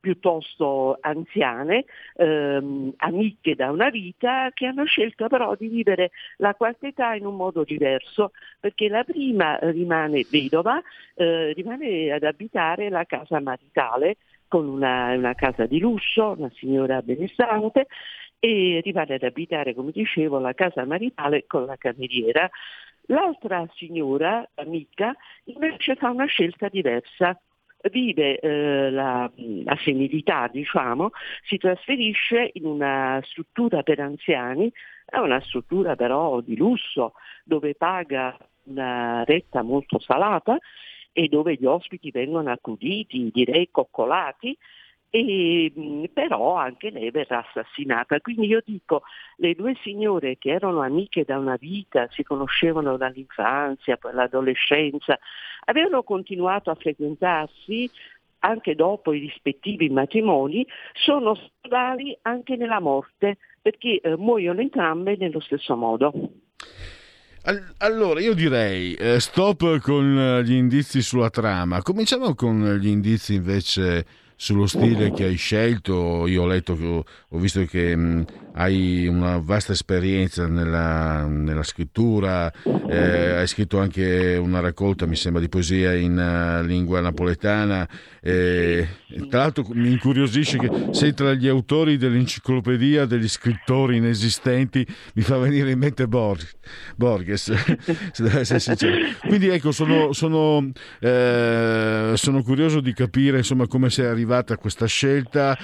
Speaker 16: piuttosto anziane, amiche da una vita, che hanno scelto però di vivere la quarta età in un modo diverso, perché la prima rimane vedova, rimane ad abitare la casa maritale con una casa di lusso, una signora benestante, e rimane ad abitare, come dicevo, la casa maritale con la cameriera. L'altra signora, amica, invece fa una scelta diversa. Vive la senilità, diciamo, si trasferisce in una struttura per anziani, è una struttura però di lusso, dove paga una retta molto salata e dove gli ospiti vengono accuditi, direi coccolati, e però anche lei verrà assassinata. Quindi io dico, le due signore che erano amiche da una vita, si conoscevano dall'infanzia, poi all'adolescenza, avevano continuato a frequentarsi anche dopo i rispettivi matrimoni, sono stati anche nella morte, perché muoiono entrambe nello stesso modo.
Speaker 9: Allora io direi stop con gli indizi sulla trama, cominciamo con gli indizi invece sullo stile che hai scelto. Io ho letto, ho visto che hai una vasta esperienza nella scrittura, hai scritto anche una raccolta, mi sembra, di poesia in lingua napoletana, tra l'altro mi incuriosisce che sei tra gli autori dell'enciclopedia degli scrittori inesistenti, mi fa venire in mente Borges se devo essere sincero. Quindi ecco, sono curioso di capire insomma come sei arrivata a questa scelta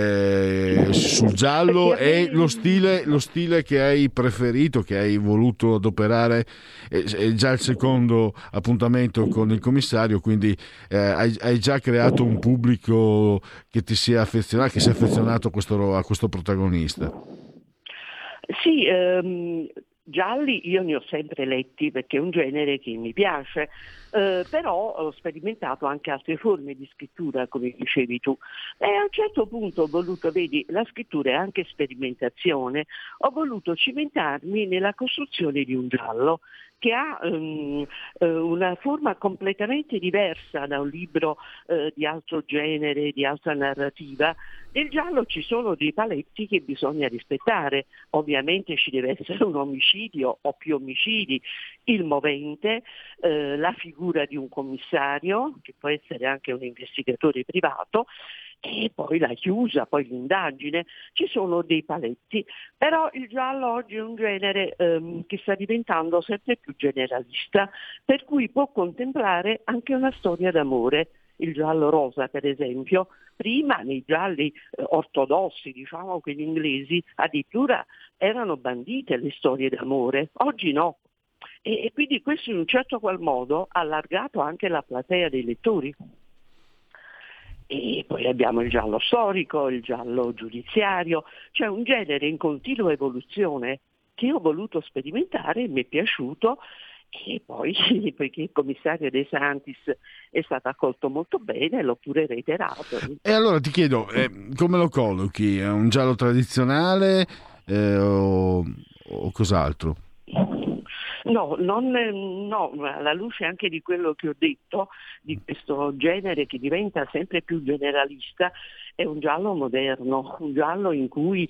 Speaker 9: sul giallo, e lo stile che hai preferito, che hai voluto adoperare. È già il secondo appuntamento con il commissario, quindi hai già creato un pubblico che ti sia affezionato, che si è affezionato a questo protagonista.
Speaker 16: Sì, gialli io ne ho sempre letti perché è un genere che mi piace, però ho sperimentato anche altre forme di scrittura, come dicevi tu, e a un certo punto ho voluto, vedi, la scrittura è anche sperimentazione, ho voluto cimentarmi nella costruzione di un giallo che ha una forma completamente diversa da un libro di altro genere, di altra narrativa. Nel giallo ci sono dei paletti che bisogna rispettare, ovviamente ci deve essere un omicidio o più omicidi, il movente, la figura di un commissario, che può essere anche un investigatore privato, e poi la chiusa, poi l'indagine. Ci sono dei paletti, però il giallo oggi è un genere che sta diventando sempre più generalista, per cui può contemplare anche una storia d'amore. Il giallo rosa, per esempio, prima nei gialli ortodossi, diciamo quelli inglesi, addirittura erano bandite le storie d'amore, oggi no. E quindi questo in un certo qual modo ha allargato anche la platea dei lettori. E poi abbiamo il giallo storico, il giallo giudiziario, cioè un genere in continua evoluzione che ho voluto sperimentare, mi è piaciuto, e poi poiché il commissario De Santis è stato accolto molto bene, l'ho pure reiterato.
Speaker 9: E allora ti chiedo, come lo collochi? È un giallo tradizionale o cos'altro?
Speaker 16: No, alla luce anche di quello che ho detto, di questo genere che diventa sempre più generalista, è un giallo moderno, un giallo in cui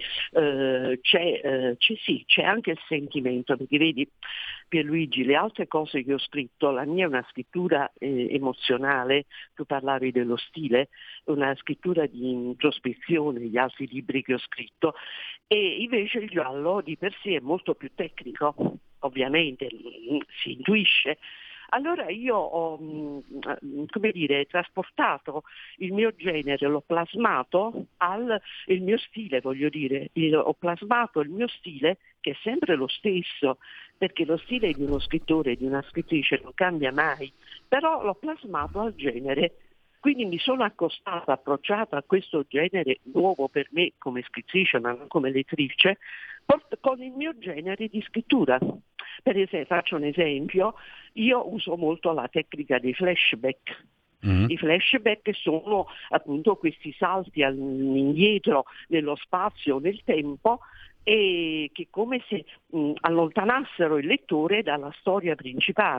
Speaker 16: c'è anche il sentimento, perché vedi Pierluigi, le altre cose che ho scritto, la mia è una scrittura emozionale, tu parlavi dello stile, una scrittura di introspezione, gli altri libri che ho scritto, e invece il giallo di per sé è molto più tecnico, ovviamente si intuisce. Allora io ho, trasportato il mio genere, l'ho plasmato il mio stile, ho plasmato il mio stile, che è sempre lo stesso, perché lo stile di uno scrittore e di una scrittrice non cambia mai, però l'ho plasmato al genere. Quindi mi sono approcciata a questo genere nuovo per me come scrittrice, ma non come lettrice, con il mio genere di scrittura. Per esempio, faccio un esempio, io uso molto la tecnica dei flashback. I flashback sono appunto questi salti indietro nello spazio, nel tempo, e che come se allontanassero il lettore dalla storia principale.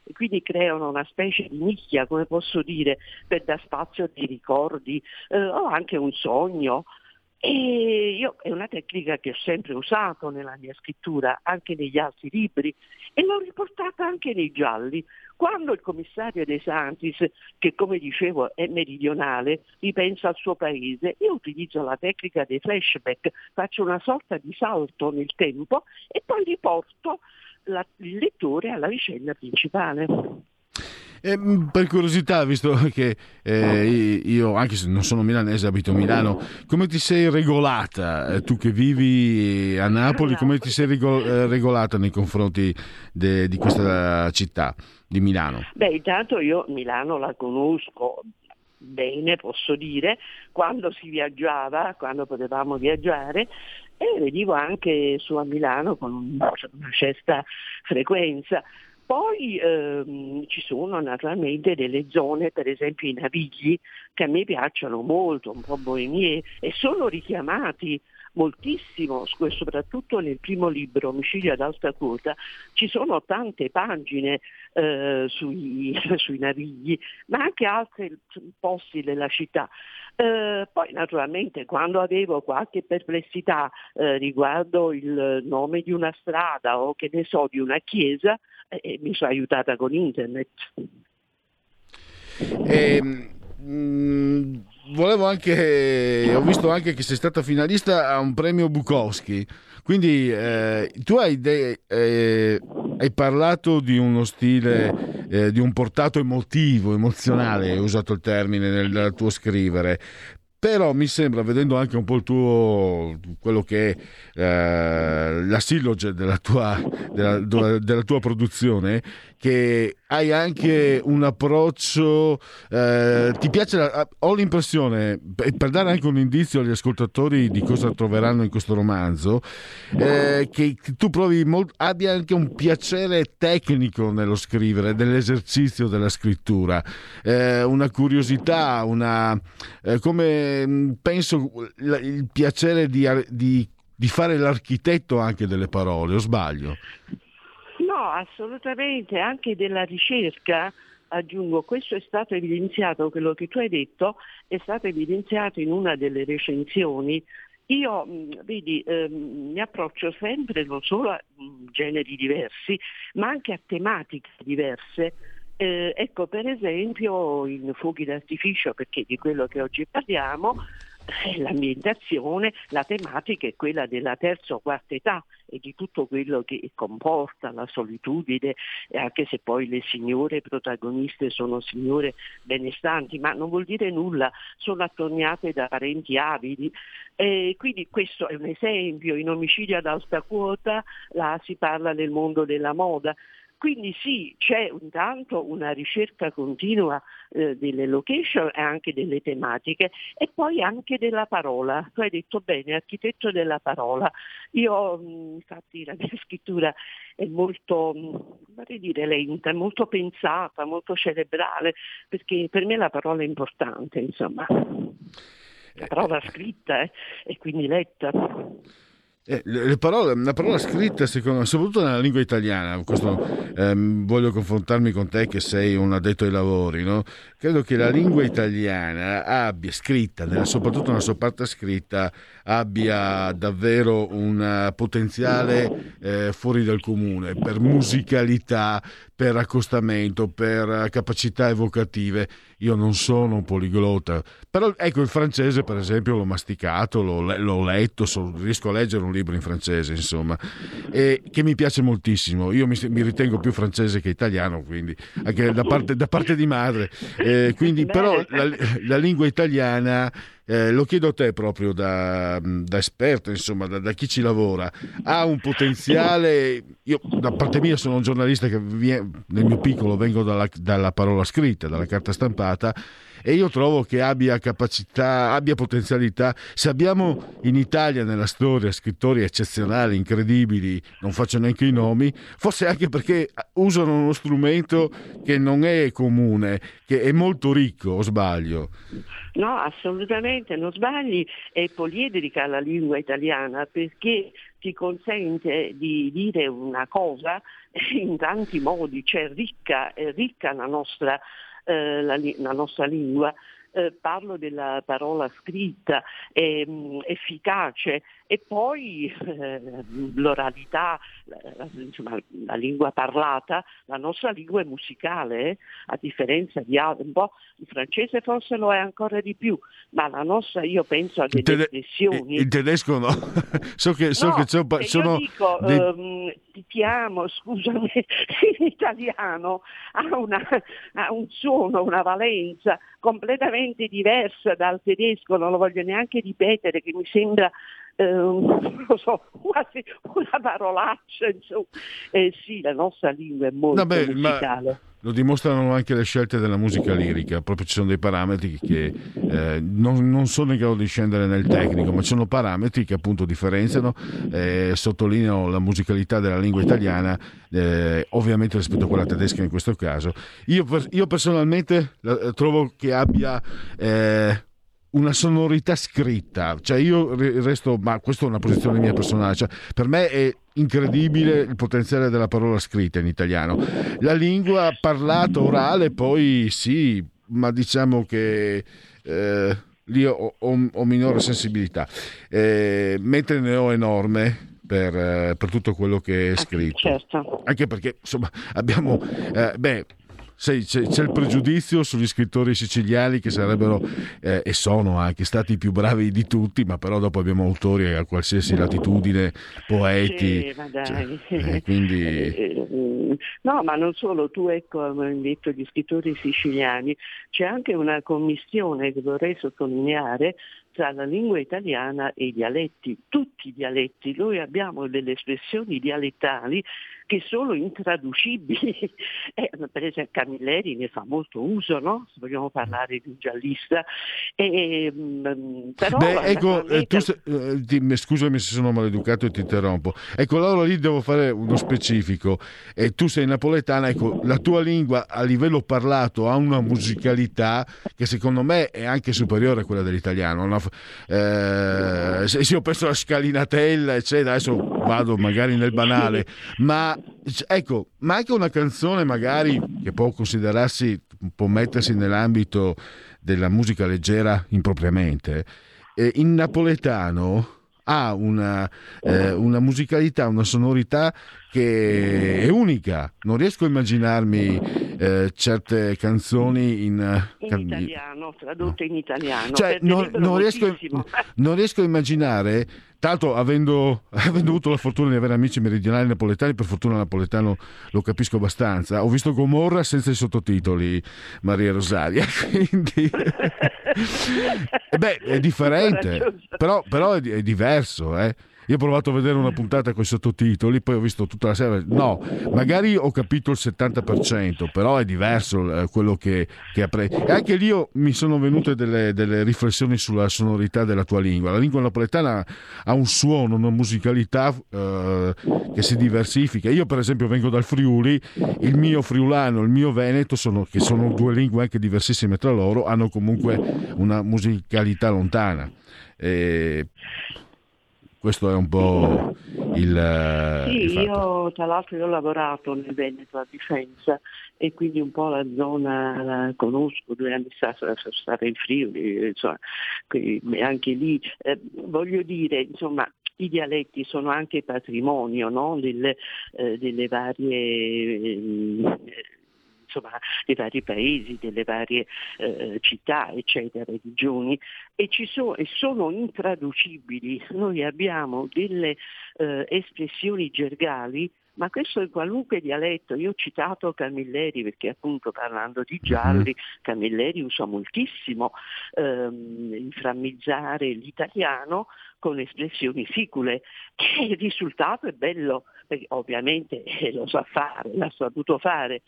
Speaker 16: e quindi creano una specie di nicchia, come posso dire, per dar spazio a dei ricordi o anche un sogno. E io è una tecnica che ho sempre usato nella mia scrittura, anche negli altri libri, e l'ho riportata anche nei gialli. Quando il commissario De Santis, che come dicevo è meridionale, ripensa al suo paese, io utilizzo la tecnica dei flashback, faccio una sorta di salto nel tempo e poi riporto il lettore alla vicenda principale.
Speaker 9: Per curiosità, visto che io, anche se non sono milanese, abito a Milano, come ti sei regolata? Tu che vivi a Napoli, come ti sei regolata nei confronti di questa città, di Milano?
Speaker 16: Beh, intanto io Milano la conosco bene, posso dire, quando si viaggiava, quando potevamo viaggiare, e venivo anche su a Milano con una certa frequenza. Poi ci sono naturalmente delle zone, per esempio i Navigli, che a me piacciono molto, un po' bohemie, e sono richiamati moltissimo, soprattutto nel primo libro, Omicidio ad alta quota, ci sono tante pagine sui Navigli, ma anche altri posti della città. Poi naturalmente quando avevo qualche perplessità riguardo il nome di una strada o che ne so di una chiesa, mi sono aiutata con internet.
Speaker 9: Volevo anche, ho visto anche che sei stata finalista a un premio Bukowski, quindi tu hai parlato di uno stile, di un portato emotivo, emozionale, hai usato il termine nel tuo scrivere. Però mi sembra, vedendo anche un po' il tuo, quello che è la silloge della tua produzione, che hai anche un approccio, ti piace, ho l'impressione, per dare anche un indizio agli ascoltatori di cosa troveranno in questo romanzo, che tu abbia anche un piacere tecnico nello scrivere, dell'esercizio della scrittura, una curiosità, come penso il piacere di fare l'architetto anche delle parole, o sbaglio?
Speaker 16: No, assolutamente, anche della ricerca, aggiungo, questo è stato evidenziato, quello che tu hai detto è stato evidenziato in una delle recensioni. Io, vedi, mi approccio sempre non solo a generi diversi, ma anche a tematiche diverse. Ecco, per esempio in Fuochi d'artificio, perché di quello che oggi parliamo, l'ambientazione, la tematica è quella della terza o quarta età e di tutto quello che comporta la solitudine, anche se poi le signore protagoniste sono signore benestanti, ma non vuol dire nulla, sono attorniate da parenti avidi. Quindi questo è un esempio. In Omicidio ad alta quota là si parla del mondo della moda. Quindi sì, c'è intanto una ricerca continua delle location e anche delle tematiche e poi anche della parola. Tu hai detto bene, architetto della parola. Io infatti la mia scrittura è molto, vorrei dire lenta, molto pensata, molto cerebrale, perché per me la parola è importante, insomma. La parola scritta e quindi letta.
Speaker 9: La parola scritta, soprattutto nella lingua italiana, questo, voglio confrontarmi con te che sei un addetto ai lavori, no? Credo che la lingua italiana abbia scritta, soprattutto nella sua parte scritta, abbia davvero un potenziale fuori dal comune per musicalità, per accostamento, per capacità evocative. Io non sono un poliglota, però ecco, il francese per esempio l'ho masticato, l'ho letto, riesco a leggere un libro in francese, insomma, e che mi piace moltissimo. Io mi ritengo più francese che italiano, quindi anche da parte di madre, quindi però la lingua italiana, lo chiedo a te proprio da esperto, insomma, da chi ci lavora, ha un potenziale. Io da parte mia sono un giornalista che nel mio piccolo vengo dalla parola scritta, dalla carta stampata, e io trovo che abbia capacità, abbia potenzialità. Se abbiamo in Italia nella storia scrittori eccezionali, incredibili, non faccio neanche i nomi, forse anche perché usano uno strumento che non è comune, che è molto ricco, o sbaglio?
Speaker 16: No, assolutamente non sbagli, è poliedrica la lingua italiana perché ti consente di dire una cosa in tanti modi, cioè è ricca la nostra lingua. Parlo della parola scritta, efficace, e poi l'oralità, insomma, la lingua parlata, la nostra lingua è musicale, a differenza di altri, un po' il francese forse lo è ancora di più, ma la nostra, io penso a delle espressioni.
Speaker 9: Il tedesco no, so che sono
Speaker 16: io dico, ti amo, scusami, in italiano ha un suono, una valenza completamente diversa dal tedesco, non lo voglio neanche ripetere, che mi sembra non lo so, quasi una parolaccia, insomma. Sì, la nostra lingua è molto musicale.
Speaker 9: Lo dimostrano anche le scelte della musica lirica, proprio ci sono dei parametri che non sono in grado di scendere nel tecnico, ma ci sono parametri che appunto differenziano, sottolineano la musicalità della lingua italiana, ovviamente rispetto a quella tedesca in questo caso. Io personalmente trovo che abbia una sonorità scritta, cioè io resto, ma questa è una posizione mia personale, cioè per me è incredibile il potenziale della parola scritta in italiano. La lingua parlata, orale, poi sì, ma diciamo che lì ho minore sensibilità, mentre ne ho enorme per tutto quello che è scritto.
Speaker 16: Certo.
Speaker 9: Anche perché insomma abbiamo c'è il pregiudizio sugli scrittori siciliani che sarebbero e sono anche stati i più bravi di tutti, ma però dopo abbiamo autori a qualsiasi latitudine, poeti,
Speaker 16: sì, ma dai.
Speaker 9: Quindi
Speaker 16: no, ma non solo, tu ecco hai detto gli scrittori siciliani, c'è anche una commistione che vorrei sottolineare tra la lingua italiana e i dialetti, tutti i dialetti. Noi abbiamo delle espressioni dialettali che sono intraducibili. Per esempio Camilleri ne fa molto uso, no? Se vogliamo parlare di un giallista. Però
Speaker 9: scusami se sono maleducato e ti interrompo. Ecco, allora lì devo fare uno specifico. Tu sei napoletana, ecco, la tua lingua a livello parlato ha una musicalità che secondo me è anche superiore a quella dell'italiano. Se io penso alla scalinatella, eccetera, adesso vado magari nel banale, ma ecco, ma anche una canzone magari che può mettersi nell'ambito della musica leggera impropriamente, in napoletano ha una musicalità, una sonorità che è unica. Non riesco a immaginarmi certe canzoni in
Speaker 16: italiano, tradotte in italiano.
Speaker 9: Cioè, non riesco a immaginare. Tanto avendo avuto la fortuna di avere amici meridionali napoletani, per fortuna napoletano lo capisco abbastanza. Ho visto Gomorra senza i sottotitoli, Maria Rosaria, quindi è differente, però è diverso, Io ho provato a vedere una puntata con i sottotitoli, poi ho visto tutta la serie. No, magari ho capito il 70%, però è diverso quello che apprezzo. E anche lì mi sono venute delle riflessioni sulla sonorità della tua lingua. La lingua napoletana ha un suono, una musicalità che si diversifica. Io per esempio vengo dal Friuli, il mio friulano e il mio veneto, che sono due lingue anche diversissime tra loro, hanno comunque una musicalità lontana. Questo è un po' il
Speaker 16: Sì,
Speaker 9: fatto.
Speaker 16: io tra l'altro ho lavorato nel Veneto a Vicenza e quindi un po' la zona la conosco, 2 anni fa sono stata in Friuli, insomma, anche lì voglio dire, insomma, i dialetti sono anche patrimonio, no? delle varie insomma, dei vari paesi, delle varie città, eccetera, regioni, e sono intraducibili. Noi abbiamo delle espressioni gergali, ma questo in qualunque dialetto. Io ho citato Camilleri perché appunto parlando di gialli, Camilleri usa moltissimo inframmizzare l'italiano con espressioni sicule, che il risultato è bello, perché ovviamente lo sa fare, l'ha saputo fare.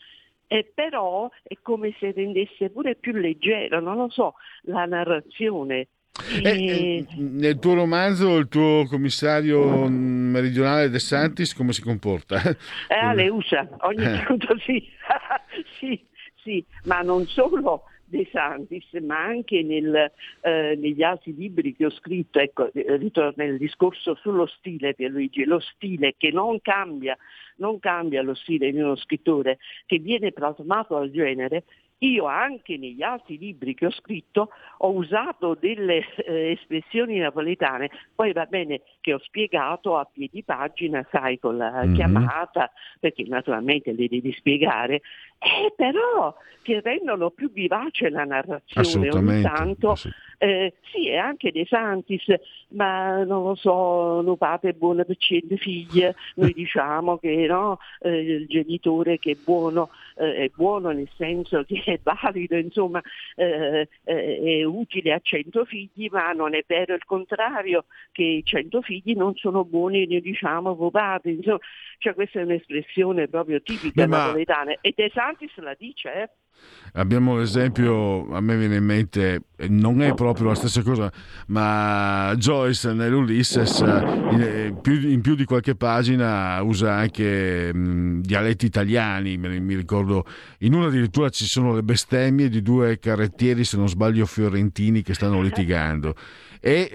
Speaker 16: però è come se rendesse pure più leggero, non lo so, la narrazione.
Speaker 9: Nel tuo romanzo il tuo commissario meridionale De Santis come si comporta?
Speaker 16: Le usa ogni tanto, sì. sì, ma non solo De Santis, ma anche negli altri libri che ho scritto. Ecco, ritorna il discorso sullo stile, Pierluigi, lo stile che non cambia lo stile di uno scrittore, che viene plasmato al genere. Io anche negli altri libri che ho scritto ho usato delle espressioni napoletane, poi va bene che ho spiegato a piedi pagina, sai, con la chiamata, perché naturalmente le devi spiegare, però che rendono più vivace la narrazione ogni tanto. Sì, e anche De Santis, ma non lo so, lo padre è buono per 100 figlie, noi diciamo che no, il genitore che è buono nel senso che è valido, insomma, è utile a 100 figli, ma non è vero il contrario, che 100 figli non sono buoni, ne diciamo, padre, insomma, cioè questa è un'espressione proprio tipica napoletana, e De Santis la dice,
Speaker 9: Abbiamo l'esempio, a me viene in mente, non è proprio la stessa cosa, ma Joyce nell'Ulysses in più di qualche pagina usa anche dialetti italiani. Mi ricordo, in una addirittura ci sono le bestemmie di due carrettieri, se non sbaglio fiorentini, che stanno litigando. E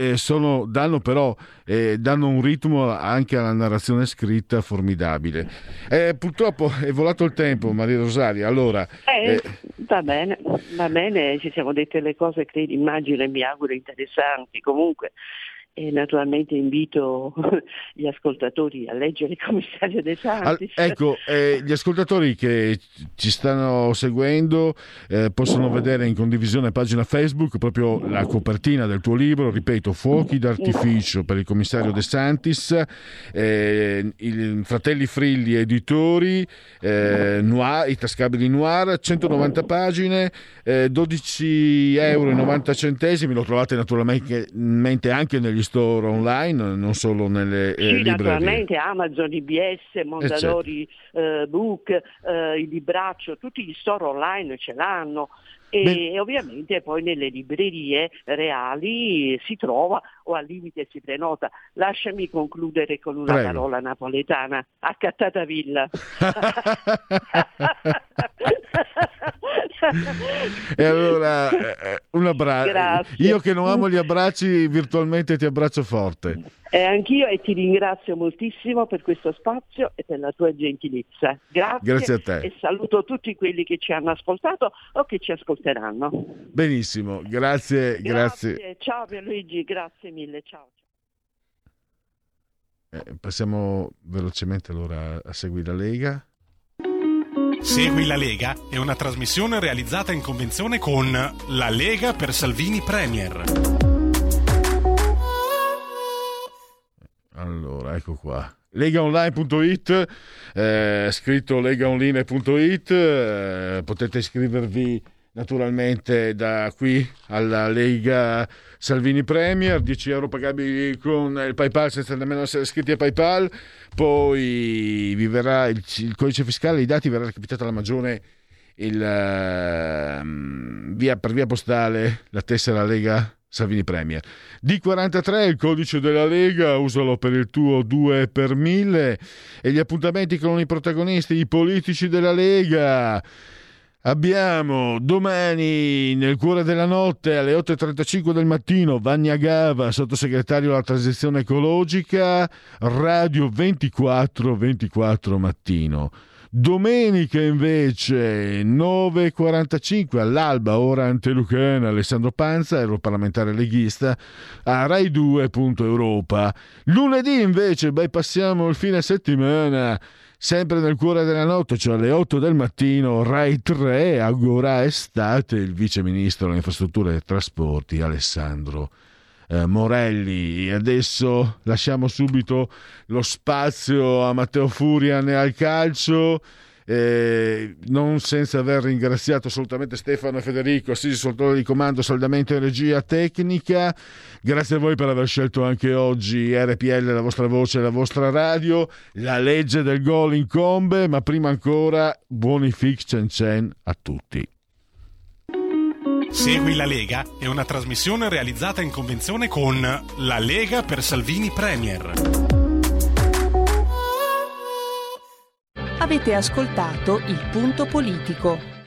Speaker 9: danno un ritmo anche alla narrazione scritta formidabile. Purtroppo è volato il tempo, Maria Rosaria. Allora
Speaker 16: va bene, ci siamo dette le cose, credo, immagino e mi auguro interessanti. Comunque naturalmente invito gli ascoltatori a leggere il commissario De Santis.
Speaker 9: Gli ascoltatori che ci stanno seguendo possono vedere in condivisione pagina Facebook proprio la copertina del tuo libro, ripeto, Fuochi d'artificio per il commissario De Santis, i Fratelli Frilli editori, Noir, i tascabili Noir, 190 pagine, €12,90. Lo trovate naturalmente anche negli store online, non solo nelle librerie.
Speaker 16: Naturalmente Amazon, IBS, Mondadori, Book, il Libraccio, tutti gli store online ce l'hanno. E ovviamente poi nelle librerie reali si trova, o al limite si prenota. Lasciami concludere con una parola napoletana: accattata-villa.
Speaker 9: E allora un abbraccio.
Speaker 16: Grazie.
Speaker 9: Io che non amo gli abbracci, virtualmente ti abbraccio forte.
Speaker 16: Anch'io, e ti ringrazio moltissimo per questo spazio e per la tua gentilezza.
Speaker 9: Grazie a te.
Speaker 16: E saluto tutti quelli che ci hanno ascoltato o che ci ascolteranno.
Speaker 9: Benissimo, grazie.
Speaker 16: Ciao Pierluigi, grazie mille, ciao.
Speaker 9: Passiamo velocemente allora a Segui la Lega.
Speaker 17: Segui la Lega è una trasmissione realizzata in convenzione con La Lega per Salvini Premier.
Speaker 9: Allora, ecco qua. Legaonline.it, scritto legaonline.it, potete iscrivervi naturalmente da qui alla Lega Salvini Premier, €10 pagabili con il PayPal senza nemmeno essere iscritti a PayPal. Poi vi verrà il codice fiscale, i dati, verrà recapitato alla Magione per via postale la tessera Lega Salvini Premier. D43 il codice della Lega, usalo per il tuo 2 per 1000. E gli appuntamenti con i protagonisti, i politici della Lega. Abbiamo domani, nel cuore della notte, alle 8:35 del mattino, Vannia Gava, sottosegretario alla transizione ecologica, Radio 24 mattino. Domenica invece 9:45 all'alba, ora antelucana, Alessandro Panza, europarlamentare leghista, a Rai 2.Europa. Lunedì invece bypassiamo il fine settimana, sempre nel cuore della notte, cioè alle 8 del mattino, Rai 3, Agora Estate, il vice ministro delle infrastrutture e trasporti Alessandro Morelli. Adesso lasciamo subito lo spazio a Matteo Furian e al calcio. non senza aver ringraziato assolutamente Stefano e Federico Assisi sul controllo di comando, saldamente in regia tecnica. Grazie a voi per aver scelto anche oggi RPL, la vostra voce, la vostra radio. La legge del gol incombe, ma prima ancora buoni fix Chen a tutti.
Speaker 17: Segui la Lega è una trasmissione realizzata in convenzione con La Lega per Salvini Premier.
Speaker 18: Avete ascoltato Il Punto Politico.